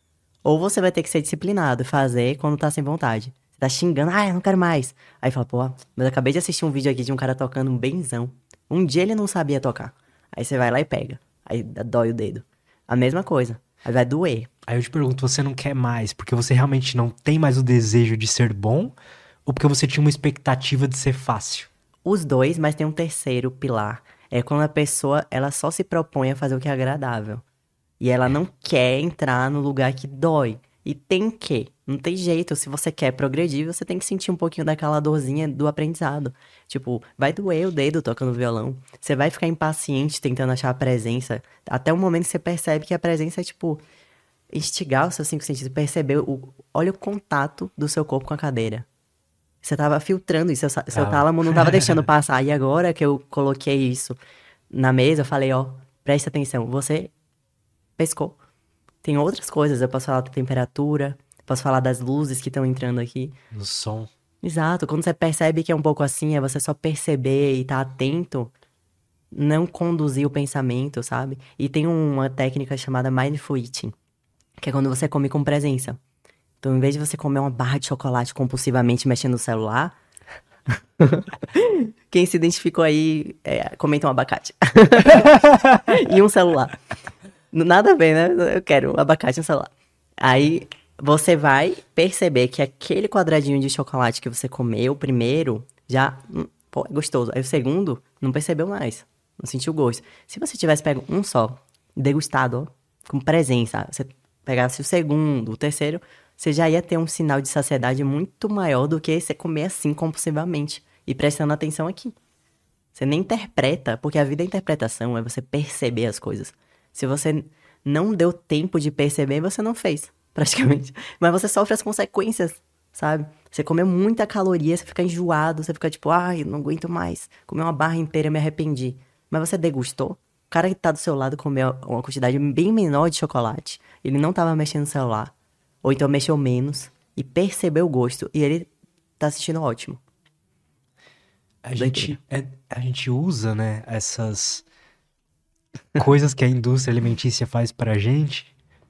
Speaker 2: ou você vai ter que ser disciplinado e fazer quando tá sem vontade. Você tá xingando, ah, eu não quero mais. Aí fala, pô, mas eu acabei de assistir um vídeo aqui de um cara tocando um benzão. Um dia ele não sabia tocar. Aí você vai lá e pega. Aí dói o dedo. A mesma coisa. Aí vai doer.
Speaker 1: Aí eu te pergunto, você não quer mais porque você realmente não tem mais o desejo de ser bom, ou porque você tinha uma expectativa de ser fácil?
Speaker 2: Os dois, mas tem um terceiro pilar. É quando a pessoa, ela só se propõe a fazer o que é agradável. E ela não quer entrar no lugar que dói. E tem que. Não tem jeito. Se você quer progredir, você tem que sentir um pouquinho daquela dorzinha do aprendizado. Tipo, vai doer o dedo tocando violão. Você vai ficar impaciente tentando achar a presença. Até o momento que você percebe que a presença é, tipo, instigar os seus cinco sentidos. Perceber o... Olha o contato do seu corpo com a cadeira. Você tava filtrando isso. Seu, seu
Speaker 1: Tava.
Speaker 2: tálamo não tava deixando passar. E agora que eu coloquei isso na mesa, eu falei, ó, presta atenção. Você pescou. Tem outras coisas, eu posso falar da temperatura, posso falar das luzes que estão entrando aqui.
Speaker 1: No som.
Speaker 2: Exato, quando você percebe que é um pouco assim, é você só perceber e estar atento, não conduzir o pensamento, sabe? E tem uma técnica chamada Mindful Eating, que é quando você come com presença. Então, em vez de você comer uma barra de chocolate compulsivamente mexendo no celular, quem se identificou aí, é, comenta um abacate. E um celular. Nada a ver, né? Eu quero um abacate no celular. Aí você vai perceber que aquele quadradinho de chocolate que você comeu primeiro, já, hum, pô, é gostoso. Aí o segundo, não percebeu mais. Não sentiu gosto. Se você tivesse pego um só, degustado, ó, com presença, você pegasse o segundo, o terceiro, você já ia ter um sinal de saciedade muito maior do que você comer assim compulsivamente. E prestando atenção aqui. Você nem interpreta, porque a vida é interpretação, é você perceber as coisas. Se você não deu tempo de perceber, você não fez, praticamente. Mas você sofre as consequências sabe? Você comeu muita caloria, você fica enjoado, você fica tipo, ai, não aguento mais. Comi uma barra inteira, me arrependi. Mas você degustou? O cara que tá do seu lado comeu uma quantidade bem menor de chocolate. Ele não tava mexendo no celular. Ou então mexeu menos e percebeu o gosto. E ele tá assistindo ótimo.
Speaker 1: A gente, é, a gente usa, né, essas coisas que a indústria alimentícia faz pra gente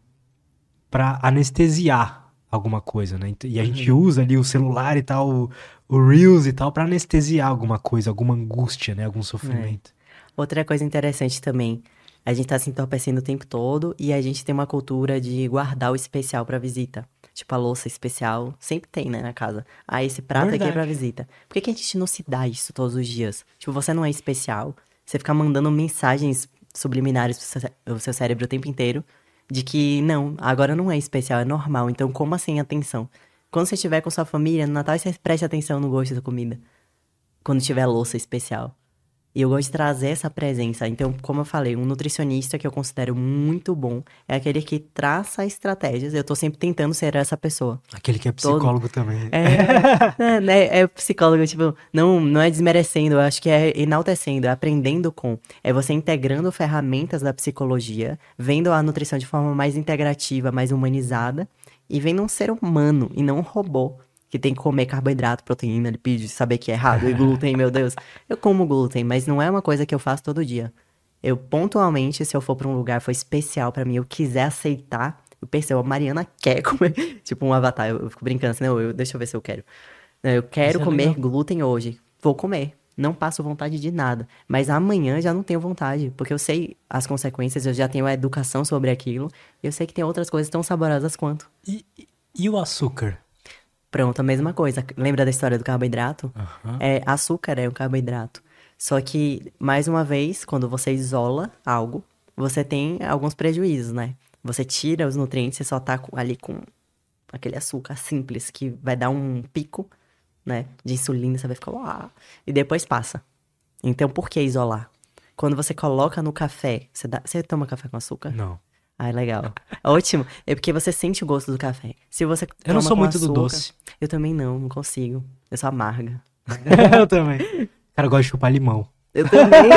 Speaker 1: pra anestesiar alguma coisa, né? E a gente usa ali o celular e tal, o, o Reels e tal, pra anestesiar alguma coisa, alguma angústia, né? Algum sofrimento.
Speaker 2: É. Outra coisa interessante também, a gente tá se entorpecendo o tempo todo e a gente tem uma cultura de guardar o especial pra visita. Tipo, a louça especial, sempre tem, né, na casa. Ah, esse prato aqui é pra visita. Por que que a gente não se dá isso todos os dias? Tipo, você não é especial, você fica mandando mensagens subliminares pro seu, cé- pro seu cérebro o tempo inteiro de que, não, agora não é especial, é normal. Então, como assim atenção? Quando você estiver com sua família, no Natal, você preste atenção no gosto da comida. Quando tiver louça especial. E eu gosto de trazer essa presença. Então, como eu falei, um nutricionista que eu considero muito bom é aquele que traça estratégias. Eu tô sempre tentando ser essa pessoa.
Speaker 1: Aquele que é
Speaker 2: Todo-
Speaker 1: psicólogo também.
Speaker 2: É, é, né, é psicólogo, tipo, não, não é desmerecendo, eu acho que é enaltecendo, é aprendendo com. É você integrando ferramentas da psicologia, vendo a nutrição de forma mais integrativa, mais humanizada, e vendo um ser humano e não um robô. Que tem que comer carboidrato, proteína, lipídios, saber que é errado, e glúten, meu Deus. Eu como glúten, mas não é uma coisa que eu faço todo dia. Eu, pontualmente, se eu for pra um lugar, for especial pra mim, eu quiser aceitar, eu percebo, a Mariana quer comer, tipo um avatar, eu, eu fico brincando assim, não, eu, deixa eu ver se eu quero. Não, eu quero
Speaker 1: Isso é
Speaker 2: comer
Speaker 1: legal.
Speaker 2: glúten hoje, vou comer. Não passo vontade de nada. Mas amanhã já não tenho vontade, porque eu sei as consequências, eu já tenho a educação sobre aquilo, e eu sei que tem outras coisas tão saborosas quanto.
Speaker 1: E, e- e o açúcar?
Speaker 2: Pronto, a mesma coisa. Lembra da história do carboidrato?
Speaker 1: Aham.
Speaker 2: É, açúcar é um carboidrato. Só que, mais uma vez, quando você isola algo, você tem alguns prejuízos, né? Você tira os nutrientes, você só tá com- ali com aquele açúcar simples, que vai dar um pico, né? De insulina, você vai ficar, uau, e depois passa. Então, por que isolar? Quando você coloca no café, você, dá, você toma café com açúcar?
Speaker 1: Não.
Speaker 2: Ah, legal. Ótimo. É porque você sente o gosto do café. Se você
Speaker 1: Eu não
Speaker 2: toma
Speaker 1: sou
Speaker 2: com
Speaker 1: muito do
Speaker 2: açúcar-
Speaker 1: doce.
Speaker 2: Eu também não, não consigo. Eu sou amarga.
Speaker 1: Eu também. Cara, eu gosto de chupar limão.
Speaker 2: Eu também.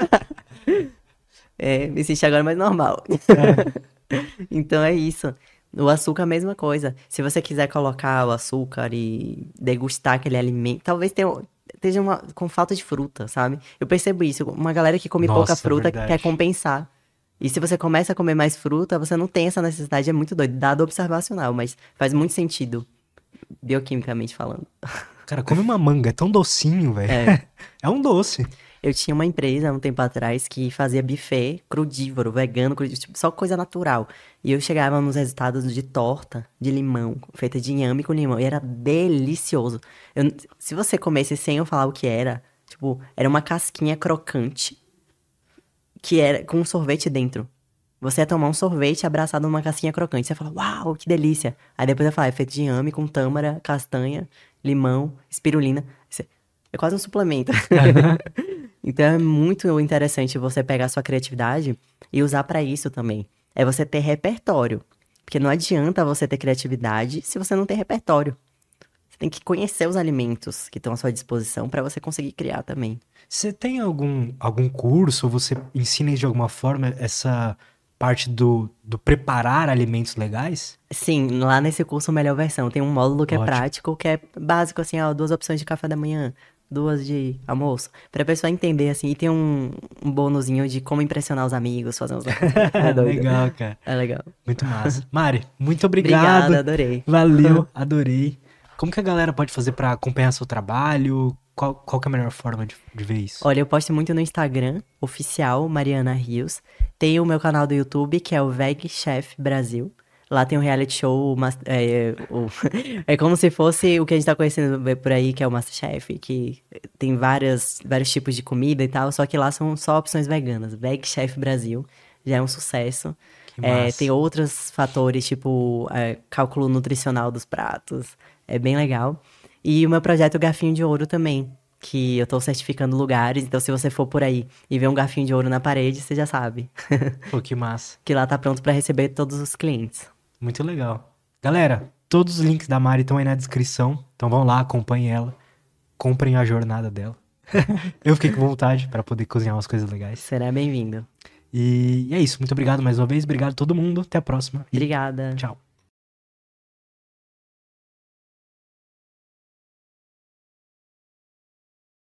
Speaker 2: É, me senti agora mais normal. Então é isso. O açúcar é a mesma coisa. Se você quiser colocar o açúcar e degustar aquele alimento, talvez tenha, esteja uma, com falta de fruta, sabe? Eu percebo isso. Uma galera que come pouca
Speaker 1: Nossa,
Speaker 2: fruta
Speaker 1: verdade.
Speaker 2: quer compensar. E se você começa a comer mais fruta, você não tem essa necessidade. É muito doido, dado observacional, mas faz muito sentido, bioquimicamente falando.
Speaker 1: Cara, come uma manga, é tão docinho, velho.
Speaker 2: É.
Speaker 1: É um doce.
Speaker 2: Eu tinha uma empresa há um tempo atrás que fazia buffet crudívoro, vegano, crudívoro, tipo, só coisa natural. E eu chegava nos resultados de torta de limão, feita de inhame com limão, e era delicioso. Eu- se você comesse sem eu falar o que era, tipo, era uma casquinha crocante que era com um sorvete dentro. Você ia tomar um sorvete abraçado numa casquinha crocante. Você fala, uau, que delícia. Aí depois eu falo, é feito de inhame com tâmara, castanha, limão, espirulina. Você- É quase um suplemento. Então é muito interessante você pegar a sua criatividade e usar pra isso também. É você ter repertório. Porque não adianta você ter criatividade se você não tem repertório. Você tem que conhecer os alimentos que estão à sua disposição pra você conseguir criar também.
Speaker 1: Você tem algum, algum curso, ou você ensina de alguma forma essa parte do, do preparar alimentos legais?
Speaker 2: Sim, lá nesse curso Melhor Versão tem um módulo que é
Speaker 1: Ótimo.
Speaker 2: prático, que é básico, assim, ó, duas opções de café da manhã, duas de almoço, pra pessoa entender, assim, e tem um, um bônusinho de como impressionar os amigos, fazer uns... É doido.
Speaker 1: Legal, cara.
Speaker 2: É legal.
Speaker 1: Muito massa. Mari, muito obrigado.
Speaker 2: Obrigada, adorei.
Speaker 1: Valeu, adorei. Como que a galera pode fazer pra acompanhar seu trabalho? Qual, qual que é a melhor forma de, de ver isso?
Speaker 2: Olha, eu posto muito no Instagram, oficial, Mariana Rios. Tem o meu canal do YouTube, que é o Veg Chef Brasil. Lá tem um reality show, mas- é, o- é como se fosse o que a gente tá conhecendo por aí, que é o Masterchef, que tem várias, vários tipos de comida e tal, só que lá são só opções veganas. Veg Chef Brasil já é um sucesso.
Speaker 1: Que
Speaker 2: É,
Speaker 1: massa.
Speaker 2: tem outros fatores, tipo é, cálculo nutricional dos pratos. É bem legal. E o meu projeto Garfinho de Ouro também, que eu tô certificando lugares. Então, se você for por aí e ver um garfinho de ouro na parede, você já sabe
Speaker 1: Pô, que massa.
Speaker 2: que lá tá pronto pra receber todos os clientes.
Speaker 1: Muito legal. Galera, Todos os links da Mari estão aí na descrição. Então vão lá, acompanhem ela. Comprem a jornada dela. Eu fiquei com vontade pra poder cozinhar umas coisas legais.
Speaker 2: Será bem-vindo.
Speaker 1: E é isso. Muito obrigado mais uma vez. Obrigado a todo mundo. Até a próxima. E
Speaker 2: Obrigada.
Speaker 1: tchau.